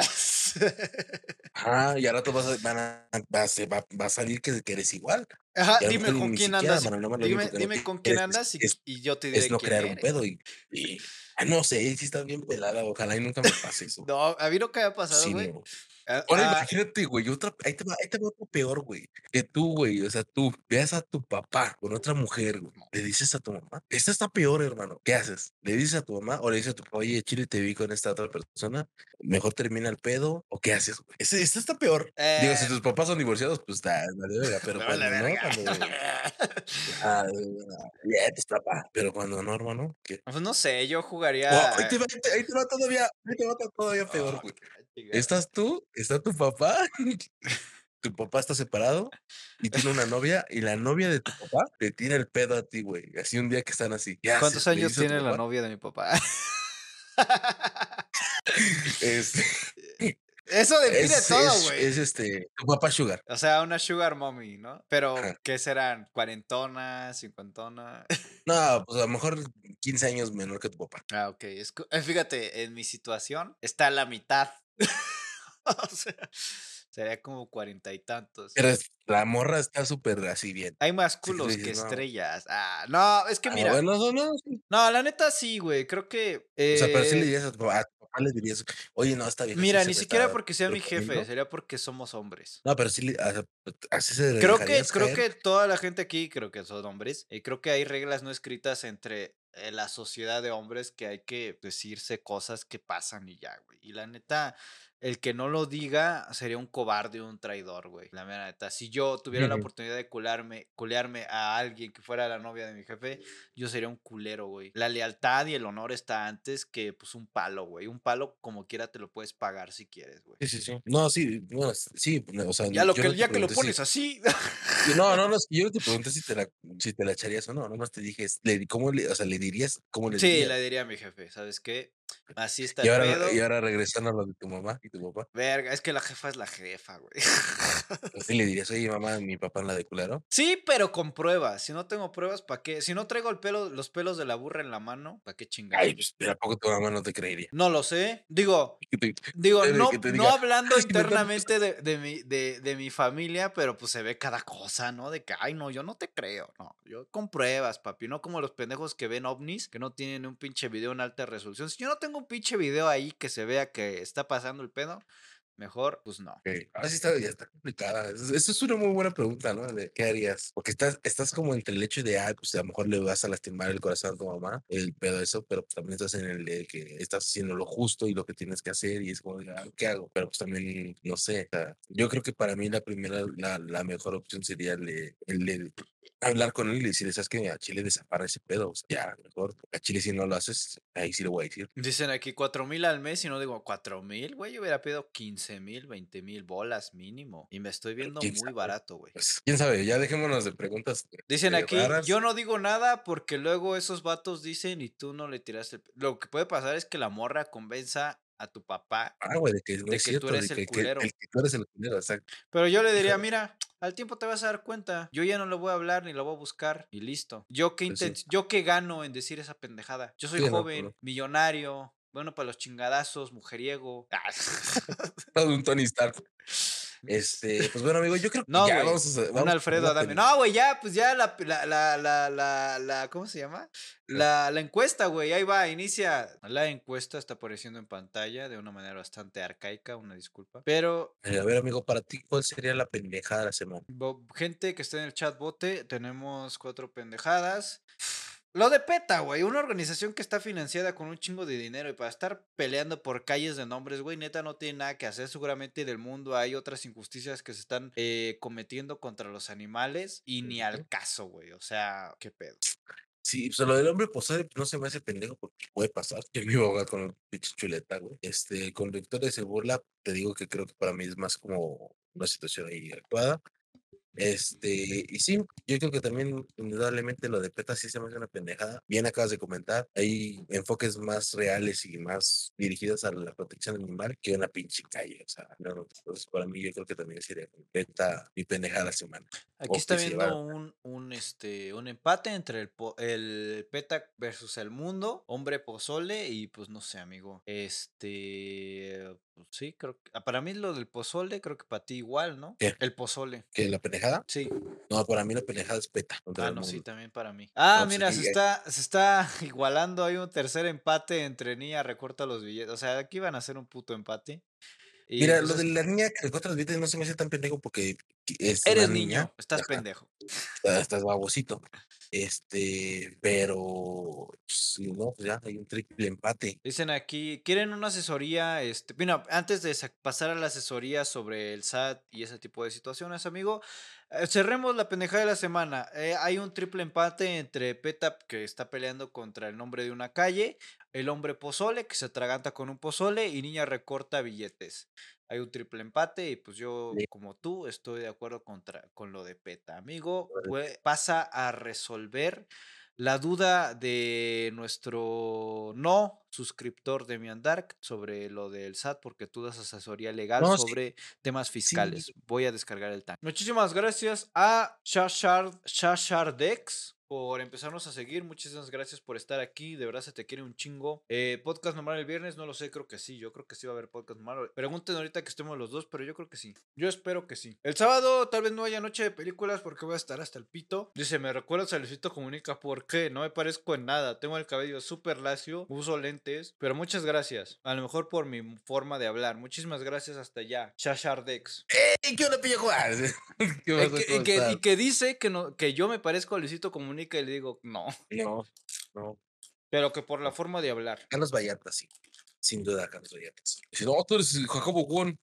Ajá, y ahora tú vas a, van a, va, a, ser- va, va a salir que, que eres igual. Ajá, Y a lo dime mejor con ni quién siquiera, andas. y- mano, nada más lo Dime, único que no dime con quién quieres andas y, es, y yo te es diré no quién crear un eres. pedo. Y, y ah, no sé, si estás bien pelada, ojalá y nunca me pase eso. No, a mí nunca me ha pasado, Sí, güey. no. Ah, Ahora ah, imagínate, güey, otra, ahí te va, ahí te va otro peor, güey. Que tú, güey, o sea, tú veas a tu papá con otra mujer, güey. Le dices a tu mamá. Esta está peor, hermano. ¿Qué haces? ¿Le dices a tu mamá o le dices a tu papá, oye, Chile, te vi con esta otra persona? ¿Mejor termina el pedo? ¿O qué haces, güey? Ese- Esta está peor. Digo, si eh, tus papás son divorciados, pues está, vale verga, pero me vale cuando no, verga. cuando. Ah, ya, pues papá. Pero cuando no, hermano, ¿qué? Pues no sé, yo Oh, ahí jugaría. te va, ahí te, ahí te va todavía, ahí te va todavía peor, Oh, güey. la chingada. Estás tú, está tu papá, tu papá está separado y tiene una novia y la novia de tu papá te tira el pedo a ti, güey. Así un día que están así. ¿Qué ¿Cuántos haces? ¿Le años dices a tu tiene la papá? novia de mi papá? Este, Eso define es, todo, es, güey. es este, tu papá Sugar. O sea, una sugar mommy, ¿no? Pero, Ajá. ¿qué serán? ¿Cuarentona? ¿Cincuentona? No, pues a lo mejor quince años menor que tu papá. Ah, ok. Es cu- eh, fíjate, en mi situación está a la mitad. O sea, sería como cuarenta y tantos. Pero es- la morra está súper así bien. Hay más Así que tú culos que dices, no. estrellas. Ah, no, es que Ah, mira. bueno, no, no, sí. No, la neta sí, güey. Creo que. O sea, pero sí le eh, dirías a tu papá, a tu papá le dirías, oye, no, esta vieja sí mira, se ni me siquiera está porque sea mi jefe, proponiendo. sería porque somos hombres. No, pero sí, le- o sea, así se le Creo que, dejarías creo caer. que toda la gente aquí, creo que son hombres, y creo que hay reglas no escritas entre eh, la sociedad de hombres que hay que decirse cosas que pasan y ya, güey. Y la neta, el que no lo diga sería un cobarde, un traidor, güey. La mera neta. Si yo tuviera la oportunidad de cularme, culearme a alguien que fuera la novia de mi jefe, yo sería un culero, güey. La lealtad y el honor está antes que, pues, un palo, güey. Un palo, como quiera, te lo puedes pagar si quieres, güey. Sí, sí, sí. No, sí, bueno, sí, o sea, Ya, lo yo que, no te ya que lo pregunté si. pones así. No, no, no, es que yo no te pregunté si te la, si te la echarías o no, nomás te dije, es- le, ¿cómo le, o sea, le dirías, cómo le Sí, dirías? le diría a mi jefe, ¿sabes qué? Así está Y el ahora, y pedo. ahora regresando a lo de tu mamá y tu papá, Verga, es que la jefa es la jefa, güey. pues sí le dirías, oye, mamá, mi papá en la de culero. Sí, pero con pruebas. Si no tengo pruebas, ¿para qué? Si no traigo el pelo, los pelos de la burra en la mano, ¿para qué Ay, chingados? pues, pero ¿a poco tu mamá no te creería? No lo sé. Digo, Que te, digo, de que no, te no diga, hablando "Ah, inventando cosas". internamente de, de mi, de, de mi familia, pero pues se ve cada cosa, ¿no? De que, ay, no, yo no te creo. No, yo con pruebas, papi. No como los pendejos que ven ovnis, que no tienen un pinche video en alta resolución. Si yo no tengo un pinche video ahí que se vea que está pasando el pedo, mejor, pues no. Ok, ahora sí está, ya está complicada. Eso, eso es una muy buena pregunta, ¿no? De qué harías. Porque estás, estás como entre el hecho de, ah, pues a lo mejor le vas a lastimar el corazón a tu mamá, el pedo de eso, pero pues también estás en el de que estás haciendo lo justo y lo que tienes que hacer y es como, de, ah, ¿qué hago? Pero pues también, no sé, o sea, yo creo que para mí la primera, la, la mejor opción sería el de, el de hablar con él y decirle, sabes que a Chile desaparece ese pedo, o sea, ya, mejor, a Chile si no lo haces, ahí sí lo voy a decir. Dicen aquí cuatro mil al mes y no digo cuatro mil, güey. Yo hubiera pedido quince mil, veinte mil bolas mínimo. Y me estoy Pero viendo quién muy sabe, barato, güey. pues, quién sabe, ya dejémonos de preguntas Dicen eh, aquí, raras. yo no digo nada porque luego esos vatos dicen y tú no le tiraste el... pe-". Lo que puede pasar es que la morra convenza a tu papá Ah, güey, de que no de es que tú cierto, de eres el que, que culero. el que tú eres el culero, exacto. Pero yo le diría, Híjole, mira, al tiempo te vas a dar cuenta. Yo ya no le voy a hablar ni lo voy a buscar y listo. Yo qué pues sí. inten- yo qué gano en decir esa pendejada. Yo soy Sí, no, pues joven, no. millonario, bueno para los chingadazos, mujeriego. Ah. Todo un Tony Stark. Este, pues bueno, amigo, yo creo que No, ya güey. vamos a, Un vamos a poner Alfredo la Adame. peli. No, güey, ya, pues ya la, la, la, la, la, la- ¿cómo se llama? La, la encuesta, güey, ahí va, inicia. La encuesta está apareciendo en pantalla de una manera bastante arcaica, una disculpa. Pero, Eh, a ver, amigo, para ti, ¿cuál sería la pendejada de la semana? bo- gente que está en el chat bote, tenemos cuatro pendejadas. Lo de PETA, güey, una organización que está financiada con un chingo de dinero y para estar peleando por calles de nombres, güey, neta no tiene nada que hacer. Seguramente del mundo hay otras injusticias que se están eh, cometiendo contra los animales y ni Ujú. al caso, güey. O sea, qué pedo. Sí, pues lo del hombre posado no se me hace pendejo porque puede pasar. Yo me iba a ahogar con un pinche chuleta, güey. Este, el conductor de se burla, te digo que creo que para mí es más como una situación ahí actuada. Este, y sí, yo creo que también indudablemente lo de PETA sí se me hace una pendejada. Bien acabas de comentar, hay enfoques más reales y más dirigidos a la protección animal que una pinche calle. O sea, no, no, entonces para mí yo creo que también sería PETA mi pendejada de la semana. Aquí O está que se viendo llevaron. un, un, este, un empate entre el, po- el PETA versus el mundo, hombre pozole y pues no sé, amigo. Este, pues, sí, creo que, ah, para mí lo del pozole, creo que para ti igual, ¿no? ¿Qué? El pozole. ¿Que la pendejada? Sí. No, para mí la pendejada es PETA contra Ah, el no, sí, mundo. también para mí. Ah, No, pues mira, se aquí ya- está, se está igualando. Hay un tercer empate entre Niña recorta los billetes. O sea, aquí van a hacer un puto empate. Y Mira, pues lo de es- la niña que dejó transmitir no se me hace tan pendejo porque qui- es una eres niña. niño, estás Ajá, pendejo. está- estás babosito. Este, pero si no, pues ya hay un triple empate. Dicen aquí, ¿quieren una asesoría? Este, bueno, antes de sa- pasar a la asesoría sobre el S A T y ese tipo de situaciones, amigo, eh, cerremos la pendejada de la semana. Eh, hay un triple empate entre Petap, que está peleando contra el nombre de una calle, el hombre pozole, que se atraganta con un pozole, y niña recorta billetes. Hay un triple empate y pues yo, Le- como tú, estoy de acuerdo contra, con lo de Peta. Amigo, pues, pasa a resolver la duda de nuestro no suscriptor de Miandark sobre lo del S A T, porque tú das asesoría legal No, sí, sobre temas sí. fiscales. Voy a descargar el tanque. Muchísimas gracias a Shashard, Shashardex por empezarnos a seguir. Muchísimas gracias por estar aquí. De verdad se te quiere un chingo. Eh, podcast normal el viernes, no lo sé, creo que sí. Yo creo que sí va a haber podcast normal. Pregunten ahorita que estemos los dos, pero yo creo que sí. Yo espero que sí. El sábado tal vez no haya noche de películas porque voy a estar hasta el pito. Dice, me recuerdas a Luisito Comunica. ¿Por qué? No me parezco en nada. Tengo el cabello súper lacio, uso lentes, pero muchas gracias. A lo mejor por mi forma de hablar. Muchísimas gracias hasta allá. Shashardex. ¡Ey! ¿Qué onda, pillo Juan? ¿Qué Y pasó? que, ¿Cómo y que- y estás? que dice que, no, que yo me parezco a Luisito Comunica y le digo, no. No, no, Pero que por la no. forma de hablar. Carlos Vallarta, sí. Sin duda, Carlos Vallarta. Sí. Dice, no, tú eres Jacobo Juan.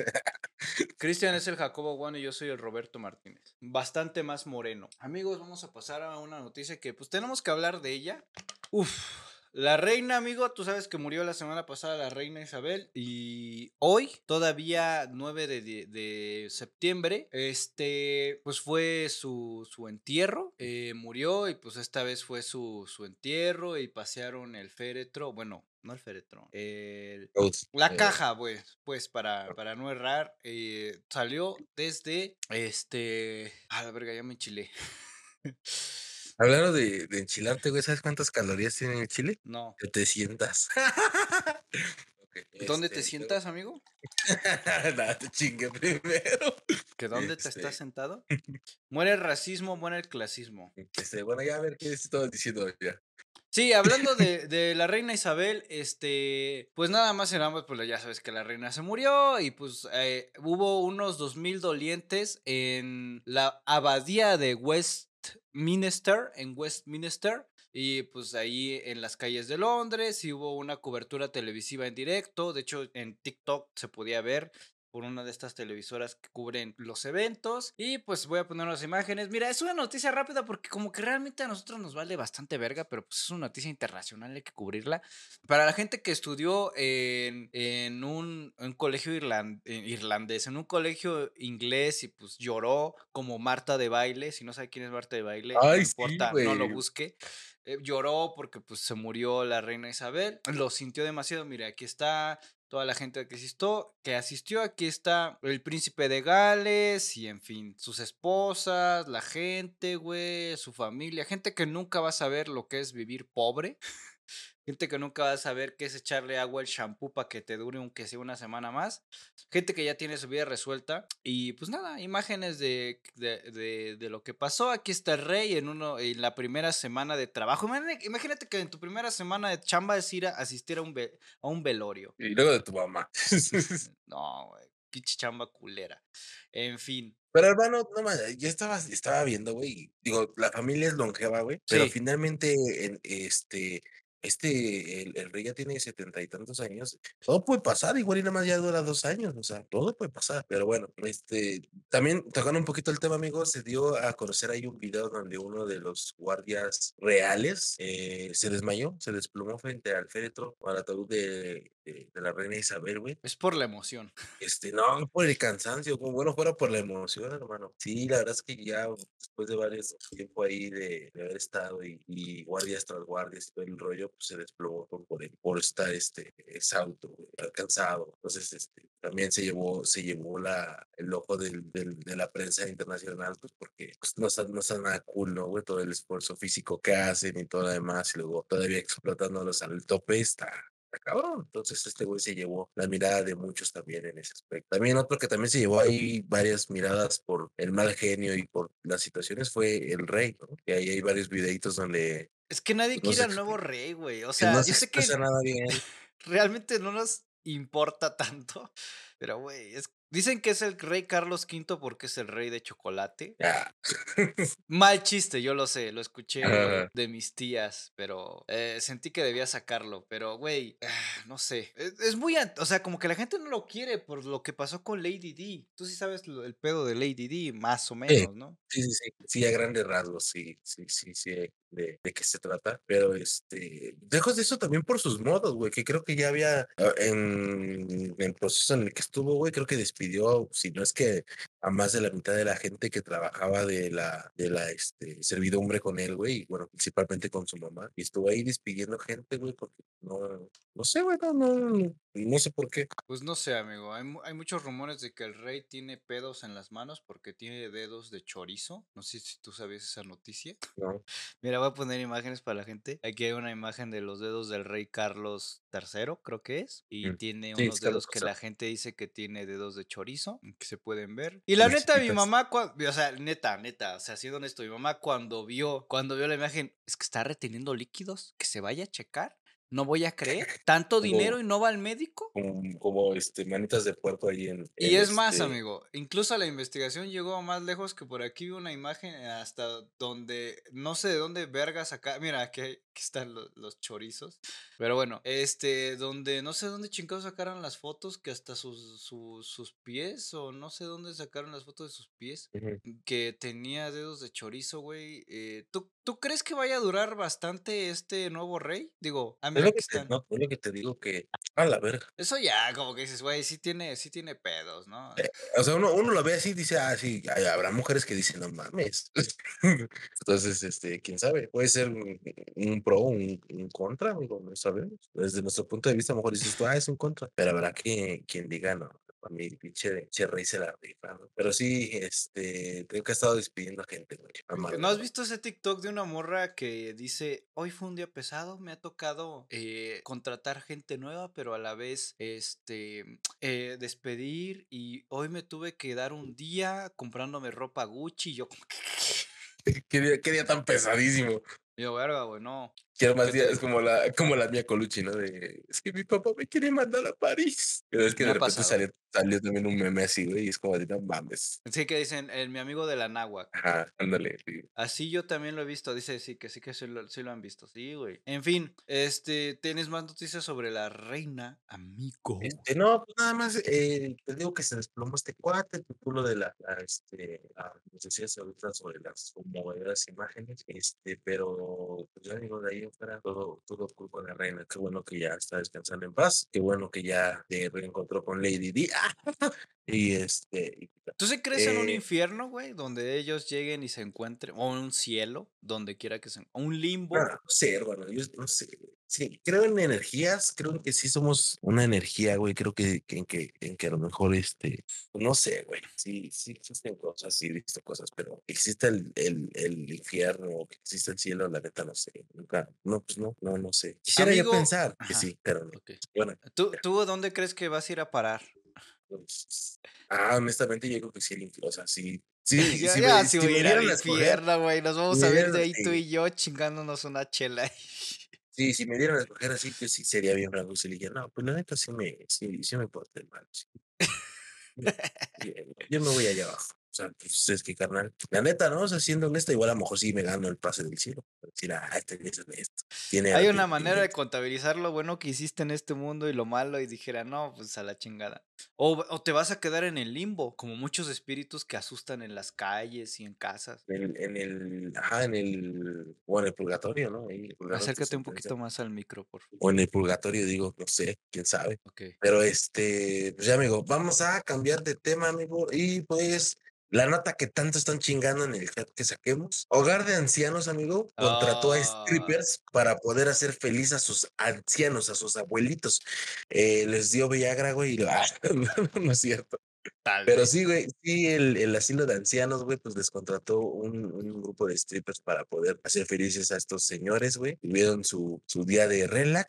Cristian es el Jacobo One y yo soy el Roberto Martínez. Bastante más moreno. Amigos, vamos a pasar a una noticia que pues tenemos que hablar de ella. Uf. La reina, amigo, tú sabes que murió la semana pasada la reina Isabel y hoy, todavía nueve de, de- de septiembre, este, pues fue su, su entierro, eh, murió y pues esta vez fue su, su entierro y pasearon el féretro, bueno, no el féretro, el, Todos, la eh, caja, pues, pues para, para no errar, eh, salió desde, este, a la verga, ya me enchilé. Hablando de, de enchilarte, güey, ¿sabes cuántas calorías tiene el chile? No. setecientas. Ok, ¿Dónde te este, luego- sientas, amigo? Nada, te chingue primero. ¿Que dónde te Este, estás sentado? Muere el racismo, muere el clasismo. este, bueno, ya a ver qué estabas diciendo ya. Sí, hablando de, de la reina Isabel, este, pues nada más en ambos, pues ya sabes que la reina se murió y pues eh, hubo unos dos mil dolientes en la abadía de Westminster, en Westminster, y pues ahí en las calles de Londres y hubo una cobertura televisiva en directo, de hecho en TikTok se podía ver por una de estas televisoras que cubren los eventos. Y pues voy a poner unas imágenes. Mira, es una noticia rápida porque como que realmente a nosotros nos vale bastante verga, pero pues es una noticia internacional, hay que cubrirla. Para la gente que estudió en, en un, un colegio irland- eh, irlandés, en un colegio inglés y pues lloró como Marta de baile. Si no sabe quién es Marta de baile, no Ay, sí, importa, no lo güey. busque. Eh, lloró porque pues se murió la reina Isabel. Lo sintió demasiado. Mira, aquí está toda la gente que asistió, que asistió, aquí está el príncipe de Gales y en fin, sus esposas, la gente, güey, su familia, gente que nunca va a saber lo que es vivir pobre. Gente que nunca va a saber qué es echarle agua al shampoo para que te dure aunque sea una semana más. Gente que ya tiene su vida resuelta. Y pues nada, imágenes de, de, de, de lo que pasó. Aquí está el rey en, uno, en la primera semana de trabajo. Imagínate, imagínate que en tu primera semana de chamba es ir a asistir a un, ve, a un velorio. Y luego de tu mamá. No, güey, pinche chamba culera. En fin. Pero hermano, no más, yo estaba, estaba viendo, güey. Digo, la familia es longeva, güey. Pero Sí. finalmente, en, este, este, el, el rey ya tiene setenta y tantos años. Todo puede pasar, igual y nada más ya dura dos años. O sea, todo puede pasar. Pero bueno, este, también tocando un poquito el tema, amigo, se dio a conocer ahí un video donde uno de los guardias reales eh, se desmayó, se desplomó frente al féretro o al ataúd de, de, de la reina Isabel, güey. Es por la emoción. Este, no, por el cansancio, como bueno fuera por la emoción, hermano. Sí, la verdad es que ya después de varios tiempo ahí de, de haber estado y, y guardias tras guardias y todo el rollo, pues se desplomó por, por, el- por estar este, exhausto, güey, cansado. Entonces, este, también se llevó, se llevó la, el ojo del, del- de la prensa internacional, pues porque pues, no está, no está nada cool, ¿no, güey? Todo el esfuerzo físico que hacen y todo lo demás, y luego todavía explotándolos al tope, está, está cabrón. Entonces este güey se llevó la mirada de muchos también en ese aspecto. También otro que también se llevó ahí varias miradas por el mal genio y por las situaciones fue el rey, ¿no? Y ahí hay varios videitos donde Es que nadie pues, no quiere se, al nuevo rey, güey. O que no sea, se yo sé que expresa nada bien. realmente no nos importa tanto. Pero, güey, es dicen que es el rey Carlos quinto porque es el rey de chocolate. Ah. Mal chiste, yo lo sé, lo escuché Ajá. de mis tías, pero, eh, sentí que debía sacarlo, pero, güey, no sé, es es muy ant o sea, como que la gente no lo quiere por lo que pasó con Lady Di. Tú sí sabes lo el pedo de Lady Di, más o Sí, menos, ¿no? sí, sí, sí, sí, a grandes rasgos, sí, sí, sí, sí, de de qué se trata, pero, este, lejos de eso también por sus modos, güey, que creo que ya había, ah, en el proceso en el que estuvo, güey, creo que despidió, si no es que a más de la mitad de la gente que trabajaba de la de la, este, servidumbre con él, güey, y bueno, principalmente con su mamá, y estuvo ahí despidiendo gente, güey, porque no no sé, güey, no no no sé por qué. Pues no sé, amigo, hay mu hay muchos rumores de que el rey tiene pedos en las manos porque tiene dedos de chorizo. No sé si tú sabías esa noticia. No. Mira, voy a poner imágenes para la gente. Aquí hay una imagen de los dedos del rey Carlos tercero, creo que es, y Mm. tiene Sí, unos es Carlos dedos que tercero. la gente dice que tiene dedos de chorizo, que se pueden ver. Y la Las neta, mi chiquitas. mamá, cua o sea, neta, neta, o sea, siendo honesto, mi mamá cuando vio cuando vio la imagen, es que está reteniendo líquidos, que se vaya a checar, no voy a creer, ¿tanto Como dinero y no va al médico? como como, este, manitas de puerco ahí en Y en, es más, este amigo, incluso la investigación llegó más lejos que por aquí vi una imagen hasta donde no sé de dónde vergas saca mira, aquí hay aquí están los los chorizos, pero bueno, este, donde no sé dónde chingados sacaron las fotos que hasta sus sus sus pies, o no sé dónde sacaron las fotos de sus pies, Ujú. que tenía dedos de chorizo, güey, eh, ¿tú tú crees que vaya a durar bastante este nuevo rey? Digo, ah, Es mira, lo aquí que te están. no, es lo que te digo que a la verga. Eso ya como que dices, güey, sí tiene sí tiene pedos, ¿no? Eh, o sea, uno uno lo ve así y dice: "Ah, sí", hay habrá mujeres que dicen: "No mames". Entonces, este, quién sabe, puede ser un un pro, un un contra, amigo, no sabemos. Desde nuestro punto de vista, a lo mejor dices tú: "Ah, es un contra", pero habrá que quien diga: "No, a mí pinche pinche rey se la rifa", ¿no? Pero sí, este, creo que ha estado despidiendo a gente, güey, ¿No has amargado. visto ese TikTok de una morra que dice: "Hoy fue un día pesado, me ha tocado, eh, contratar gente nueva, pero a la vez, este, eh, despedir, y hoy me tuve que dar un día comprándome ropa Gucci", y yo como que Qué día qué día tan pesadísimo. Y yo: "Verga, güey, no". Quiero más ¿Qué te días dijo? como la como la Mia Colucci, ¿no? De: "Es que mi papá me quiere mandar a París". Pero es que Me de ha repente pasado. salió salió también un meme así, güey, y es como de: "No mames". Sí, que dicen: "El mi amigo de la náhuac". Ajá, ándale, sí. Así yo también lo he visto, dice sí, que sí que sí lo sí lo han visto. Sí, güey. En fin, este, ¿tienes más noticias sobre la reina, amigo? Este, no, pues nada más, eh, te digo que se desplomó este cuate, tú tú lo de la la, este, ah, nos decías ahorita sobre las conmovedoras imágenes, este, pero, pues, ya digo, de ahí en fuera todo todo cool con la reina. Qué bueno que ya está descansando en paz, qué bueno que ya se reencontró con Lady Di. Y, este, y ¿Tú sí crees en un eh infierno, güey, donde ellos lleguen y se encuentren, o en un cielo, donde quiera que se o un No, limbo? no sé, hermano, yo no sé, güey. Sí, creo en energías, creo en que sí somos una energía, güey, creo que que en que en que a lo mejor, este, pues no sé, güey, sí sí existen cosas, sí he visto cosas, pero que exista el el el infierno, o que exista el cielo, la neta no sé, nunca, no, pues no, no, no sé. Quisiera yo Amigo pensar que ajá, sí, pero no. okey. Bueno, ¿Tú ya, tú a dónde crees que vas a ir a parar? pues, ah, honestamente, yo creo que sí el infierno, o sea, sí sí, Yo si ya me sí si voy a me ir al dieran a escoger, infierno, güey, nos si vamos me a ver dieran de ahí tú sí. y yo chingándonos una chela ahí. Sí, si me dieran a escoger así, pues sí sería bien franco, sí le diría: "No, pues la neta sí me sí sí me porté mal, sí". Yo me voy allá abajo. O sea, pues es que carnal, la neta, ¿no? O sea, siendo honesto, igual a lo mejor sí me gano el pase del cielo. Por decir, ah, este güey es honesto, tiene Hay una manera de arrepentimiento. contabilizar lo bueno que hiciste en este mundo y lo malo, y dijera: "No, pues a la chingada". O o te vas a quedar en el limbo, como muchos espíritus que asustan en las calles y en casas. En en el ajá, en el o en el purgatorio, ¿no? Ahí, el purgatorio tu Acércate un sentencia. poquito más al micro, por favor. O en el purgatorio, digo, no sé, quién sabe. Okey. Pero, este, pues ya, amigo, vamos a cambiar de tema, amigo, y pues, la nota que tanto están chingando en el chat que saquemos. Hogar de ancianos, amigo, contrató a Ah, strippers para poder hacer feliz a sus ancianos, a sus abuelitos. Eh, les dio Viagra, güey, y ah, no es cierto. tal Pero vez. sí, güey, sí, el el asilo de ancianos, güey, pues les contrató un un grupo de strippers para poder hacer felices a estos señores, güey. Tuvieron su su día de relax,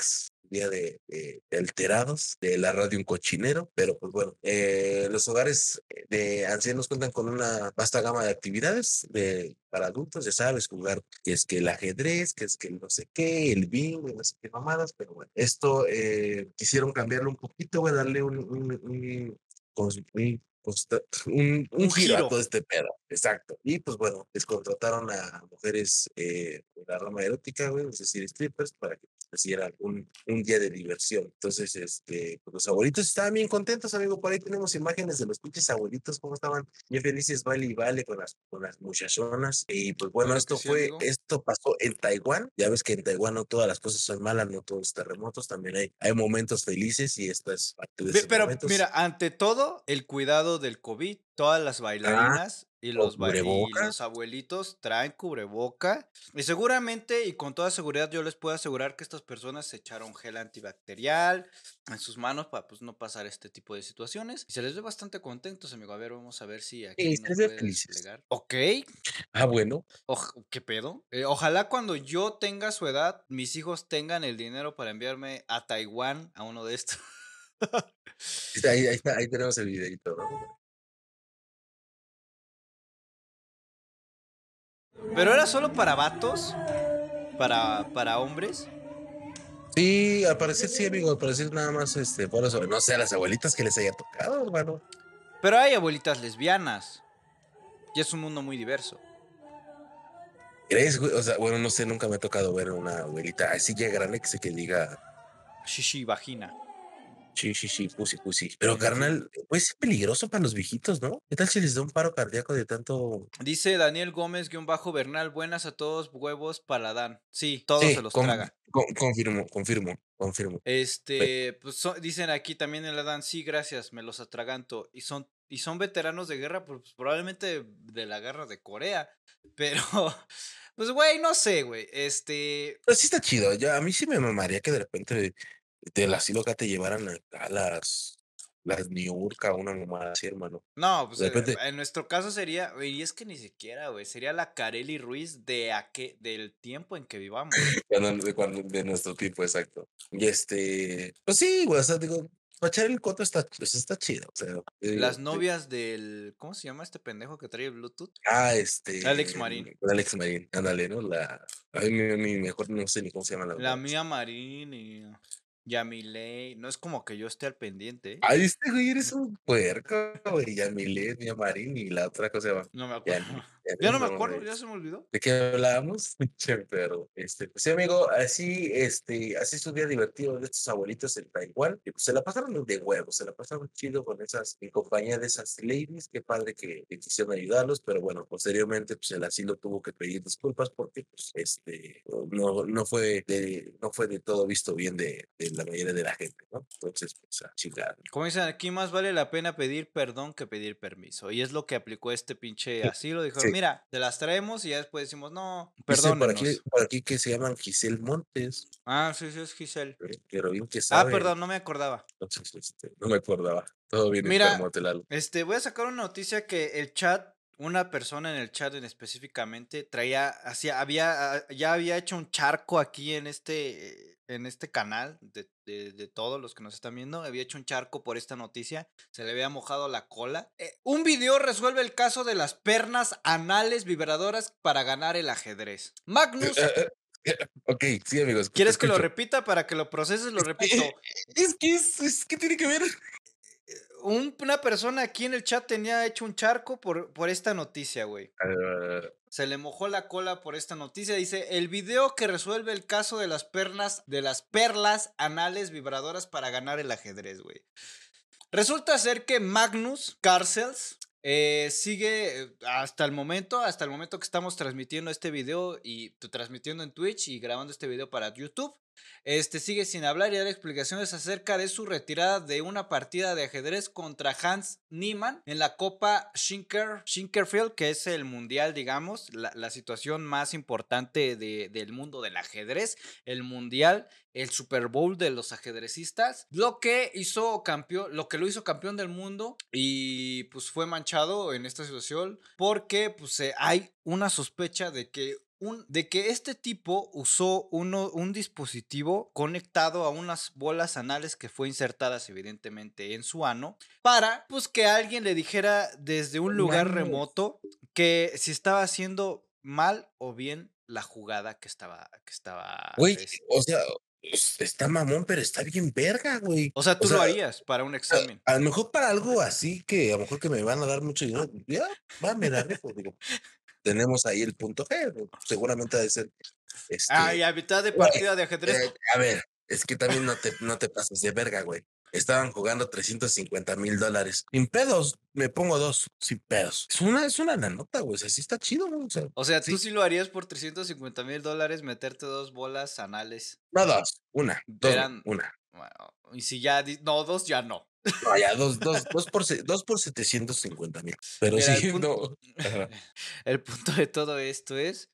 día de, de- de alterados, de la radio un cochinero, pero pues bueno, eh, los hogares de ancianos cuentan con una vasta gama de actividades de, para adultos, ya sabes, jugar, que es que el ajedrez, que es que el no sé qué, el bingo, y no sé qué mamadas, pero bueno, esto eh, quisieron cambiarlo un poquito, voy a darle un, un, un, cos- un costa- un- un Un giro a giro. todo este pedo, exacto. Y pues bueno, les contrataron a mujeres eh, de la rama erótica, güey, es decir, strippers, para que les dieran un, un día de diversión. Entonces, este, pues los abuelitos estaban bien contentos, amigo. Por ahí tenemos imágenes de los pinches abuelitos, cómo estaban bien felices, baile y baile con las, con las muchachonas. Y pues bueno, Claro que esto sí, fue, amigo. esto pasó en Taiwán. Ya ves que en Taiwán no todas las cosas son malas, no todos terremotos, también hay, hay momentos felices y esta es parte de Ve- esos Pero mira, momentos. ante todo, el cuidado del COVID, todas las Ah, bailarinas y con los, ba- y cubrebocas. los abuelitos traen cubreboca. Y seguramente, y con toda seguridad, yo les puedo asegurar que estas personas se echaron gel antibacterial en sus manos para pues, no pasar este tipo de situaciones. Y se les ve bastante contentos, amigo. A ver, vamos a ver si Sí, aquí se nos les ve puede felices. desplegar. Ok. Ah, bueno. Oj- ¿Qué pedo? Eh, ojalá cuando yo tenga su edad, mis hijos tengan el dinero para enviarme a Taiwán a uno de estos. Está Ahí, ahí, está, ahí tenemos el videito, ¿no? Pero era solo para vatos, para, para hombres. Sí, al parecer sí, amigo, al parecer nada más, este, por eso, no sé, a las abuelitas que les haya tocado, hermano. Pero hay abuelitas lesbianas. Y es un mundo muy diverso. ¿Crees, güey? O sea, bueno, no sé, nunca me ha tocado ver una abuelita así ya grande que se que diga, Shishi, vagina. sí, sí, sí, pussy, pussy. Pero, Sí, sí, sí. carnal, pues es peligroso para los viejitos, ¿no? ¿Qué tal si les da un paro cardíaco de tanto? Dice Daniel Gómez, guión bajo Bernal, buenas a todos, huevos paladán. Sí, todos se Sí, los con- traga. con- confirmo, confirmo, confirmo. Pe- Este, pues so- dicen aquí también en la Dan, sí, gracias, me los atraganto. Y son, y son veteranos de guerra, pues probablemente de la guerra de Corea. Pero, pues, güey, no sé, güey. Este, Pero sí está chido, ya, a mí sí me mamaría que de repente del asilo acá te llevaran acá a las, las Niurka, una mamá así, hermano. no, pues De eh, repente, en nuestro caso sería, y es que ni siquiera, güey, sería la Kareli Ruiz de aquel, del tiempo en que vivamos. cuando, de, cuando, de nuestro tiempo, exacto. Y este, pues sí, güey, o sea, digo, para echar el coto está, pues está chido, o sea, yo Las digo, de- novias del, ¿cómo se llama este pendejo que trae el Bluetooth? ah, Alex este, Marín. Alex Marín, ándale, ¿no? La, a mí mi, mi mejor, no sé ni cómo se llama la La verdad. mía Marín y Yamilei. No es como que yo esté al pendiente, ¿eh? Ay, este güey eres un puerco, güey, Yamilet, Mia Marín y la otra cosa se llama, No me acuerdo. Yani, Ya Yani, no me no acuerdo, ya mames. se me olvidó. ¿De qué hablábamos? Che, pero, este, pues sí, amigo, así, este, así es un día divertido de estos abuelitos en Taiwán, y pues se la pasaron de huevos, se la pasaron chido con esas, en compañía de esas ladies, qué padre que, que quisieron ayudarlos, pero bueno, posteriormente, pues el asilo tuvo que pedir disculpas porque, pues, este, no, no fue de, no fue de todo visto bien de, de la mayoría de la gente, ¿no? Entonces, pues, a chingar. Como dicen aquí, más vale la pena pedir perdón que pedir permiso. Y es lo que aplicó este pinche asilo. Dijeron, Sí, mira, te las traemos y ya después decimos, no, dice por aquí, perdónenos. por aquí que se llaman Giselle Montes, Ah, sí, sí, es Giselle. eh, pero bien que Ah, saben. perdón, no me acordaba. Entonces, este, no me acordaba. Todo bien Mira, enfermo, Lalo. este, voy a sacar una noticia que el chat, una persona en el chat en específicamente, traía, hacía, había, ah, ya había hecho un charco aquí en este, eh, en este canal de, de, de todos los que nos están viendo, había hecho un charco por esta noticia, se le había mojado la cola. Eh, un video resuelve el caso de las pernas anales vibradoras para ganar el ajedrez. Magnus, Ok, sí, amigos, te ¿quieres que lo escucho. repita para que lo proceses? Lo repito. Es que es, es que tiene que ver. Un- una persona aquí en el chat tenía hecho un charco por, por esta noticia, güey. Ah, Se le mojó la cola por esta noticia. Dice, el video que resuelve el caso de las pernas, de las perlas anales vibradoras para ganar el ajedrez, güey. Resulta ser que Magnus Carcels eh, sigue eh, hasta el momento, hasta el momento que estamos transmitiendo este video y t- transmitiendo en Twitch y grabando este video para YouTube. Este sigue sin hablar y dar explicaciones acerca de su retirada de una partida de ajedrez contra Hans Niemann en la Copa Schinker, Schinkerfield, que es el mundial, digamos, la, la situación más importante de, del mundo del ajedrez, el mundial, el Super Bowl de los ajedrecistas, lo que hizo campeón, lo que lo hizo campeón del mundo y pues fue manchado en esta situación porque pues eh, hay una sospecha de que un, de que este tipo usó uno, un dispositivo conectado a unas bolas anales que fue insertadas evidentemente en su ano para pues que alguien le dijera desde un lugar Mames. remoto que si estaba haciendo mal o bien la jugada que estaba que estaba Güey, es- o sea, es- está mamón, pero está bien verga, güey. o sea, O tú lo sea, harías para un examen. a, a lo mejor para algo así que a lo mejor que me van a dar mucho dinero, ya, va, me la rifo, digo. Tenemos ahí el punto G, ¿no? Seguramente ha de ser, Ay, este, a mitad de güey, partida de ajedrez. eh, a ver, es que también no te, no te pases de verga, güey. Estaban jugando trescientos cincuenta mil dólares. Sin pedos, me pongo dos, sin pedos. Es una, es una nota, güey. O sea, sí está chido, güey. O sea, O sea, tú sí. sí lo harías por trescientos cincuenta mil dólares meterte dos bolas anales. No, dos, una, dos, no, Eran, una. bueno, y si ya, di- no, dos ya no. No, ya, dos, dos, dos por, se- dos por setecientos cincuenta mil. Pero Mira, el sí, punto, no. Ajá. el punto de todo esto es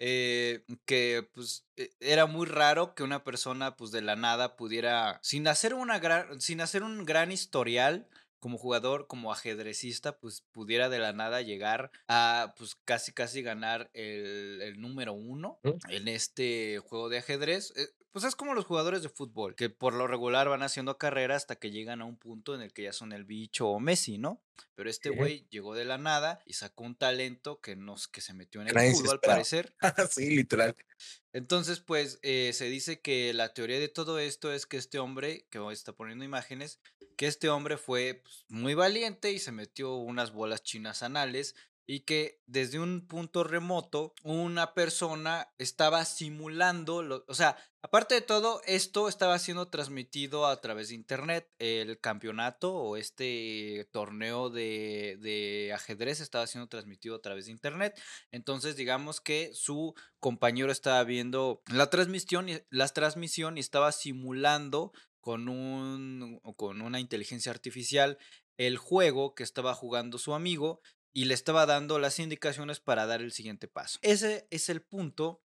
eh, que pues e- era muy raro que una persona pues de la nada pudiera, sin hacer una gran, sin hacer un gran historial como jugador, como ajedrecista, pues pudiera de la nada llegar a pues casi casi ganar el, el número uno ¿Mm? en este juego de ajedrez. Eh, Pues es como los jugadores de fútbol, que por lo regular van haciendo carrera hasta que llegan a un punto en el que ya son el bicho o Messi, ¿no? Pero este Ujú. güey llegó de la nada y sacó un talento que, nos, que se metió en Que el nadie se culo, al esperaba. parecer. Sí, literal. Entonces, pues eh, se dice que la teoría de todo esto es que este hombre, que hoy está poniendo imágenes, que este hombre fue pues, muy valiente y se metió unas bolas chinas anales y que desde un punto remoto una persona estaba simulando, lo- o sea, aparte de todo, esto estaba siendo transmitido a través de internet. El campeonato o este torneo de, de ajedrez estaba siendo transmitido a través de internet. Entonces, digamos que su compañero estaba viendo la transmisión y, la transmisión y estaba simulando con, un, con una inteligencia artificial el juego que estaba jugando su amigo y le estaba dando las indicaciones para dar el siguiente paso. Ese es el punto.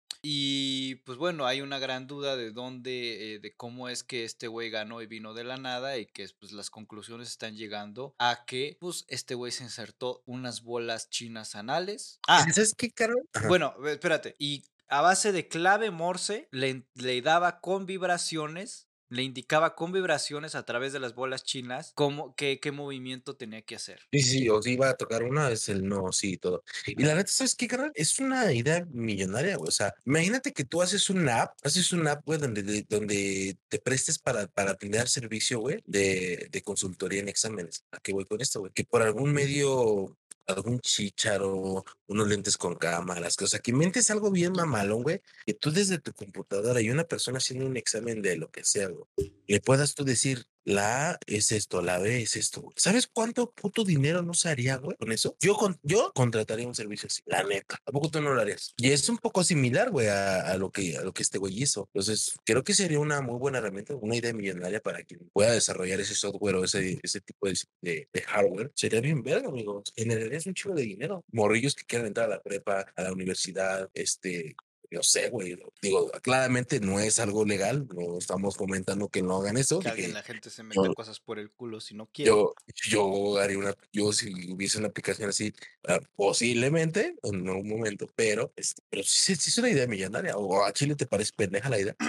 Y pues bueno, hay una gran duda de dónde, eh, de cómo es que este güey ganó y vino de la nada y que pues las conclusiones están llegando a que pues este güey se insertó unas bolas chinas anales. Ah, ¿Sabes qué, Carol? Ajá. bueno, ve- espérate. Y a base de clave Morse le, le daba con vibraciones, le indicaba con vibraciones a través de las bolas chinas cómo, qué, qué movimiento tenía que hacer. Sí, sí, sí, o si iba a tocar una, es el no, sí, todo. Y la neta, ¿sabes qué, carnal? Es una idea millonaria, güey. O sea, imagínate que tú haces una app, haces una app, güey, donde, de- donde te prestes para, para brindar servicio, güey, de, de consultoría en exámenes. ¿A qué voy con esto, güey? Que por algún medio, algún chícharo, unos lentes con cámaras, que, o sea, que inventes algo bien mamalón, güey, que tú desde tu computadora y una persona haciendo un examen de lo que sea, güey, le puedas tú decir, la A es esto, la B es esto, güey. ¿Sabes cuánto puto dinero no se haría, güey, con eso? Yo, con, yo contrataría un servicio así, la neta. ¿A poco tú no lo harías? Y es un poco similar, güey, a, a lo que, a lo que este güey hizo. Entonces, creo que sería una muy buena herramienta, una idea millonaria para quien pueda desarrollar ese software o ese, ese tipo de, de, de hardware. Sería bien verga, amigos. Generarías un chivo de dinero. Morrillos que quieran entrar a la prepa, a la universidad, este, yo sé, güey. Digo, claramente no es algo legal. No estamos comentando que no hagan eso. Que De alguien, que la gente se meta yo, cosas por el culo si no quiere. yo, yo haría una, yo si hubiese una aplicación así, ah, posiblemente en algún momento, pero, este, pero sí, sí es una idea millonaria. O a Chile te parece pendeja la idea.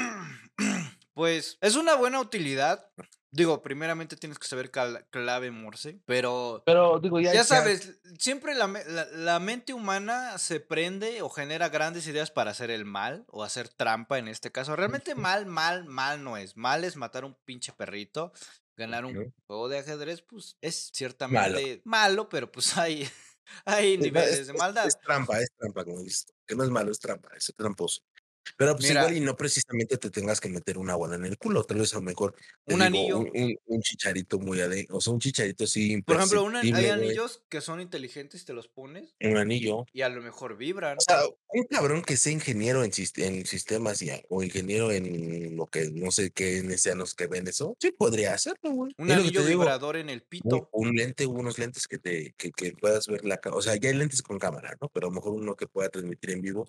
Pues es una buena utilidad. Digo, primeramente tienes que saber cal- clave Morse, pero Pero digo, ya, ya ya, sabes, siempre la, me- la- la mente humana se prende o genera grandes ideas para hacer el mal o hacer trampa en este caso. Realmente mal, mal, mal no es. Mal es matar un pinche perrito. Ganar un Ujú. juego de ajedrez, pues es Malo. ciertamente malo, pero pues hay, hay Es, es- niveles de es- maldad. es trampa, es trampa, como dices. Que no es malo, es trampa, es tramposo. Pero pues igual Mira, y no precisamente te tengas que meter una bola en el culo, tal vez a lo mejor te un digo anillo. un, un, un chicharito muy adentro, o sea, un chicharito así Por ejemplo, una- hay imperceptible, güey, anillos que son inteligentes, te los pones un anillo. y a lo mejor vibran. O sea, un cabrón que sea ingeniero en, sis- en sistemas y, a- o ingeniero en lo que no sé qué sean los que ven eso, sí podría hacerlo, güey. Un Es lo que anillo te digo, vibrador en el un, pito. un lente, unos lentes que te que, que puedas ver la, ca- o sea, ya hay lentes con cámara, ¿no? Pero a lo mejor uno que pueda transmitir en vivo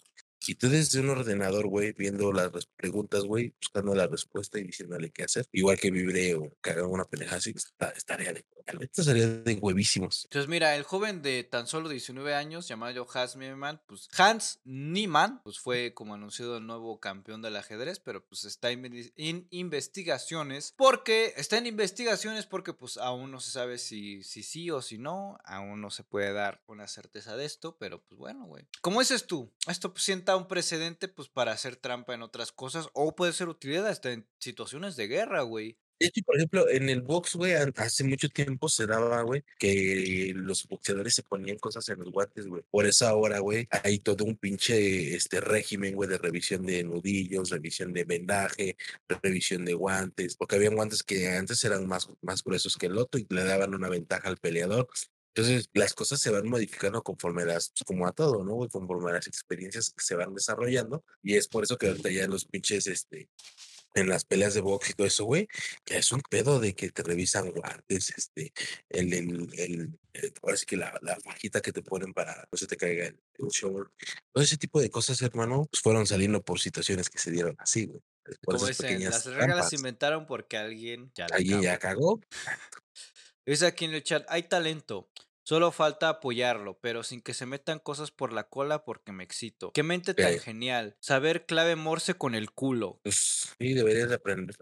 Y tú desde un ordenador, güey, viendo las res- preguntas, güey, buscando la respuesta y diciéndole qué hacer. Igual que vibre o que haga una pendeja así, está- estaría de, esto sería de huevísimos. Entonces, mira, el joven de tan solo diecinueve años, llamado Hans Niemann, pues Hans Niemann, pues fue como anunciado el nuevo campeón del ajedrez, pero pues está en, en investigaciones, porque está en investigaciones porque pues aún no se sabe si, si sí o si no, aún no se puede dar una certeza de esto, pero pues bueno, güey. Como dices tú, esto pues, sienta un precedente pues para hacer trampa en otras cosas o puede ser utilidad hasta en situaciones de guerra, güey. De hecho, por ejemplo, en el box, güey, an- hace mucho tiempo se daba, güey, que los boxeadores se ponían cosas en los guantes, güey. Por eso ahora, güey, hay todo un pinche este régimen, güey, de revisión de nudillos, revisión de vendaje, revisión de guantes, porque habían guantes que antes eran más, más gruesos que el otro y le daban una ventaja al peleador. Entonces, las cosas se van modificando conforme las, pues, como a todo, ¿no? güey? Conforme las experiencias que se van desarrollando. Y es por eso que ahorita ya los pinches, este, en las peleas de box y todo eso, güey, ya es un pedo de que te revisan guantes, este, el, el, el, el- ahora sí que la, la fajita que te ponen para que no se te caiga el, el short. Todo ese tipo de cosas, hermano, pues fueron saliendo por situaciones que se dieron así, güey. Por Como esas dicen, las pequeñas reglas se trampas. inventaron porque alguien ya la Alguien ya cagó. cagó. Dice aquí en el chat, hay talento, solo falta apoyarlo, pero sin que se metan cosas por la cola porque me excito. Qué mente tan Que, genial, saber clave morse con el culo. pues, sí, deberías de aprender.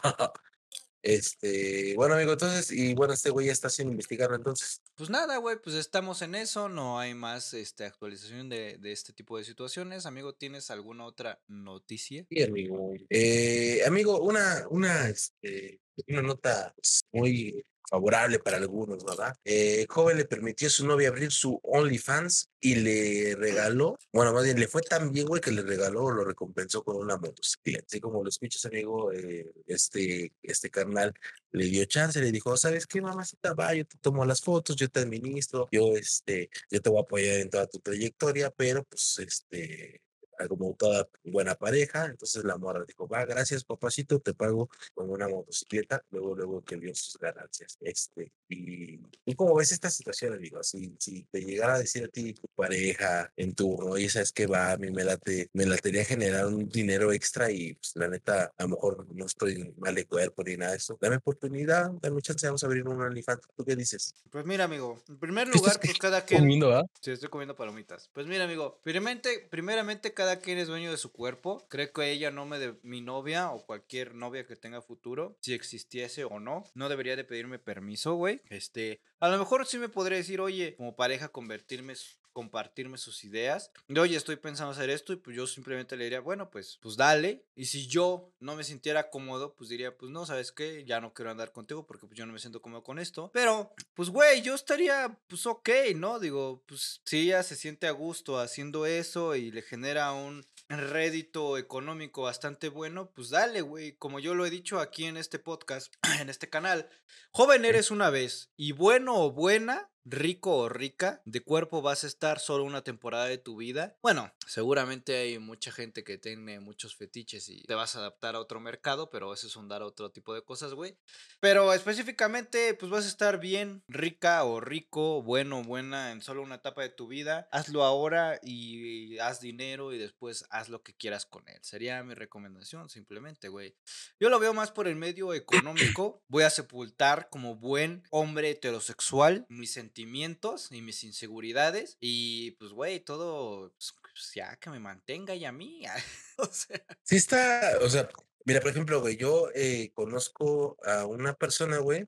Este, bueno, amigo, entonces, y bueno, este güey ya está sin investigar, entonces. Pues nada, güey, pues estamos en eso, no hay más este, actualización de, de este tipo de situaciones. Amigo, ¿tienes alguna otra noticia? Sí, amigo. Eh, amigo, una, una, este, una nota pues, muy favorable para algunos, ¿verdad? Eh, joven le permitió a su novia abrir su OnlyFans y le regaló, bueno, más bien le fue tan bien, güey, que le regaló o lo recompensó con una motocicleta. Así como lo escuchas, amigo, eh, este, este carnal le dio chance, le dijo, ¿sabes qué, mamacita? Va, yo te tomo las fotos, yo te administro, yo, este, yo te voy a apoyar en toda tu trayectoria, pero, pues, este como toda buena pareja, entonces la morra dijo, va, gracias papacito, te pago con una motocicleta, luego, luego que vio sus ganancias, este, y, y como ves esta situación, amigo, si, si te llegara a decir a ti tu pareja en tu, oye, ¿sabes qué va? A mí me late, me latería generar un dinero extra y, pues, la neta, a lo mejor no estoy mal de cuerpo ni nada de eso, dame oportunidad, dame chance, vamos a abrir un OnlyFans, ¿tú qué dices? Pues mira, amigo, en primer ¿Qué estás lugar, pues cada quien... comiendo, ah? Sí, estoy comiendo palomitas. Pues mira, amigo, primeramente, primeramente cada quien es dueño de su cuerpo. Creo que ella no me de mi novia o cualquier novia que tenga futuro, si existiese o no, no debería de pedirme permiso, güey. Este, a lo mejor sí me podría decir, oye, como pareja, convertirme, s- compartirme sus ideas. De, oye, estoy pensando hacer esto y pues yo simplemente le diría, bueno, pues, pues dale. Y si yo no me sintiera cómodo, pues diría, pues no, ¿sabes qué? Ya no quiero andar contigo porque pues yo no me siento cómodo con esto. Pero, pues, güey, yo estaría, pues, ok, ¿no? Digo, pues, si ella se siente a gusto haciendo eso y le genera un rédito económico bastante bueno, pues dale, güey. Como yo lo he dicho aquí en este podcast, en este canal, joven eres una vez y bueno o buena, rico o rica, de cuerpo vas a estar solo una temporada de tu vida. Bueno, seguramente hay mucha gente que tiene muchos fetiches y te vas a adaptar a otro mercado, pero eso es un dar otro tipo de cosas, güey. Pero específicamente, pues vas a estar bien, rica o rico, bueno o buena en solo una etapa de tu vida. Hazlo ahora y haz dinero y después haz lo que quieras con él. Sería mi recomendación, simplemente, güey. Yo lo veo más por el medio económico. Voy a sepultar como buen hombre heterosexual mis sentimientos y mis inseguridades. Y pues, güey, todo, pues, pues, ya que me mantenga y a mí. O sea, Sí está, o sea, mira, por ejemplo, güey, yo eh, conozco a una persona, güey,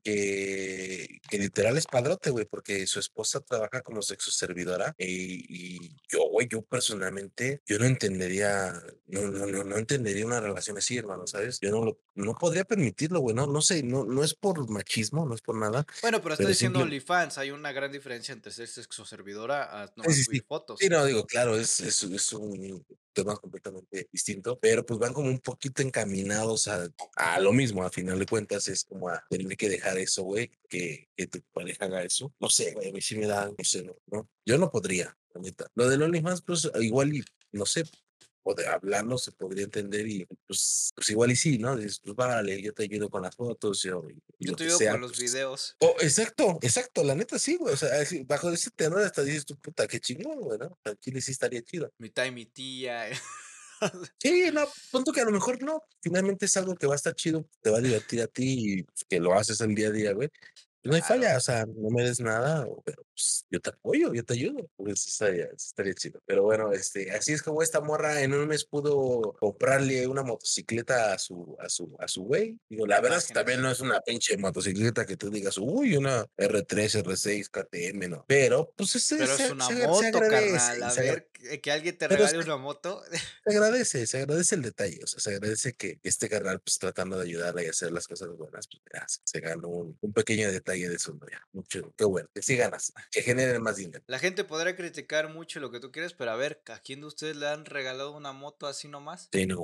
que, que literal es padrote, güey, porque su esposa trabaja como sexo servidora y, y yo, güey, yo personalmente, yo no entendería, no, no, no, no entendería una relación así, hermano, ¿sabes? Yo no lo, no podría permitirlo, güey, no, no sé, no, no es por machismo, no es por nada, bueno, pero está pero diciendo simple, OnlyFans. Hay una gran diferencia entre ser sexo servidora a sí, nomás sí, subir sí. Sí, fotos. no, digo, claro, es, es, es un tema completamente distinto, pero pues van como un poquito encaminados a, a lo mismo, a final de cuentas, es como a tener que dejar eso, güey, que, que tu pareja haga eso. No sé, güey, a mí sí me da, no sé, no, no. Yo no podría, la neta. Lo del OnlyFans, pues igual y, no sé, poder hablarlo se podría entender y pues, pues igual y sí, ¿no? Dices, pues vale, yo te ayudo con las fotos, yo y Yo lo te que digo sea, con los pues, videos. oh, exacto, exacto, la neta sí, güey, o sea, así, bajo ese tenor hasta dices tu puta, qué chingón, güey, ¿no? Al chile sí estaría chido. Mi tía y mi tía. Sí, no, punto que a lo mejor no, finalmente es algo que va a estar chido, te va a divertir a ti y pues, que lo haces el día a día, güey. No hay Claro. falla, o sea, no me des nada, o- pero pues, yo te apoyo, yo te ayudo, pues estaría, estaría chido. Pero bueno, este, así es como esta morra en un mes pudo comprarle una motocicleta a su, a su, a su güey. Digo, la verdad es que también Imágenes. no es una pinche motocicleta que tú digas, uy, una R tres, R seis, K T M, no. Pero, pues se, Pero es se, una se, agra- se moto, agradece, carnal. A se agra- ver, que, que alguien te pero regale se, una moto. se agradece, se agradece el detalle, o sea, se agradece que este carnal, pues tratando de ayudarla y hacer las cosas buenas, pues mira, se, se ganó un, un pequeño detalle de su novia. Mucho, qué bueno, que sí ganas, que generen más dinero. La gente podrá criticar mucho lo que tú quieres, pero a ver, ¿a quién de ustedes le han regalado una moto así nomás? Sí, no,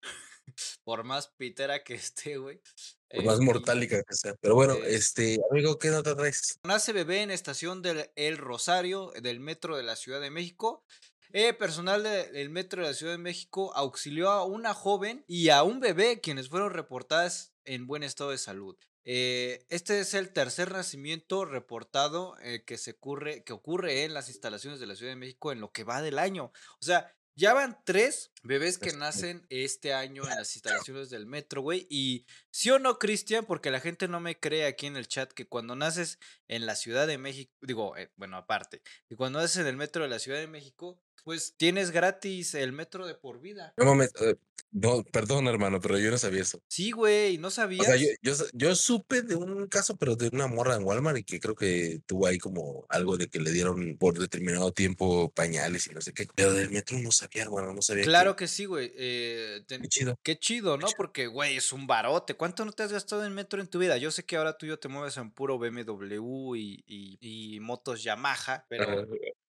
Por más pitera que esté, güey. por más En fin. mortálica que sea. Pero bueno, Es... este, amigo, ¿qué nota traes? Nace bebé en estación del El Rosario, del metro de la Ciudad de México. Eh, personal de- del metro de la Ciudad de México auxilió a una joven y a un bebé quienes fueron reportadas en buen estado de salud. Eh, este es el tercer nacimiento reportado eh, que, se ocurre, que ocurre en las instalaciones de la Ciudad de México en lo que va del año. O sea, ya van tres bebés que nacen este año en las instalaciones del metro, güey. Y sí o no, Cristian, porque la gente no me cree aquí en el chat que cuando naces en la Ciudad de México, digo, eh, bueno, aparte, que cuando naces en el metro de la Ciudad de México, pues tienes gratis el metro de por vida. No mames, eh, no, perdón, hermano, pero yo no sabía eso. Sí, güey, ¿no O sea, yo, sabías? yo, sa- yo supe de un caso, pero de una morra en Walmart y que creo que tuvo ahí como algo de que le dieron por determinado tiempo pañales y no sé qué. Pero del metro no sabía, hermano, no sabía que. Claro que sí, güey. eh, ten- Qué chido. Qué chido, Qué ¿no? chido. Porque, güey, es un barote. ¿Cuánto no te has gastado en metro en tu vida? Yo sé que ahora tú y yo te mueves en puro B M W y, y, y motos Yamaha, pero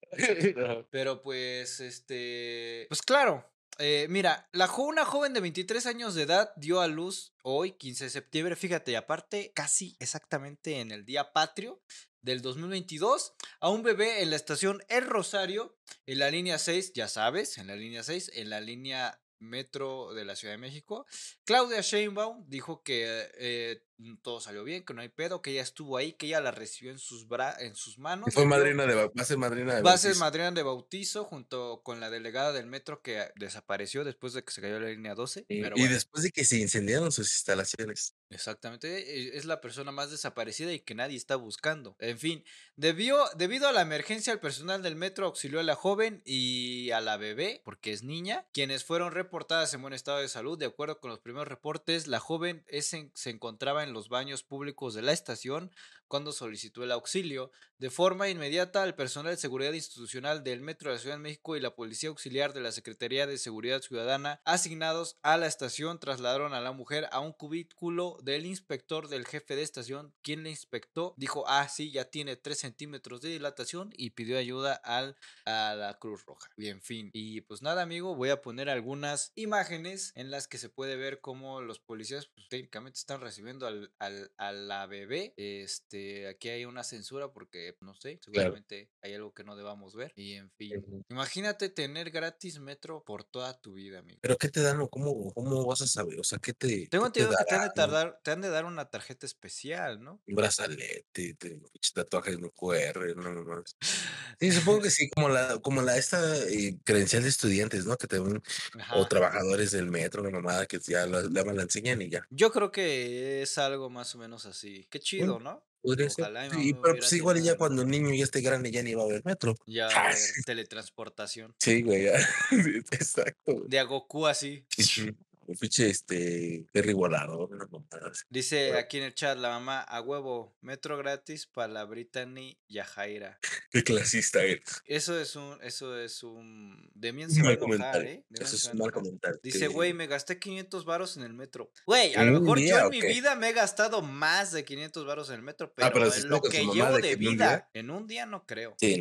Ajá. Pero pues, este, pues claro, eh, mira, la jo- una joven de veintitrés años de edad dio a luz hoy, quince de septiembre, fíjate, y aparte, casi exactamente en el día patrio del dos mil veintidós, a un bebé en la estación El Rosario, en la línea seis, ya sabes, en la línea seis, en la línea metro de la Ciudad de México. Claudia Sheinbaum dijo que eh, todo salió bien, que no hay pedo, que ella estuvo ahí, que ella la recibió en sus, bra en sus Y manos, fue le dio madrina de, ba- va a ser madrina de Va a ser bautizo. madrina de bautizo junto con la delegada del metro que desapareció después de que se cayó la línea doce. Y, Pero y bueno, después de que se incendiaron sus instalaciones. exactamente, e- es la persona más desaparecida y que nadie está buscando. En fin, debió, debido a la emergencia, el personal del metro auxilió a la joven y a la bebé, porque es niña, quienes fueron reportadas en buen estado de salud. De acuerdo con los primeros reportes, la joven es en- se encontraba en los baños públicos de la estación cuando solicitó el auxilio. De forma inmediata, el personal de seguridad institucional del Metro de la Ciudad de México y la Policía Auxiliar de la Secretaría de Seguridad Ciudadana asignados a la estación trasladaron a la mujer a un cubículo del inspector del jefe de estación, quien le inspectó, dijo, ah, sí, ya tiene tres centímetros de dilatación y pidió ayuda al, a la Cruz Roja. Y en fin, y pues nada, amigo, voy a poner algunas imágenes en las que se puede ver cómo los policías pues, técnicamente están recibiendo al, al, a la bebé. Este, aquí hay una censura porque, no sé, Claro. seguramente hay algo que no debamos ver. Y en fin, Ujú. imagínate tener gratis metro por toda tu vida, amigo. Pero ¿qué te dan o cómo, cómo vas a saber? O sea, ¿qué te, Tengo qué te entendido que te han de darán? tardar, te han de dar una tarjeta especial, ¿no? Un brazalete, te- pinches tatuajes en Q R, no, no, no. Sí, supongo que sí, como la, como la esta eh, credencial de estudiantes, ¿no? Que te dan, o Ajá. trabajadores del metro, una mamada que ya la, la, la enseñan y ya. Yo creo que es algo más o menos así. Qué Bueno, chido, ¿no? podría ser. Ojalá mi mamá Sí, me pero pues hubiera igual y ya tenido cuando el niño ya esté grande ya ni va a haber metro. ya va a haber teletransportación. Sí, güey, ya. Sí, exacto, güey. De a Goku así. Ujú. Un pinche este Perry volador, una mamada así. Dice Pero, aquí en el chat la mamá, a huevo, metro gratis para la Brittany Yajaira. qué clasista eres. Eso es un, eso es un... Demian Un se va a mal enojar, comentario. ¿eh? Demian Eso se es va a un mal enojar. comentario. Dice, que- güey, me gasté quinientos varos en el metro. Güey, a ¿En lo un mejor yo día en o mi qué? vida me he gastado más de quinientos varos en el metro, Ah, pero pero si en estuvo lo con su que mamá llevo de de que en un día. vida, en un día no creo. Sí, no.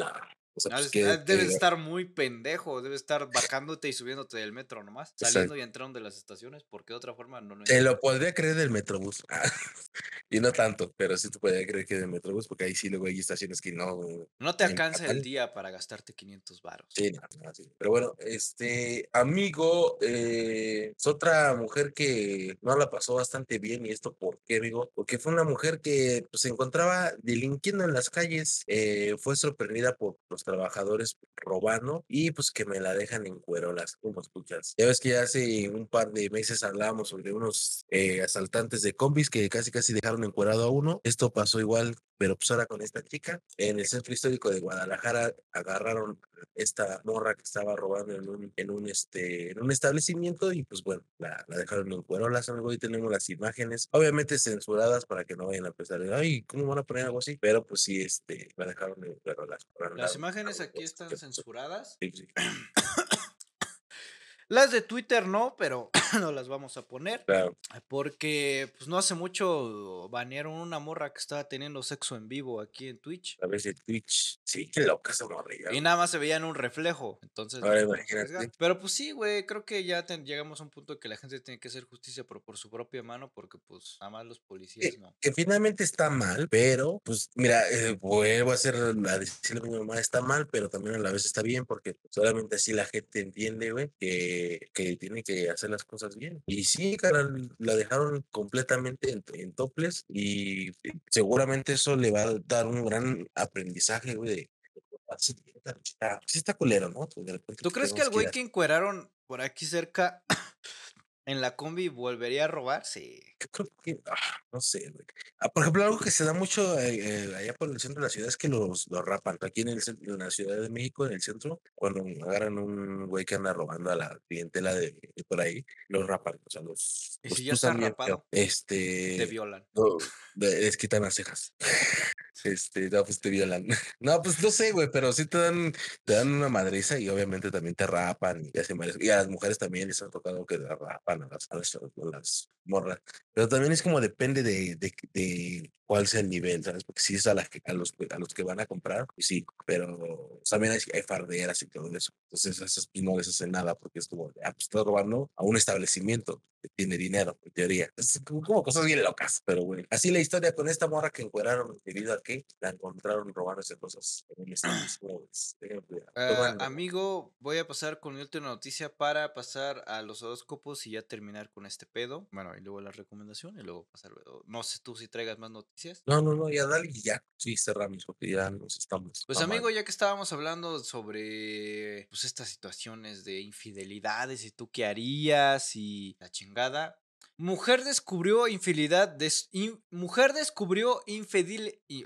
O sea, Ah, pues es- ah, que, Debes que estar muy pendejo, debes estar bajándote y subiéndote del metro nomás, saliendo y entrando de las estaciones, porque de otra forma no lo te entiendo. lo podría creer del Metrobús. Y no tanto, pero sí te podría creer que del Metrobús, porque ahí sí luego hay estaciones que no, No te no alcanza el empatan. día para gastarte quinientos varos. Sí, no, no, sí. Pero bueno, este amigo, eh, es otra mujer que no la pasó bastante bien. ¿Y esto por qué, amigo? Porque fue una mujer que pues, se encontraba delinquiendo en las calles, eh, fue sorprendida por los trabajadores robando y pues que me la dejan en cuerolas, como escuchas. Ya ves que hace un par de meses hablábamos sobre unos eh, asaltantes de combis que casi casi dejaron encuerado a uno. Esto pasó igual, pero pues ahora con esta chica. En el centro histórico de Guadalajara agarraron esta morra que estaba robando en un, en un, este, en un establecimiento y pues bueno, la, la dejaron en cuerolas, amigo, y tenemos las imágenes, obviamente censuradas para que no vayan a pensar, ay, ¿cómo van a poner algo así? Pero pues sí, este, la dejaron en cuerolas. Por Las andar imágenes buscando aquí cosas están que no son. censuradas. Sí, sí, Las de Twitter no, pero no las vamos a poner. claro. Porque pues no hace mucho banearon una morra que estaba teniendo sexo en vivo aquí en Twitch. A veces Twitch, sí, qué loca esa morra, ya, Y güey. nada más se veía en un reflejo. Entonces no Ahora nos podemos imagínate. arriesgar. Pero pues sí, güey. Creo que ya ten- llegamos a un punto que la gente tiene que hacer justicia por, por su propia mano. Porque pues nada más los policías Que, no. que finalmente está mal, pero pues mira, eh, vuelvo a hacer a decirle a mi mamá, está mal, pero también a la vez está bien, porque solamente así la gente entiende, güey, que, que tiene que hacer las cosas bien. Y sí, carnal, la dejaron completamente en, en toples y seguramente eso le va a dar un gran aprendizaje, güey, de así está, sí está culero, ¿no? Pues, de repente ¿Tú que crees que tenemos al que ir güey a que encueraron por aquí cerca en la combi volvería a robar? Sí. yo creo que, ah, no sé, güey. Ah, por ejemplo, algo que se da mucho eh, eh, allá por el centro de la ciudad es que los, los rapan. Aquí en, el, cen- en la Ciudad de México, en el centro, cuando agarran un güey que anda robando a la clientela de, de por ahí, los rapan. O sea, los, Y los si ya está tusan bien feo. rapado, te Este, violan. no, le- les quitan las cejas. Este, no, pues te violan. No, pues no sé, güey, pero sí te dan, te dan una madriza y obviamente también te rapan y hacen varias. Y a las mujeres también les ha tocado que las rapan a las, a las, a las morras. Pero también es como depende de, de, de cuál sea el nivel, ¿sabes? Porque si es a, las que, a, los, a los que van a comprar, pues sí, pero también hay, hay farderas y todo eso. Entonces, esas pues, no les hacen nada porque es como, ah, pues estás robando a un establecimiento que tiene dinero, en teoría. Es como, como cosas bien locas, pero bueno. Así la historia con esta morra que encueraron debido a que la encontraron robándose cosas en un establecimiento. Tengan cuidado. Ah, Toman- amigo, voy a pasar con mi última noticia para pasar a los horóscopos y ya terminar con este pedo. Bueno, y luego la recomendación y luego pasar. luego- No sé tú si traigas más noticias. No, no, no, ya dale y ya. Sí, cerramos porque ya nos estamos Pues mamando. amigo, ya que estábamos hablando sobre pues estas situaciones de infidelidades y tú qué harías y la chingada. Mujer descubrió infidelidad de su- in- mujer descubrió infidel y-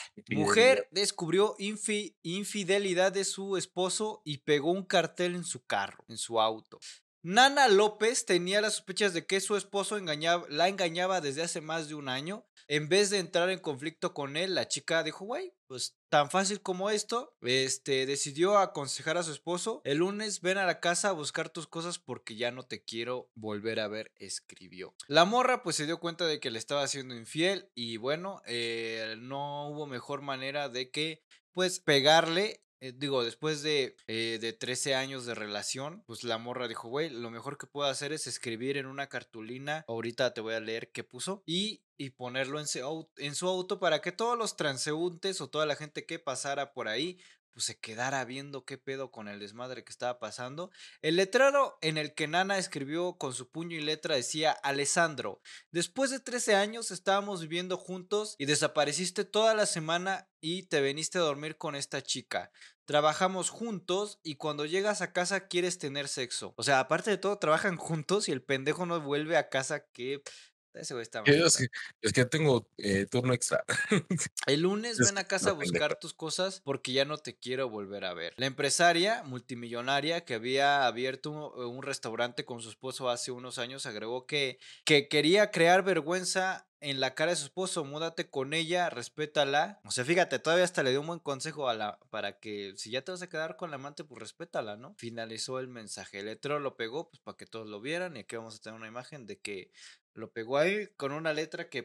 mujer descubrió infi- infidelidad de su esposo y pegó un cartel en su carro, en su auto. Nana López tenía las sospechas de que su esposo engañaba, la engañaba desde hace más de un año. En vez de entrar en conflicto con él, la chica dijo, güey, pues tan fácil como esto, este, decidió aconsejar a su esposo, el lunes ven a la casa a buscar tus cosas porque ya no te quiero volver a ver, escribió. La morra pues se dio cuenta de que le estaba haciendo infiel y bueno, eh, no hubo mejor manera de que pues pegarle. Eh, digo, después de, eh, de trece años de relación, pues la morra dijo, güey, lo mejor que puedo hacer es escribir en una cartulina, ahorita te voy a leer qué puso, y, y ponerlo en, su en su auto para que todos los transeúntes o toda la gente que pasara por ahí, pues se quedara viendo qué pedo con el desmadre que estaba pasando. El letrero en el que Nana escribió con su puño y letra decía, Alessandro, después de trece años estábamos viviendo juntos y desapareciste toda la semana y te veniste a dormir con esta chica. Trabajamos juntos y cuando llegas a casa quieres tener sexo. O sea, aparte de todo, trabajan juntos y el pendejo no vuelve a casa que... Ese güey está más Es puta. que, es que tengo eh, turno extra. El lunes Es ven que a casa a no, pendejo. buscar tus cosas porque ya no te quiero volver a ver. La empresaria multimillonaria que había abierto un, un restaurante con su esposo hace unos años agregó que, que quería crear vergüenza en la cara de su esposo, múdate con ella, respétala. O sea, fíjate, todavía hasta le dio un buen consejo a la, para que si ya te vas a quedar con la amante, pues respétala, ¿no? Finalizó el mensaje. El letrero lo pegó, pues para que todos lo vieran y aquí vamos a tener una imagen de que lo pegó ahí con una letra que pues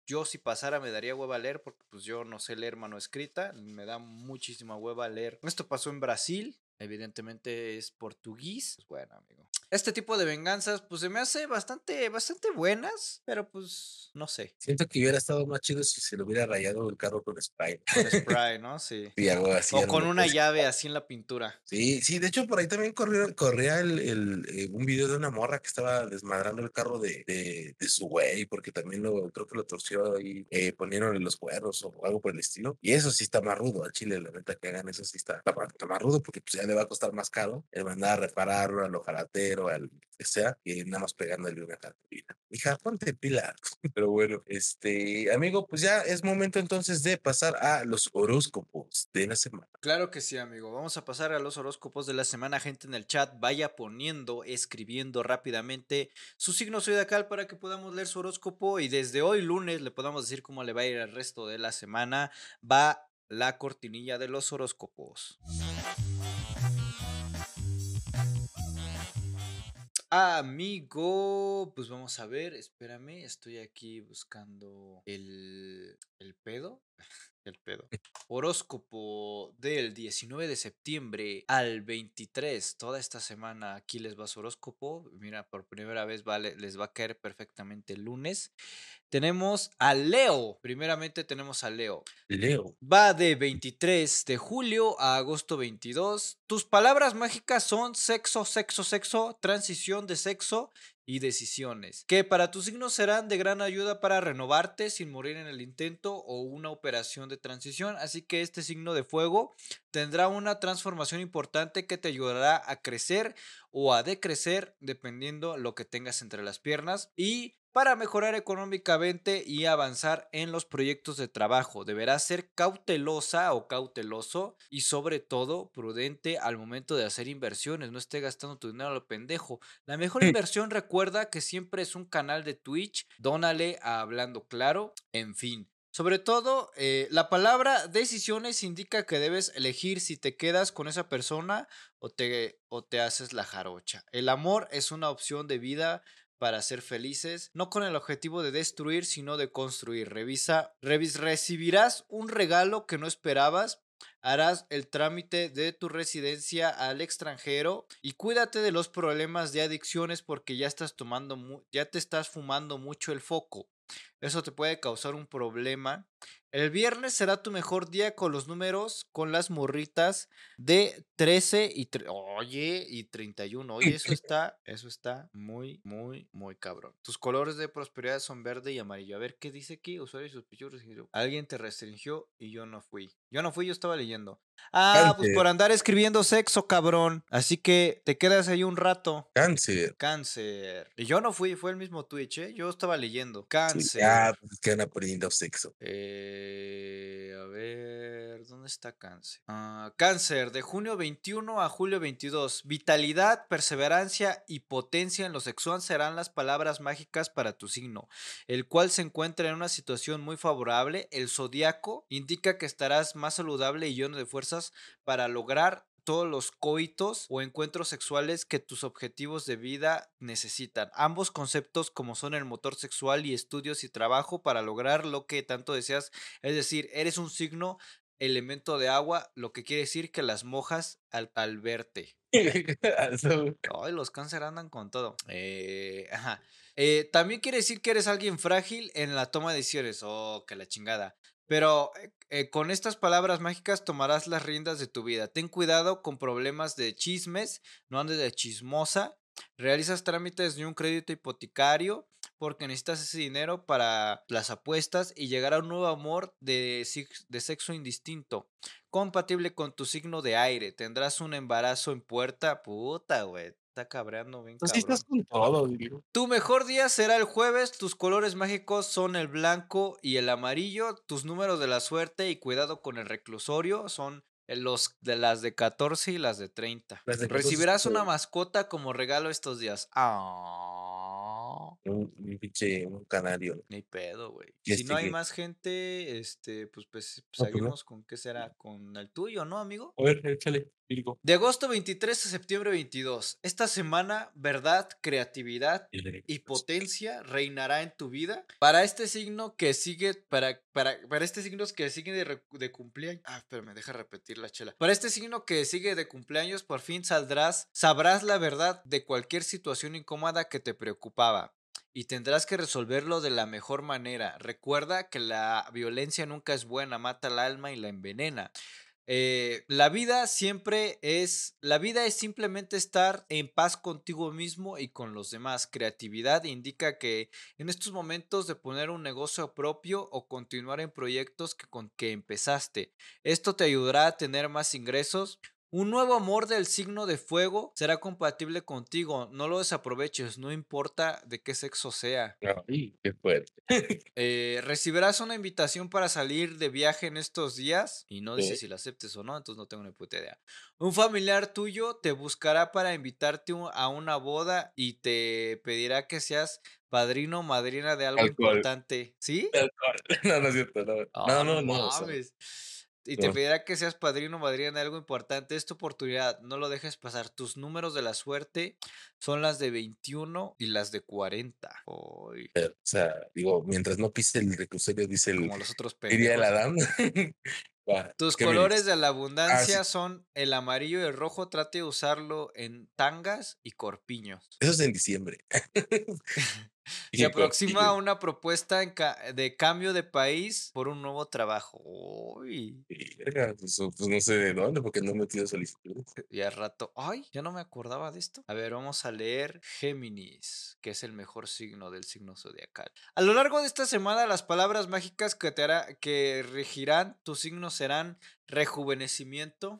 yo si pasara me daría hueva leer porque pues yo no sé leer mano escrita, me da muchísima hueva leer. Esto pasó en Brasil, evidentemente es portugués. Pues bueno, amigo. Este tipo de venganzas pues se me hace bastante, bastante buenas, pero pues no sé. Siento que hubiera estado más chido si se le hubiera rayado el carro con spray. Con spray, ¿no? Sí. Sí, algo así. O algo con una así. llave así en la pintura. Sí, sí, de hecho por ahí también corrió, corría el, el, eh, un video de una morra que estaba desmadrando el carro de, de, de su güey, porque también lo, creo que lo torció ahí, eh, poniéndole los cuernos o algo por el estilo. Y eso sí está más rudo, al chile, la neta que hagan eso sí está, está, más, está más rudo, porque pues ya le va a costar más caro el mandar a repararlo al ojalatero, al que sea, y nada más pegándole una cartulina. Hija, ponte pila. Pero bueno, este, amigo, pues ya es momento entonces de pasar a los horóscopos de la semana. Claro que sí, amigo. Vamos a pasar a los horóscopos de la semana. Gente en el chat, vaya poniendo, escribiendo rápidamente su signo zodiacal para que podamos leer su horóscopo y desde hoy lunes le podamos decir cómo le va a ir el resto de la semana. Va la cortinilla de los horóscopos. Amigo, pues vamos a ver, espérame, estoy aquí buscando el, el pedo. El pedo. Horóscopo del diecinueve de septiembre al veintitrés. Toda esta semana aquí les va su horóscopo. Mira, por primera vez va, les va a caer perfectamente el lunes. Tenemos a Leo. Primeramente tenemos a Leo. Leo. Va de veintitrés de julio a agosto veintidós. Tus palabras mágicas son sexo, sexo, sexo, transición de sexo y decisiones, que para tu signo serán de gran ayuda para renovarte sin morir en el intento o una operación de transición. Así que este signo de fuego tendrá una transformación importante que te ayudará a crecer o a decrecer dependiendo lo que tengas entre las piernas y para mejorar económicamente y avanzar en los proyectos de trabajo. Deberás ser cautelosa o cauteloso y sobre todo prudente al momento de hacer inversiones. No esté gastando tu dinero a lo pendejo. La mejor inversión, recuerda que siempre es un canal de Twitch. Dónale a Hablando Claro. En fin. Sobre todo, eh, la palabra decisiones indica que debes elegir si te quedas con esa persona o te, o te haces la jarocha. El amor es una opción de vida para ser felices, no con el objetivo de destruir, sino de construir. Revisa, revis, recibirás un regalo que no esperabas. Harás el trámite de tu residencia al extranjero y cuídate de los problemas de adicciones porque ya estás tomando, mu- ya te estás fumando mucho el foco. Eso te puede causar un problema. El viernes será tu mejor día con los números, con las morritas de trece y tre- oye, y treinta y uno. Oye, eso está, eso está muy, muy, muy cabrón. Tus colores de prosperidad son verde y amarillo. A ver, ¿qué dice aquí? Usuario sospechoso. Alguien te restringió y yo no fui. Yo no fui, yo estaba leyendo. Ah, pues Cáncer. por andar escribiendo sexo, cabrón. Así que te quedas ahí un rato. Cáncer. Cáncer. Y yo no fui, fue el mismo Twitch, ¿eh? Yo estaba leyendo. Sí, Cáncer. ah, pues que anda poniendo sexo. Eh, a ver, ¿dónde está Cáncer? Ah, Cáncer, de junio veintiuno a julio veintidós. Vitalidad, perseverancia y potencia en lo sexual serán las palabras mágicas para tu signo, el cual se encuentra en una situación muy favorable. El zodiaco indica que estarás más saludable y lleno de fuerzas para lograr todos los coitos o encuentros sexuales que tus objetivos de vida necesitan. Ambos conceptos como son el motor sexual y estudios y trabajo para lograr lo que tanto deseas. Es decir, eres un signo elemento de agua, lo que quiere decir que las mojas al, al verte. Ay, los cáncer andan con todo. Eh, ajá. Eh, también quiere decir que eres alguien frágil en la toma de decisiones. Oh, que la chingada. Pero eh, eh, con estas palabras mágicas tomarás las riendas de tu vida. Ten cuidado con problemas de chismes, no andes de chismosa. Realizas trámites de un crédito hipotecario porque necesitas ese dinero para las apuestas y llegar a un nuevo amor de, sex- de sexo indistinto, compatible con tu signo de aire. Tendrás un embarazo en puerta. Puta, güey. Está cabreando bien Tú sí estás cabrón. con todo, digo. Tu mejor día será el jueves. Tus colores mágicos son el blanco y el amarillo. Tus números de la suerte y cuidado con el reclusorio son eh, los de las de catorce y las de treinta. Las de catorce Recibirás están una todo. mascota como regalo estos días. Ah. Un, un pinche, un canario. Ni pedo, güey. Y Si no este hay que. más gente, este, pues, pues No, pues no. seguimos con qué será, con el tuyo, ¿no, amigo? A ver, échale, Virgo. De agosto veintitrés a septiembre veintidós. Esta semana, verdad, creatividad y potencia reinará en tu vida. Para este signo que sigue, para, para, para este signo que sigue de, re- de cumpleaños. Ah, espérame, deja repetir la chela. Para este signo que sigue de cumpleaños, por fin saldrás, sabrás la verdad de cualquier situación incómoda que te preocupaba. Y tendrás que resolverlo de la mejor manera. Recuerda que la violencia nunca es buena, mata el alma y la envenena. Eh, la vida siempre es, la vida es simplemente estar en paz contigo mismo y con los demás. Creatividad indica que en estos momentos de poner un negocio propio o continuar en proyectos que, con que empezaste. Esto te ayudará a tener más ingresos. Un nuevo amor del signo de fuego será compatible contigo. No lo desaproveches, no importa de qué sexo sea. Ay, qué fuerte. Eh, recibirás una invitación para salir de viaje en estos días y no dice Sí. si la aceptes o no, entonces no tengo ni puta idea. Un familiar tuyo te buscará para invitarte un- a una boda y te pedirá que seas padrino o madrina de algo Alcohol. importante. ¿Sí? Alcohol. No, no es cierto, no. Ah, No, no no, no. O sea, mames. Y te no. pedirá que seas padrino o madrina de algo importante. Es tu oportunidad, no lo dejes pasar. Tus números de la suerte son las de veintiuno y las de cuarenta. Uy, Pero, o sea, digo, mientras no pise el reclusorio, dice el. como los otros Diría el pendejos. Adán. Va, Tus ¿qué me colores dices? de la Ah, sí. abundancia son el amarillo y el rojo. Trate de usarlo en tangas y corpiños. Eso es en diciembre. Se Y aproxima corpiños. una propuesta en ca- de cambio de país por un nuevo trabajo. Uy, Y, verga, pues, o- pues no sé de dónde, porque no he metido solicitudes. y al rato, ay, ya no me acordaba de esto. A ver, vamos a leer Géminis, que es el mejor signo del signo zodiacal. A lo largo de esta semana, las palabras mágicas que te hará, que regirán tu signo serán rejuvenecimiento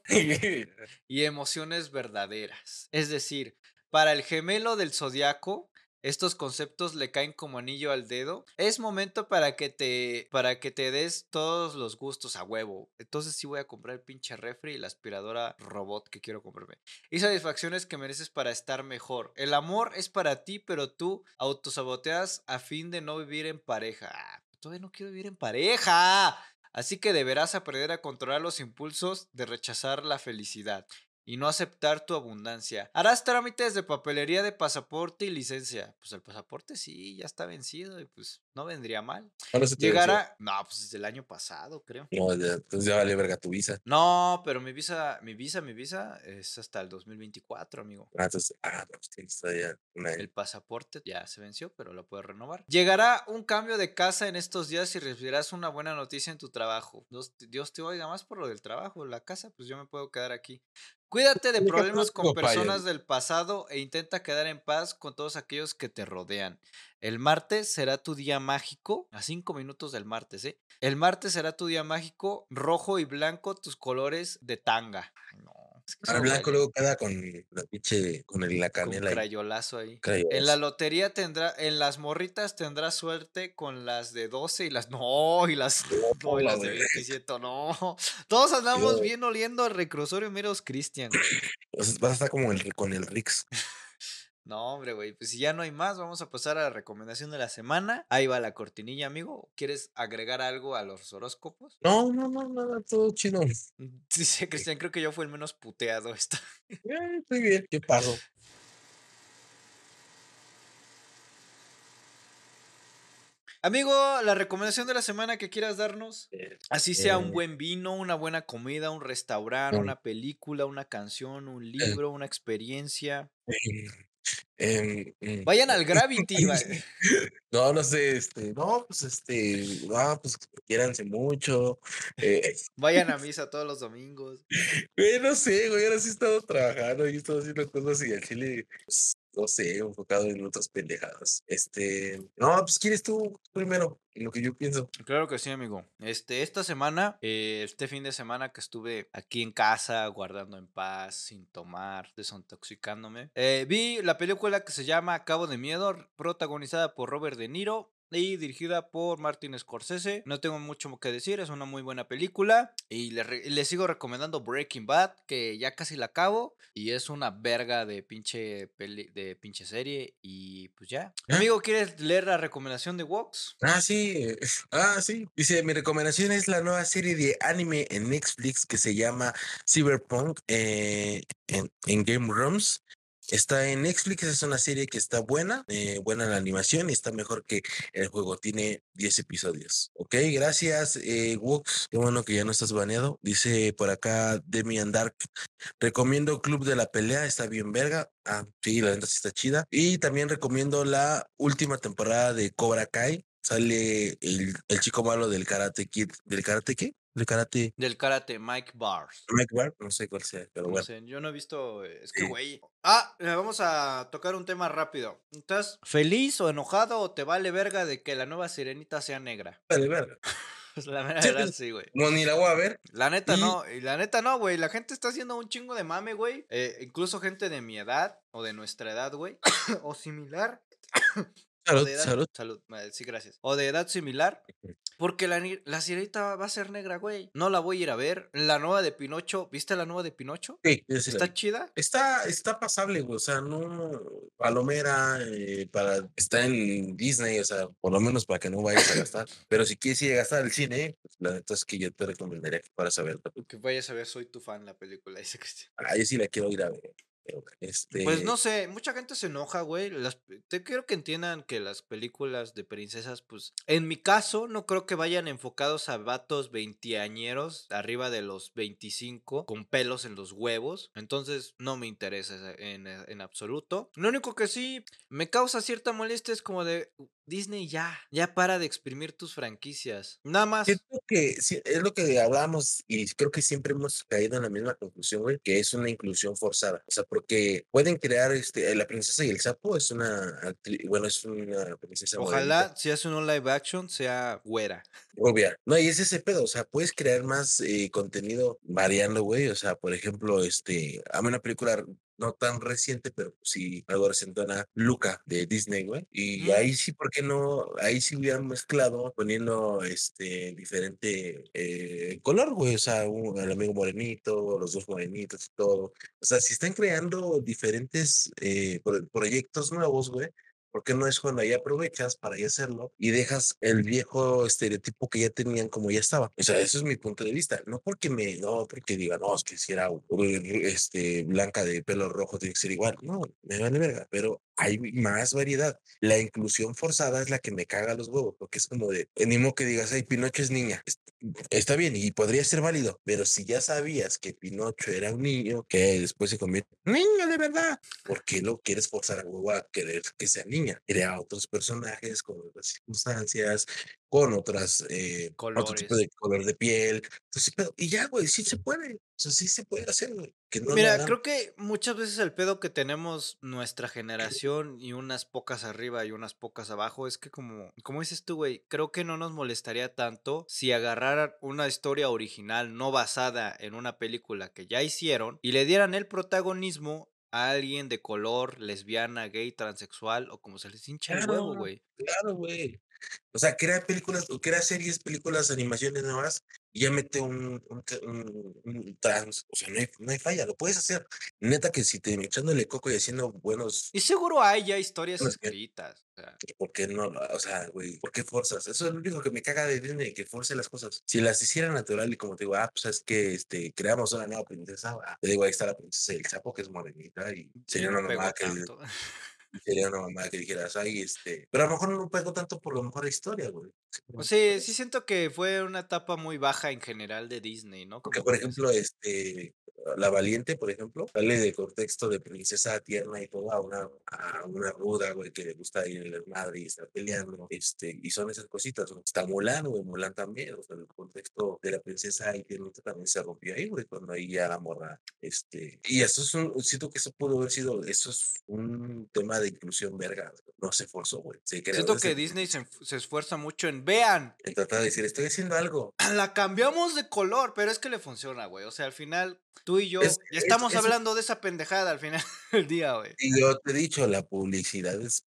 y emociones verdaderas. Es decir, para el gemelo del zodiaco, estos conceptos le caen como anillo al dedo. Es momento para que te para que te des todos los gustos a huevo. Entonces sí voy a comprar el pinche refri y la aspiradora robot que quiero comprarme. Y satisfacciones que mereces para estar mejor. El amor es para ti, pero tú autosaboteas a fin de no vivir en pareja. Ah, todavía no quiero vivir en pareja. Así que deberás aprender a controlar los impulsos de rechazar la felicidad y no aceptar tu abundancia. Harás trámites de papelería de pasaporte y licencia. Pues el pasaporte sí, ya está vencido y pues no vendría mal. ¿Cuándo se te venció? Llegará, no, pues desde el año pasado, creo. No, ya, entonces ya vale verga tu visa. No, pero mi visa, mi visa, mi visa es hasta el dos mil veinticuatro, amigo. Ah, entonces, ah, no, pues tienes todavía un año. El pasaporte ya se venció, pero lo puedes renovar. Llegará un cambio de casa en estos días y recibirás una buena noticia en tu trabajo. Dios, Dios te oiga más por lo del trabajo. La casa, pues yo me puedo quedar aquí. Cuídate de Deja problemas todo con como falla. personas del pasado e intenta quedar en paz con todos aquellos que te rodean. El martes será tu día mágico, a cinco minutos del martes, ¿eh? El martes será tu día mágico, rojo y blanco, tus colores de tanga. Ay, no, es que Ah, el eso blanco duele. luego queda con la pinche, con el, la Con canela ahí. crayolazo ahí. En la Crayolas. lotería tendrá, en las morritas tendrás suerte con las de doce y las, no, y las, no, y las de güey. veintisiete, no. Todos Y andamos luego, bien oliendo al reclusorio Meros Cristian, güey. o sea, vas a estar como el, con el Rix. No, hombre, güey, pues si ya no hay más, vamos a pasar a la recomendación de la semana. Ahí va la cortinilla, amigo. ¿Quieres agregar algo a los horóscopos? No, no, no, nada, todo chido. Dice Cristian, creo que yo fui el menos puteado esta. Eh, estoy bien, ¿qué pasó? Amigo, la recomendación de la semana que quieras darnos, Eh, así sea un eh, buen vino, una buena comida, un restaurante, no, una película, una canción, un eh, libro, una experiencia. eh, em, mm. Vayan al Gravity. va- No, no sé, este, no, pues este, ah, pues quiéranse mucho. Eh, Vayan a misa todos los domingos. güey, no sé, güey, ahora sí he estado trabajando y he estado haciendo cosas y al chile, pues, no sé, enfocado en otras pendejadas. Este, no, pues quieres tú primero, en lo que yo pienso. Claro que sí, amigo. Este, esta semana, eh, este fin de semana que estuve aquí en casa, guardando en paz, sin tomar, desintoxicándome, eh, vi la película que se llama Cabo de Miedo, protagonizada por Robert De Niro. y dirigida por Martin Scorsese. No tengo mucho que decir, es una muy buena película. Y le, re- le sigo recomendando Breaking Bad, que ya casi la acabo. Y es una verga de pinche, peli- de pinche serie. Y pues ya. ¿Ah? Amigo, ¿quieres leer la recomendación de Vox? Ah, sí, eh, ah, sí. Dice, mi recomendación es la nueva serie de anime en Netflix que se llama Cyberpunk eh, en, en Game Rooms. Está en Netflix, es una serie que está buena, eh, buena la animación y está mejor que el juego. Tiene diez episodios. Ok, gracias, eh, Wux. Qué bueno que ya no estás baneado. Dice por acá Demian Dark. Recomiendo Club de la Pelea, está bien verga. Ah, sí, la neta sí está chida. Y también recomiendo la última temporada de Cobra Kai. Sale el, el chico malo del Karate Kid. ¿Del Karate qué? Del Karate Del karate, Mike Bars. Mike Ward, no sé cuál sea, pero No bueno. sé, yo no he visto. eh, Es que, Sí. güey. Ah, eh, vamos a tocar un tema rápido. ¿Estás feliz o enojado o te vale verga de que la nueva sirenita sea negra? Vale, verga. Pues la mera Sí, verdad, pues, sí, güey. no, ni la voy a ver. La neta Y no, y la neta no, güey. La gente está haciendo un chingo de mame, güey. Eh, incluso gente de mi edad o de nuestra edad, güey. O similar. O salud, de edad. salud. Salud, eh, sí, gracias. O de edad similar. Porque la, ni- la sirenita va a ser negra, güey. No la voy a ir a ver. La nueva de Pinocho. ¿Viste la nueva de Pinocho? Sí, yo sí la ¿Está vi. chida? Está, está pasable, güey. O sea, no palomera eh, para está en Disney, o sea, por lo menos para que no vayas a gastar. Pero si quieres ir a gastar al cine, pues, la neta es que yo te recomendaría que fueras a ver. Que vayas a ver, soy tu fan la película, dice Cristian. Ah, yo sí la quiero ir a ver. Pero, Pues este, no sé, mucha gente se enoja, güey. Las, te quiero que entiendan que las películas de princesas, pues, en mi caso, no creo que vayan enfocados a vatos veinteañeros, arriba de los veinticinco, con pelos en los huevos. Entonces, no me interesa esa- en, en absoluto. Lo único que sí me causa cierta molestia es como de Disney ya, ya para de exprimir tus franquicias. Nada más. siento que sí, es lo que hablábamos y creo que siempre hemos caído en la misma conclusión, güey, que es una inclusión forzada. O sea, porque pueden crear este, La Princesa y el Sapo es una, actri- bueno, es una princesa morenita, Ojalá si hacen un live action sea güera. rubia. No, y es ese pedo, o sea, puedes crear más eh, contenido variando, güey. O sea, por ejemplo, este, a una película no tan reciente, pero sí algo recientona, Luca de Disney, güey. Y Mm. ahí sí, ¿por qué no? Ahí sí hubieran mezclado poniendo este diferente eh, color, güey. O sea, un, el amigo morenito, los dos morenitos y todo. O sea, si están creando diferentes eh, pro- proyectos nuevos, güey. ¿Por qué no es cuando ahí aprovechas para ahí hacerlo y dejas el viejo estereotipo que ya tenían como ya estaba? O sea, eso es mi punto de vista. No porque me, no porque diga, no, es que si era uh, este, blanca de pelo rojo tiene que ser igual. No, me vale verga, pero hay más variedad. La inclusión forzada es la que me caga los huevos, porque es como de, ni modo que digas, ay, Pinocho es niña. Es- Está bien y podría ser válido, pero si ya sabías que Pinocho era un niño que después se convierte en niño de verdad, ¿por qué lo quieres forzar a huevo a querer que sea niña? Crea otros personajes con otras circunstancias, con otras, eh, otro tipo Colores. de color de piel. Entonces, pero, y ya, güey, sí se puede. O sea, sí se puede hacer, güey. Que no lo Mira, hagan. creo que muchas veces el pedo que tenemos nuestra generación y unas pocas arriba y unas pocas abajo es que como, como dices tú, güey, creo que no nos molestaría tanto si agarraran una historia original no basada en una película que ya hicieron y le dieran el protagonismo a alguien de color, lesbiana, gay, transexual o como se les hincha el huevo, Claro, güey. claro, güey. O sea, crea películas, o crea series, películas, animaciones nuevas y ya mete un, un, te- un- un trans. O sea, no hay, no hay falla, lo puedes hacer. Neta que si te echándole coco y haciendo buenos, Y seguro hay ya historias buenos guiones, escritas. O sea, ¿por qué no? lo- O sea, güey, ¿por qué forzas? Eso es lo único que me caga de Disney, que force las cosas. Si las hiciera natural y como te digo, ah, pues es que este, creamos una nueva princesa, ah, te digo, ahí está la princesa y el sapo que es morenita y y sería no una pegó mamá que tanto. sería una mamá que dijeras, ay, este, pero a lo mejor no pego tanto por lo mejor la historia, güey. Pues Simplemente por sí, sí eso. siento que fue una etapa muy baja en general de Disney, ¿no? Porque, Como por que ejemplo, así. este, La Valiente, por ejemplo, sale de contexto de princesa tierna y todo a una, a una ruda, güey, que le gusta ir en el madre y estar peleando, este, y son esas cositas, ¿no? Está Mulan, güey, Mulan también, o sea, el contexto de la princesa y tiernita también se rompió ahí, güey, cuando ahí ya la morra, este, y eso es un, siento que eso pudo haber sido, eso es un tema de inclusión verga, no se forzó, güey, se creó Siento desde que el Disney se, principio, enf- se esfuerza mucho en, vean, en tratar de decir, estoy haciendo algo, la cambiamos de color, pero es que le funciona, güey. O sea, al final, tú y es, yo ya es, estamos es hablando de esa pendejada al final del día, güey. y yo te he dicho, la publicidad es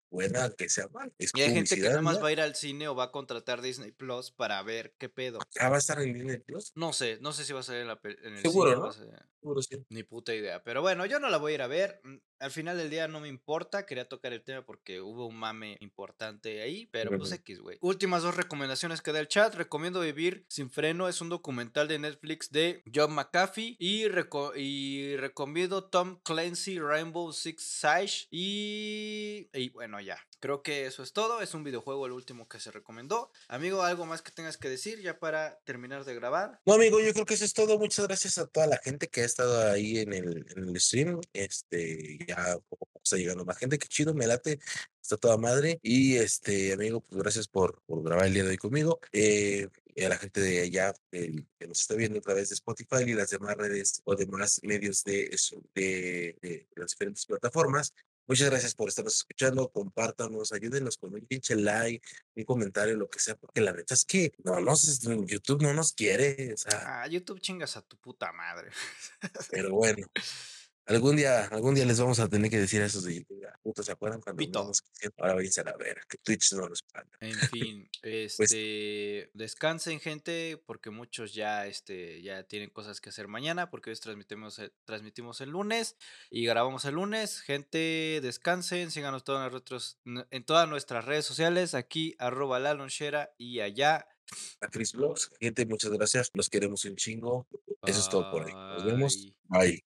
buena que sea mala. Es Y hay gente que publicidad, nada más ¿no? va a ir al cine o va a contratar Disney Plus para ver qué pedo. Ah, ¿va a estar en Disney Plus? No sé, no sé si va a salir en, la pe- en el Seguro, cine o va a ¿no? ser. Seguro sí. Ni puta idea. Pero bueno, yo no la voy a ir a ver. mm, Al final del día no me importa. Quería tocar el tema porque hubo un mame importante ahí. Pero pues Ujú. X, güey. Últimas dos recomendaciones que da el chat. Recomiendo Vivir sin freno. Es un documental de Netflix de John McAfee. Y, reco- y recomiendo Tom Clancy Rainbow Six Siege. Y... y bueno, ya. Creo que eso es todo. Es un videojuego el último que se recomendó. Amigo, ¿algo más que tengas que decir ya para terminar de grabar? No, amigo, yo creo que eso es todo. Muchas gracias a toda la gente que ha estado ahí en el, en el stream. Este, ya poco a poco está llegando más gente. Qué chido, me late. Está toda madre. Y este, amigo, pues gracias por, por grabar el día de hoy conmigo. Eh, y a la gente de allá eh, que nos está viendo a través de Spotify y las demás redes o demás medios de, eso, de, de las diferentes plataformas. Muchas gracias por estarnos escuchando. Compártanos, ayúdenos con un pinche like, un comentario, lo que sea, porque la neta es que no nos, YouTube no nos quiere, o sea, Ah, YouTube chingas a tu puta madre. pero bueno, algún día, algún día les vamos a tener que decir a esos de YouTube, "Ah, puto, ¿se acuerdan cuando Vito. nos quisieron? Ahora váyanse a la vera, que Twitch no nos paga". En fin, este, descansen, gente, porque muchos ya, este, ya tienen cosas que hacer mañana, porque hoy transmitimos, el- transmitimos el lunes y grabamos el lunes. Gente, descansen, síganos todas las retros- n- en todas nuestras redes sociales, aquí, arroba la lonchera y allá. A Chris Vlogs, gente, muchas gracias, los queremos un chingo, eso es todo por hoy, nos vemos, Bye. bye.